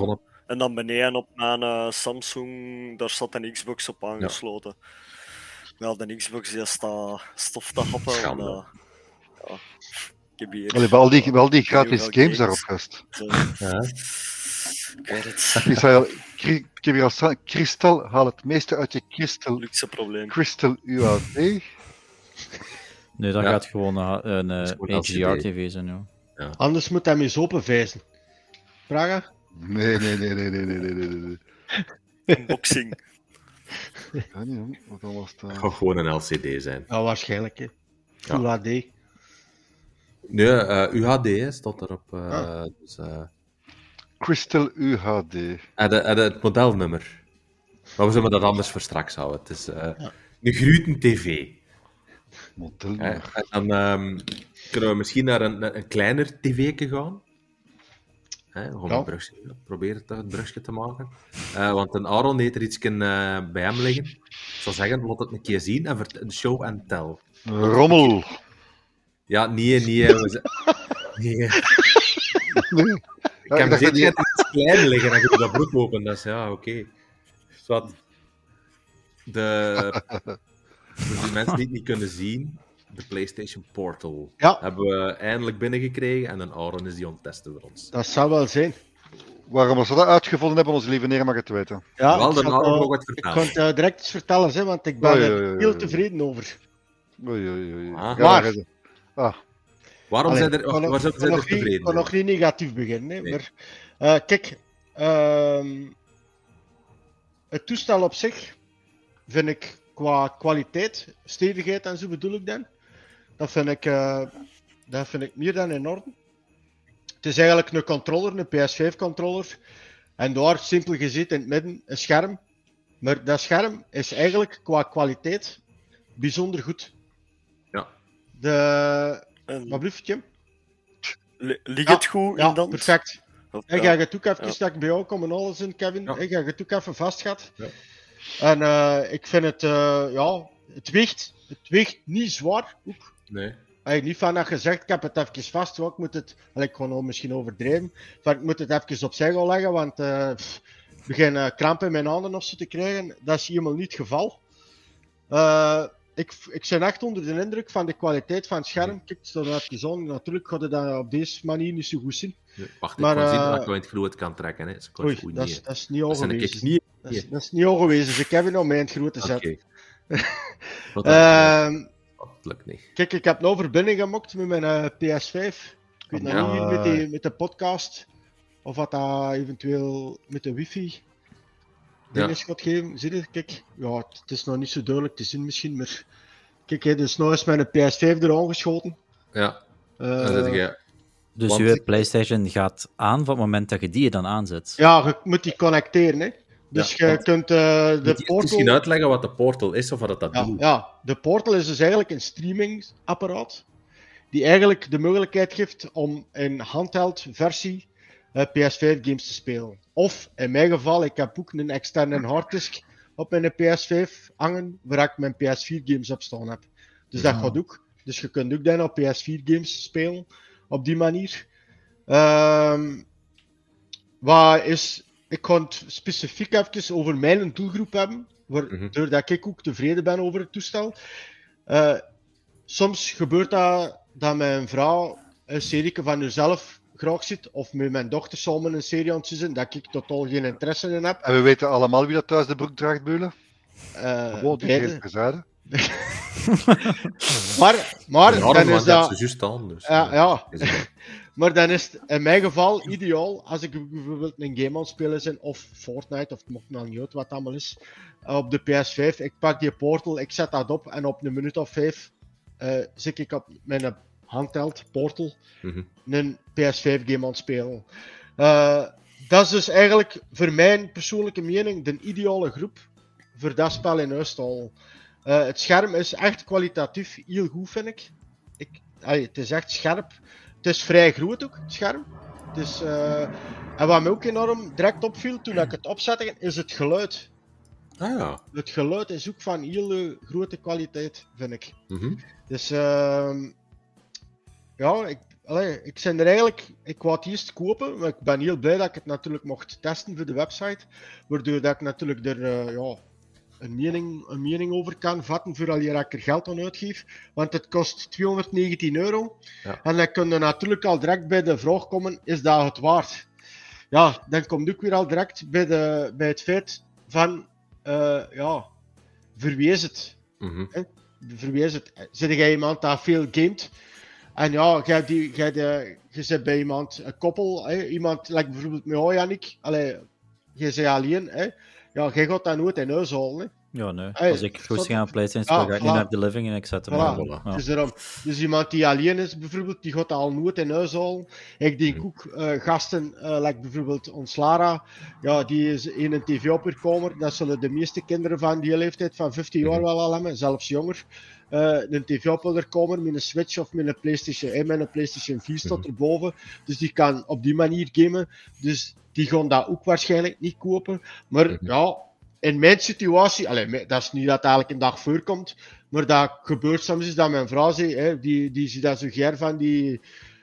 En dan beneden op mijn uh, Samsung, daar zat een Xbox op aangesloten. Ja, ja de Xbox die staat stof te happen. En, uh, ja, ik heb hier... Allee, al die, al die gratis games, games daarop gast. Ja. Ik weet het. Ik, al, ik heb hier al staan, Crystal, haal het meeste uit je Crystal. Luxe probleem. Crystal U A D. Nee, dat ja. gaat gewoon een, een, een H D R-tv zijn, joh. Ja. Anders moet hij eens openvijzen. Praga? Nee, nee, nee, nee, nee, nee, nee, nee. Unboxing. Ja, niet, wat was het? Het gaat gewoon een L C D zijn. Ja, waarschijnlijk, hè. Full ja. H D. Nee, uh, U H D hè, staat erop. Uh, ah. dus, uh... Crystal U H D. En de, en de, het modelnummer. Maar we zullen dat anders voor straks houden. Het is uh, ja. een Gruten tv. Modelnummer. Uh, en dan um, kunnen we misschien naar een, een kleiner tv'tje gaan. Hè, gewoon ja. een brugje, proberen het, het brugje te maken. Uh, want een Aaron heeft er iets uh, bij hem liggen. Ik zou zeggen, laat het een keer zien en vert- show en tell. Rommel. Ja, nee, nee. We nee. nee. Ik heb gezien dat het iets klein liggen en je moet dat broek open. Dus ja, oké. Okay. Wat de... Voor die mensen die het niet kunnen zien, de PlayStation Portal ja. hebben we eindelijk binnengekregen en een Aaron is die onttesten voor ons. Dat zou wel zijn. Waarom we dat uitgevonden hebben, onze lieve neer mag het weten. Ja, wel, ik, Aaron uh, ook ik kan het uh, direct eens vertellen, hè, want ik ben oei, er oei, oei, heel oei. tevreden over. Oei, oei, oei. Ah. Maar, ah. waarom Allee, zijn er, nog, waar zijn er nog tevreden? Ik kan nog niet negatief beginnen. Hè, nee. maar, uh, kijk, uh, het toestel op zich vind ik qua kwaliteit, stevigheid en zo bedoel ik dan. Dat vind ik, uh, dat vind ik meer dan in orde. Het is eigenlijk een controller, een P S vijf controller. En daar, simpel gezet, in het midden een scherm. Maar dat scherm is eigenlijk qua kwaliteit bijzonder goed. Ja. De... En... Wat blieft je? L- ligt het ja, goed ja, in dan? perfect. Of, En ja. ga je het ook even, ja. dat ik bij jou kom en alles in, Kevin. Ja. Ik ga je het ook even vastgat. Ja. En uh, ik vind het, uh, ja, het weegt, het weegt niet zwaar. Ook. Nee. Hey, niet van dat gezegd, ik heb het even vast, ik moet het, ik ga nou misschien overdrijven, maar ik moet het even opzij gaan leggen, want uh, pff, ik begin uh, kramp in mijn handen of zo te krijgen. Dat is helemaal niet het geval. Uh, ik, ik ben echt onder de indruk van de kwaliteit van het scherm. Kijk, het staat uit gezond. Natuurlijk gaat het dat op deze manier niet zo goed zien. Nee, wacht, maar, ik kan uh, zien dat ik uh, in het groot kan trekken. Hè. Dat, is oei, goed dat, niet, is, dat is niet al dat geweest. Niet... Dat, is, dat is niet al geweest, dus ik heb het op mijn grote zet. Okay. uh, dat lukt niet. Kijk, ik heb nou verbinding gemaakt met mijn uh, P S vijf. Ik weet nog ja. niet met, die, met de podcast of wat dat eventueel met de wifi dingen ja. gaat geven. Zie je? Kijk, ja, het is nog niet zo duidelijk te zien misschien, maar kijk, hè, dus nou is mijn P S vijf er aangeschoten. Ja, uh, dan zit je... Dus Want... je PlayStation gaat aan van het moment dat je die dan aanzet? Ja, je moet die connecteren, hè. Dus ja, je kunt uh, de moet je portal... misschien uitleggen wat de portal is of wat dat ja, doet? Ja, de portal is dus eigenlijk een streamingapparaat die eigenlijk de mogelijkheid geeft om in handheld versie uh, P S vijf games te spelen. Of, in mijn geval, ik heb ook een externe harddisk op mijn P S vijf hangen, waar ik mijn P S vier games op staan heb. Dus ja. dat gaat ook. Dus je kunt ook dan op P S vier games spelen, op die manier. Um, wat is... Ik ga het specifiek even over mijn doelgroep hebben, waardoor mm-hmm. ik ook tevreden ben over het toestel. Uh, soms gebeurt dat dat mijn vrouw een serie van haarzelf graag ziet, of met mijn dochter samen een serie aan het zien, dat ik totaal geen interesse in heb. En we weten allemaal wie dat thuis de broek draagt, Beulen? Uh, Gewoon die geen verzijden. maar, maar ja, dan is dat... Ze juist aan, dus. Ja, ja. Maar dan is het in mijn geval ideaal als ik bijvoorbeeld een game aan het spelen ben, of Fortnite, of het mocht nou niet uit wat allemaal is, op de P S vijf. Ik pak die Portal, ik zet dat op en op een minuut of vijf uh, zit ik op mijn handheld Portal mm-hmm. een P S vijf game aan het spelen. Uh, dat is dus eigenlijk voor mijn persoonlijke mening de ideale groep voor dat spel in huis te halen. Uh, het scherm is echt kwalitatief heel goed, vind ik. ik allee, het is echt scherp. Het is vrij groot ook, het scherm. Dus, uh, en wat me ook enorm direct opviel toen ik het opzette, is het geluid. Ah ja. Het geluid is ook van hele grote kwaliteit, vind ik. Mm-hmm. Dus uh, ja, ik, allee, ik ben er eigenlijk, ik wou het eerst kopen, maar ik ben heel blij dat ik het natuurlijk mocht testen voor de website, waardoor dat ik natuurlijk er uh, ja, een, mening, een mening over kan vatten voor al je ik er geld aan uitgeef, want het kost tweehonderdnegentien euro. Ja. En dan kun je natuurlijk al direct bij de vraag komen, is dat het waard? Ja, dan komt ook weer al direct bij, de, bij het feit van, uh, ja, verwees het. Mm-hmm. Hè? Verwees het. Zit jij iemand dat veel gamet? En ja, jij, die, jij de, je zit bij iemand, een koppel, hè? Iemand, like bijvoorbeeld met jou, Jannik. Allee, jij bent alleen, hè? Ja, jij gaat dat nooit in huis halen, hè? Ja, nee. Hey, als ik goed ga aan PlayStation, ja, ga ik voilà. niet naar de living en ik zet hem Voilà. aan. Voilà. Ja. Dus, daarom, dus iemand die alleen is, bijvoorbeeld, die gaat dat al nooit in huis halen. Ik denk mm. ook uh, gasten, uh, like bijvoorbeeld ons Lara, ja, die is in een tv-opperkamer. Dat zullen de meeste kinderen van die leeftijd van vijftien jaar wel al hebben, zelfs jonger. Uh, een tv-opperkamer met een Switch of met een PlayStation, eh, met een PlayStation vier staat mm. erboven. Dus die kan op die manier gamen. Dus die gaan dat ook waarschijnlijk niet kopen. Maar mm. ja... In mijn situatie, allee, dat is niet dat het eigenlijk een dag voorkomt, maar dat gebeurt soms is dat mijn vrouw zegt, hè, die, die ziet dat zo ger van die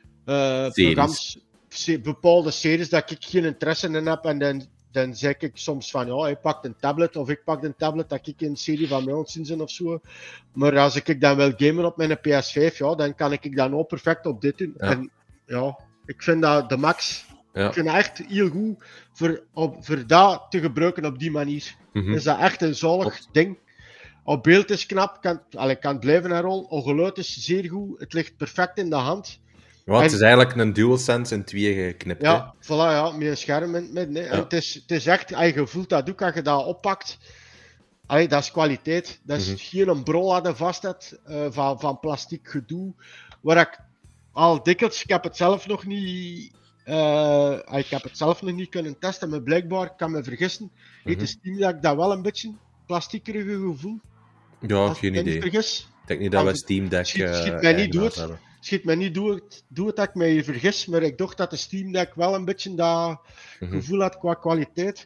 uh, programma's, bepaalde series, dat ik geen interesse in heb en dan, dan zeg ik soms van, ja, ik pak een tablet of ik pak een tablet dat ik een serie van mij ontzien of zo. Maar als ik dan wil gamen op mijn P S vijf, ja, dan kan ik dan ook perfect op dit doen. Ja. En ja, ik vind dat de max. Ja. Ik vind het echt heel goed voor, op, voor dat te gebruiken op die manier. Mm-hmm. Is dat echt een zalig op. ding. Op beeld is knap, kan, allee, kan blijven herrollen. Op geluid is zeer goed, het ligt perfect in de hand. Ja, het en, is eigenlijk een DualSense in tweeën geknipt. Ja, hè? Voilà, ja, met een scherm in het midden. Ja. Het, is, het is echt, als je voelt dat ook, als je dat oppakt, allee, dat is kwaliteit. Dat is mm-hmm. geen een brol aan de vast hebt, uh, van, van plastic gedoe. Waar ik al dikwijls, ik heb het zelf nog niet... Uh, ik heb het zelf nog niet kunnen testen, maar blijkbaar, ik kan me vergissen, heeft de Steam Deck dat wel een beetje plastiekerige gevoel? Ja, geen idee. Vergis. Ik denk niet dat we Steam Deck schiet, schiet uh, mij niet dood. Hebben. Schiet mij niet dood, dood dat ik mij vergis, maar ik dacht dat de Steam Deck wel een beetje dat mm-hmm. gevoel had qua kwaliteit.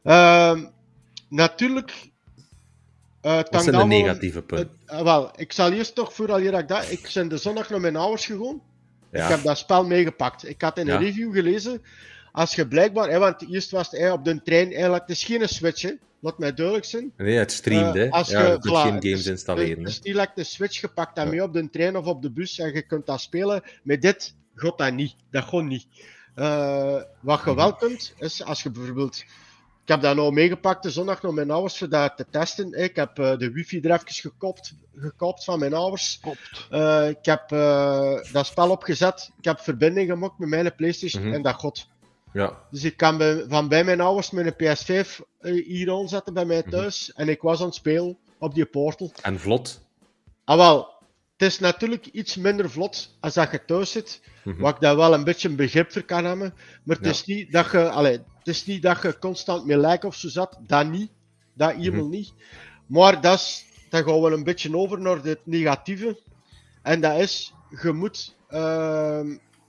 Uh, natuurlijk... Uh, Wat zijn de negatieve punten? Uh, wel, ik zal eerst toch, vooral hier ik dat, ik ben de zondag naar mijn ouders gegaan. Ja. Ik heb dat spel meegepakt. Ik had in een ja. review gelezen, als je blijkbaar, hè, want eerst was het hè, op de trein, eigenlijk, het is geen Switch, hè, laat mij duidelijk zijn. Nee, het streamt, hè. Uh, als ja, je, je kunt voilà, geen games installeren. Het is niet like de Switch gepakt en ja. mee op de trein of op de bus en je kunt dat spelen. Met dit gaat dat niet. Dat gewoon niet. Uh, wat je wel kunt, is als je bijvoorbeeld... Ik heb dat nou meegepakt de zondag naar mijn ouders voor dat te testen. Ik heb uh, de wifi er even gekopt, gekopt van mijn ouders. Uh, ik heb uh, dat spel opgezet. Ik heb verbinding gemaakt met mijn PlayStation mm-hmm. en dat god. Ja. Dus ik kan bij, van bij mijn ouders mijn P S vijf uh, hier aanzetten bij mij thuis. Mm-hmm. En ik was aan het spelen op die portal. En vlot? Ah wel, het is natuurlijk iets minder vlot als dat je thuis zit. Mm-hmm. Wat ik daar wel een beetje een begrip voor kan hebben. Maar het ja. is niet dat je... Allee, het is niet dat je constant met like of zo zat. Dat niet. Dat helemaal mm-hmm. niet. Maar dat is, dan gaan we een beetje over naar het negatieve. En dat is, je moet, uh,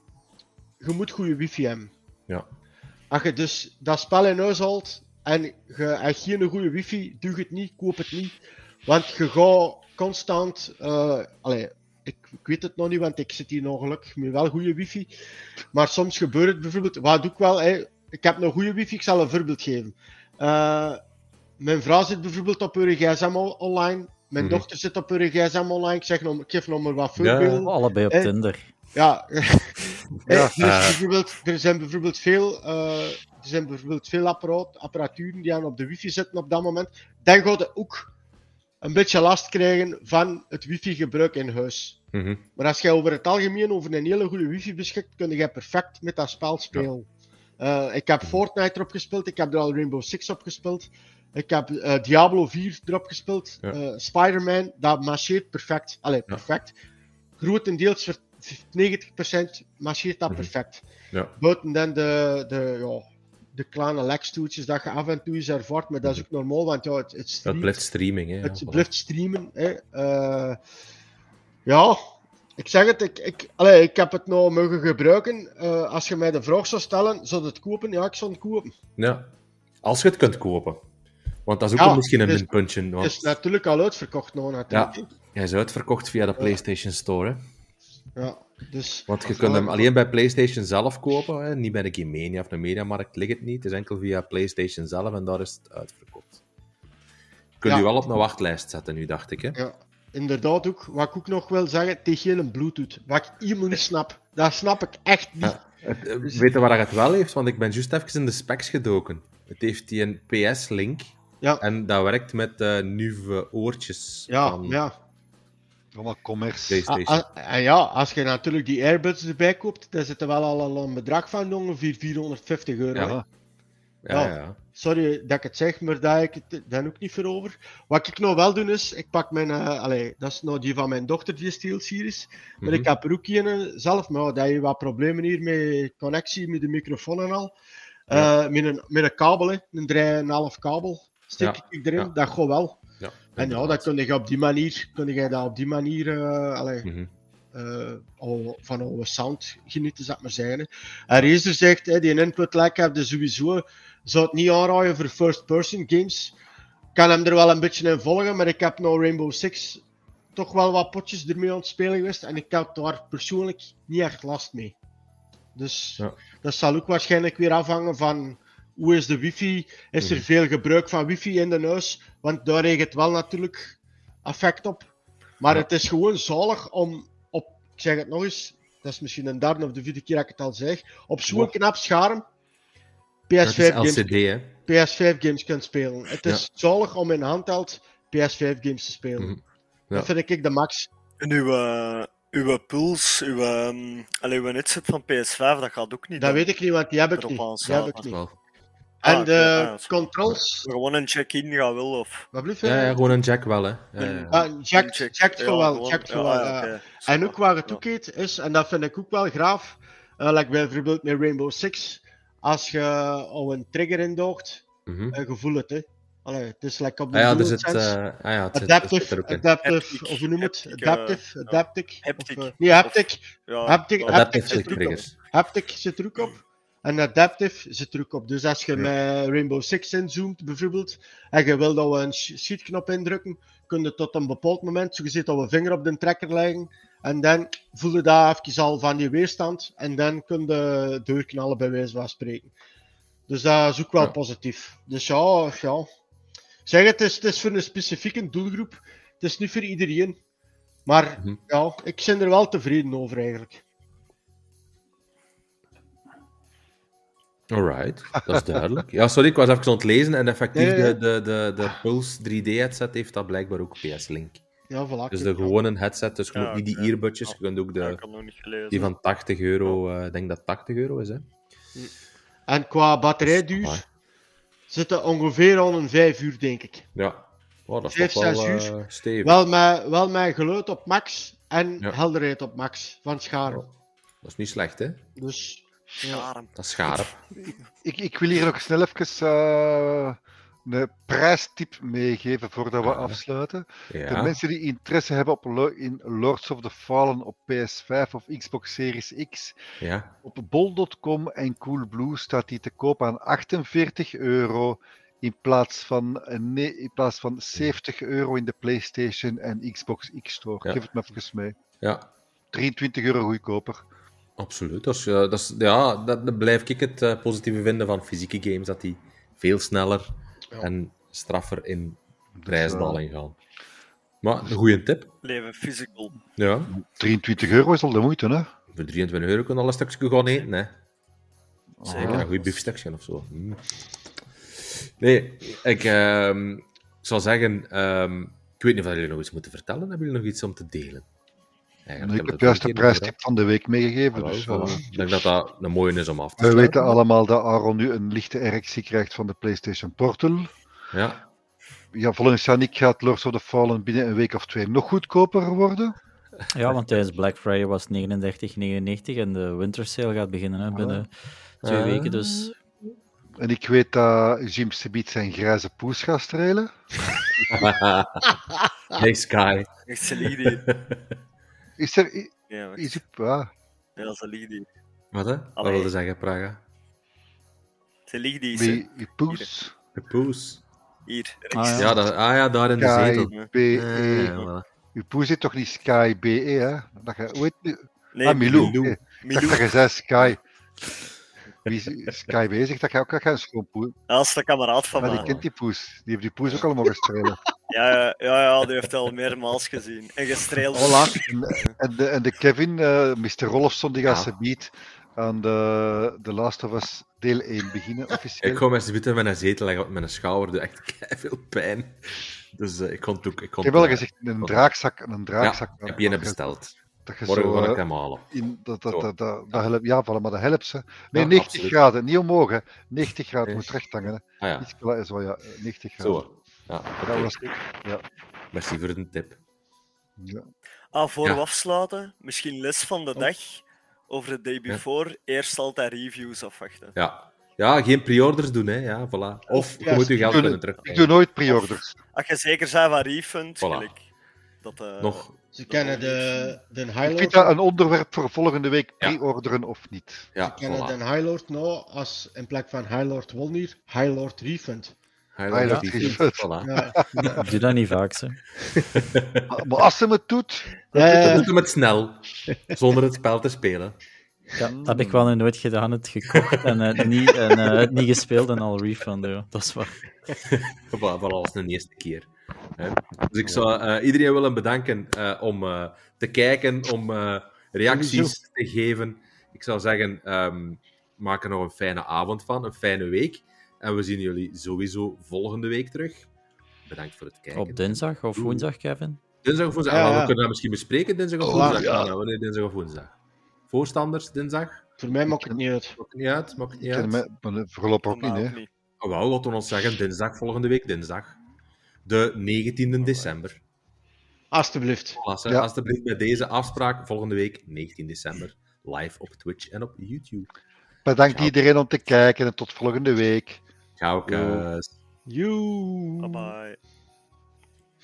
je moet goede wifi hebben. Ja. Als je dus dat spel in huis haalt en je hebt geen goede wifi, doe het niet, koop het niet. Want je gaat constant... Uh, allee, ik, ik weet het nog niet, want ik zit hier nog gelukkig met wel goede wifi. Maar soms gebeurt het bijvoorbeeld... Wat doe ik wel... Hey, ik heb een goede wifi, ik zal een voorbeeld geven. Uh, mijn vrouw zit bijvoorbeeld op haar gsm online. Mijn mm-hmm. dochter zit op haar gsm online. Ik, zeg nog, ik geef nog maar wat voorbeelden. Ja, allebei op hey, Tinder. Ja. Hey, ja. Bijvoorbeeld, er zijn bijvoorbeeld veel, uh, er zijn bijvoorbeeld veel apparaat, apparaturen die aan op de wifi zitten op dat moment. Dan ga je ook een beetje last krijgen van het wifi-gebruik in huis. Mm-hmm. Maar als je over het algemeen over een hele goede wifi beschikt, kun je perfect met dat spel spelen. Ja. Uh, ik heb Fortnite erop gespeeld, ik heb er al Rainbow Six op gespeeld. Ik heb uh, Diablo vier erop gespeeld. Ja. Uh, Spider-Man, dat marcheert perfect. Allee, perfect. Ja. Grotendeels voor negentig procent marcheert dat mm-hmm. perfect. Ja. Buiten dan de, de, ja, de kleine lekstoeltjes dat je af en toe eens ervaart, maar dat is ook normaal, want ja, het, het, streamt, het blijft streaming. Hè, het ja, blijft streamen. Hè. Uh, ja, ik zeg het, ik, ik, allee, ik heb het nou mogen gebruiken. Uh, als je mij de vraag zou stellen, zou je het kopen? Ja, ik zou het kopen. Ja, als je het kunt kopen. Want dat is ook ja, misschien een dus, minpuntje. Want... Het is natuurlijk al uitverkocht nou, natuurlijk. Ja, hij is uitverkocht via de PlayStation Store. Hè. Ja. Dus, Want je kunt hem alleen bij PlayStation zelf kopen, hè? Niet bij de Game Mania of de Mediamarkt ligt het niet. Het is enkel via PlayStation zelf en daar is het uitverkocht. Je kunt Ja. u wel op een wachtlijst zetten nu, dacht ik. Hè? ja, inderdaad ook. Wat ik ook nog wil zeggen, tegen een Bluetooth. Wat ik helemaal niet snap. Dat snap ik echt niet. Ja. Het, uh, weet je waar het wel heeft? Want ik ben juist even in de specs gedoken. Het heeft die een P S-link. Ja. En dat werkt met uh, nieuwe oortjes Ja, van ja. Allemaal commerce. PlayStation. Ah, ah, en ja, als je natuurlijk die Airbuds erbij koopt, dan zit er wel al een bedrag van ongeveer vierhonderdvijftig euro. Ja. hè. Ja, Ja. ja. Sorry dat ik het zeg, maar daar heb ik het dan ook niet voor over. Wat ik nou wel doe is, ik pak mijn, uh, allee, dat is nou die van mijn dochter, die SteelSeries. Maar Mhm. ik heb er ook een zelf, maar ja, dat je wat problemen hier met connectie, met de microfoon en al. Uh, Ja. met, een, met een kabel, hè, een drie komma vijf kabel, steek Ja. ik erin, Ja. dat gaat wel. Ja, En ja, inderdaad. dat kun je op die manier, kun je dat op die manier, uh, allee, Mhm. uh, al- van oude sound genieten, zou ik maar zeggen. En Razer zegt, hè, die input lag heb je sowieso, zou het niet aanraaien voor first-person games. Ik kan hem er wel een beetje in volgen, maar ik heb nou Rainbow Six toch wel wat potjes ermee aan het spelen geweest en ik heb daar persoonlijk niet echt last mee. Dus Ja. dat zal ook waarschijnlijk weer afhangen van hoe is de wifi, is er Mhm. veel gebruik van wifi in de huis, want daar heeft het wel natuurlijk effect op. Maar Ja. het is gewoon zalig om op, ik zeg het nog eens, dat is misschien een derde of de vierde keer dat ik het al zeg, op zo'n Wow. knap scherm P Dat S is vijf, L games, C D, hè. P S vijf games kunt spelen. Het is zalig om in handheld P S vijf games te spelen. Mhm. Ja. Dat vind ik de max. En uw, uh, uw Pulse, uw, um, allee, uw headset van P S vijf, dat gaat ook niet. Dat dan weet ik niet, want die heb ik erop niet. Die aanstaan. heb ik niet. Wel. Ah, En oké, de ah, ja, sorry. controls... Gewoon een check-in gaat wel, of... Wat blieft Ja, ja, gewoon een jack wel, hè. Ja, ja. Ah, check, Check- checkt ja, gewoon wel. gewoon- Checkt ja, gewoon wel, ah, ja, ja. oké. En ook waar het Ja. ook heet is, en dat vind ik ook wel graaf, uh, like bijvoorbeeld met Rainbow Six, als je al een trigger indoogt, Mhm. uh, je voelt het, hè. Allee, het is like op de Ah ja, er zit... DualSense. Uh, ah ja, het zit, het zit Adaptive, er ook in. adaptive, Haptic, of hoe noem het? haptic, uh, Adaptive, ja. adaptic. Haptic. Of, uh, nee, haptic. Ja, Haptic, ja. haptic Adaptive zit er ook op. triggers. Haptic zit er ook op. En adaptive zit er ook op. Dus als je met Rainbow Six inzoomt, bijvoorbeeld, en je wil dat we een sh- sheetknop indrukken, kun je tot een bepaald moment, zo gezegd, al een vinger op de trekker leggen. En dan voel je dat even al van die weerstand. En dan kun je doorknallen, bij wijze van spreken. Dus dat is ook wel Ja. positief. Dus ja, ja. Ik zeg het, is, het is voor een specifieke doelgroep. Het is niet voor iedereen. Maar Mhm. ja, ik ben er wel tevreden over eigenlijk. Alright, dat is duidelijk. Ja, sorry, ik was even aan het lezen en effectief Ja, ja, ja. de, de, de, de Pulse drie D-headset heeft dat blijkbaar ook P S-link. Ja, voilà. Dus de kijk, ja. gewone headset, dus gewoon Ja, niet die oké. earbudjes, Ja. je kunt ook Ja, de, ik had nog niet gelezen. die van tachtig euro, eh, ik denk dat tachtig euro is, hè. En qua batterijduur Ah, zitten ongeveer al een vijf uur, denk ik. ja, oh, dat is Vijf, toch wel zes eh, uur. stevig. Wel met, wel met geluid op max en Ja. helderheid op max van het scherm. Dat is niet slecht, hè. Dus Scharam. Dat is scherp. Ik, ik wil hier nog snel even uh, een prijstip meegeven voordat we Ah, afsluiten. De Ja. mensen die interesse hebben op lo- in Lords of the Fallen op P S vijf of Xbox Series X, Ja. op bol punt com en Coolblue staat die te koop aan achtenveertig euro in plaats van, eh, nee, in plaats van zeventig euro in de PlayStation en Xbox X-store. Ja. Geef het me even mee. Ja, drieëntwintig euro goedkoper. absoluut. Dat is, eh, dat is, ja, dat, dat blijf ik het eh, positieve vinden van fysieke games, dat die veel sneller Ja. en straffer in Dus, prijsdaling gaan. Maar een goede tip. Leven physical. Ja. eh, drieëntwintig euro is al de moeite, hè? Voor drieëntwintig euro kun je al een stukje gaan eten, hè. Zeker, Ah. een goed biefstukje of zo. Mm. Nee, ik, ehm, ik zou zeggen... ehm, ik weet niet of jullie nog iets moeten vertellen. Hebben jullie nog iets om te delen? Eigenlijk Ik hebben heb we het juist de al een keer over prijstip van de week meegegeven. gehad. Dus, Wel, eh, voilà. Ik denk dat dat een mooie is om af te we sluiten. weten allemaal dat Aaron nu een lichte erectie krijgt van de PlayStation Portal. Ja, Ja, volgens Yannick gaat Lords of the Fallen binnen een week of twee nog goedkoper worden. Ja, want tijdens Black Friday was het negenendertig negenennegentig en de winter sale gaat beginnen hè, binnen twee Ah. weken. Dus En ik weet dat Jim Sebiet zijn grijze poes gaat strelen. hey Sky. Echt solide. Is er... i- Ja, wacht. Is er ja. Ja, solide. Wat, hè? Wat Allee. wilde zeggen, Praga? Solide is Wie, je poes? De poes. hier. Ah, ja. Ja, dat, ah ja, daar in de zetel. Sky B E. Ah, voilà. Je poes heet toch niet Sky B E, hè? Dat je, hoe, heet, die- Nee, ah, Milou. Milou. Okay. Milou. Ik dacht dat je zei Sky. Wie is Sky bezig? Dat ga ook een schoon poes. Dat is de kameraad van Maar mij. die kent die poes. Die heeft die poes ook al mogen strelen. Ja, ja, ja, ja, die heeft al meermaals gezien. En gestreeld. Hola. En, en, de, en de Kevin, uh, mister Rolfson, die gaat Ja. ze biedt aan de, de Last of Us deel één beginnen, officieel. Ik ga mij zitten met een zetel leggen, want mijn schouder doet echt veel pijn. Dus uh, ik kon het ook... Ik, kon Ik heb wel uh, gezegd, een draakzak. Een draakzak ja, ik heb je een besteld. Dat je Morgen zo, ga ik uh, hem halen. in, dat, dat, Zo. dat, dat, dat helpt, ja, voilà, maar dat helpt ze. Nee, Ja, negentig absoluut. graden, niet omhoog, hè. negentig graden Nee. moet recht hangen. Hè. Ah ja, Iets kla- zo, ja, negentig graden. zo. Ja, Dat oké. was, ja. Merci voor de tip. Ja. Ah, voor Ja. we afsluiten, misschien les van de dag. Over de day before, eerst altijd reviews afwachten. Ja. Ja, geen pre-orders doen, hè. Ja, voilà. Of je Ja, moet je geld doe- kunnen Ik doe terugkrijgen. nooit pre-orders. Als je zeker bent van refund, Voilà. gelijk. Dat, uh, Nog. Ze kennen de, de Ik High vind Lord. dat een onderwerp voor volgende week, Ja. pre-orderen of niet. Ja, Ze kennen de voilà. High Lord nou als in plek van High Lord Wolnir, High Lord Refund. Highlight Highlight reviews, reviews. Voilà. Ja, Ik doe dat niet vaak, zo. Maar, maar als ze het doet, ja, Dat ja. doet hem het snel, zonder het spel te spelen. Ja, dat heb ik wel nog nooit gedaan. Het gekocht en uh, niet, en, uh, het niet gespeeld en al refund. Ja. Dat is waar. Voilà, voilà, als een eerste keer. Hè. Dus ik zou uh, iedereen willen bedanken uh, om uh, te kijken, om uh, reacties te geven. Ik zou zeggen, um, maak er nog een fijne avond van, een fijne week. En we zien jullie sowieso volgende week terug. Bedankt voor het kijken. Op dinsdag of woensdag, Kevin? Dinsdag of woensdag? Ja, Ah, ja. we kunnen dat misschien bespreken, dinsdag of Oh, woensdag. ja. Ah, nou, wanneer dinsdag of woensdag? Voorstanders, dinsdag? Voor mij maakt het niet uit. Maakt het niet uit, maakt het ik niet ken uit. me, maar voorlopig ook voor mij niet. ook Hè. niet. Oh, wel, laten we ons zeggen, dinsdag, volgende week dinsdag. De negentiende december. Alsjeblieft. Voilà, hè. Ja. Alsjeblieft bij deze afspraak, volgende week, negentien december, live op Twitch en op YouTube. Bedankt Ciao. iedereen om te kijken en tot volgende week. Ciao, kus. You. Bye bye.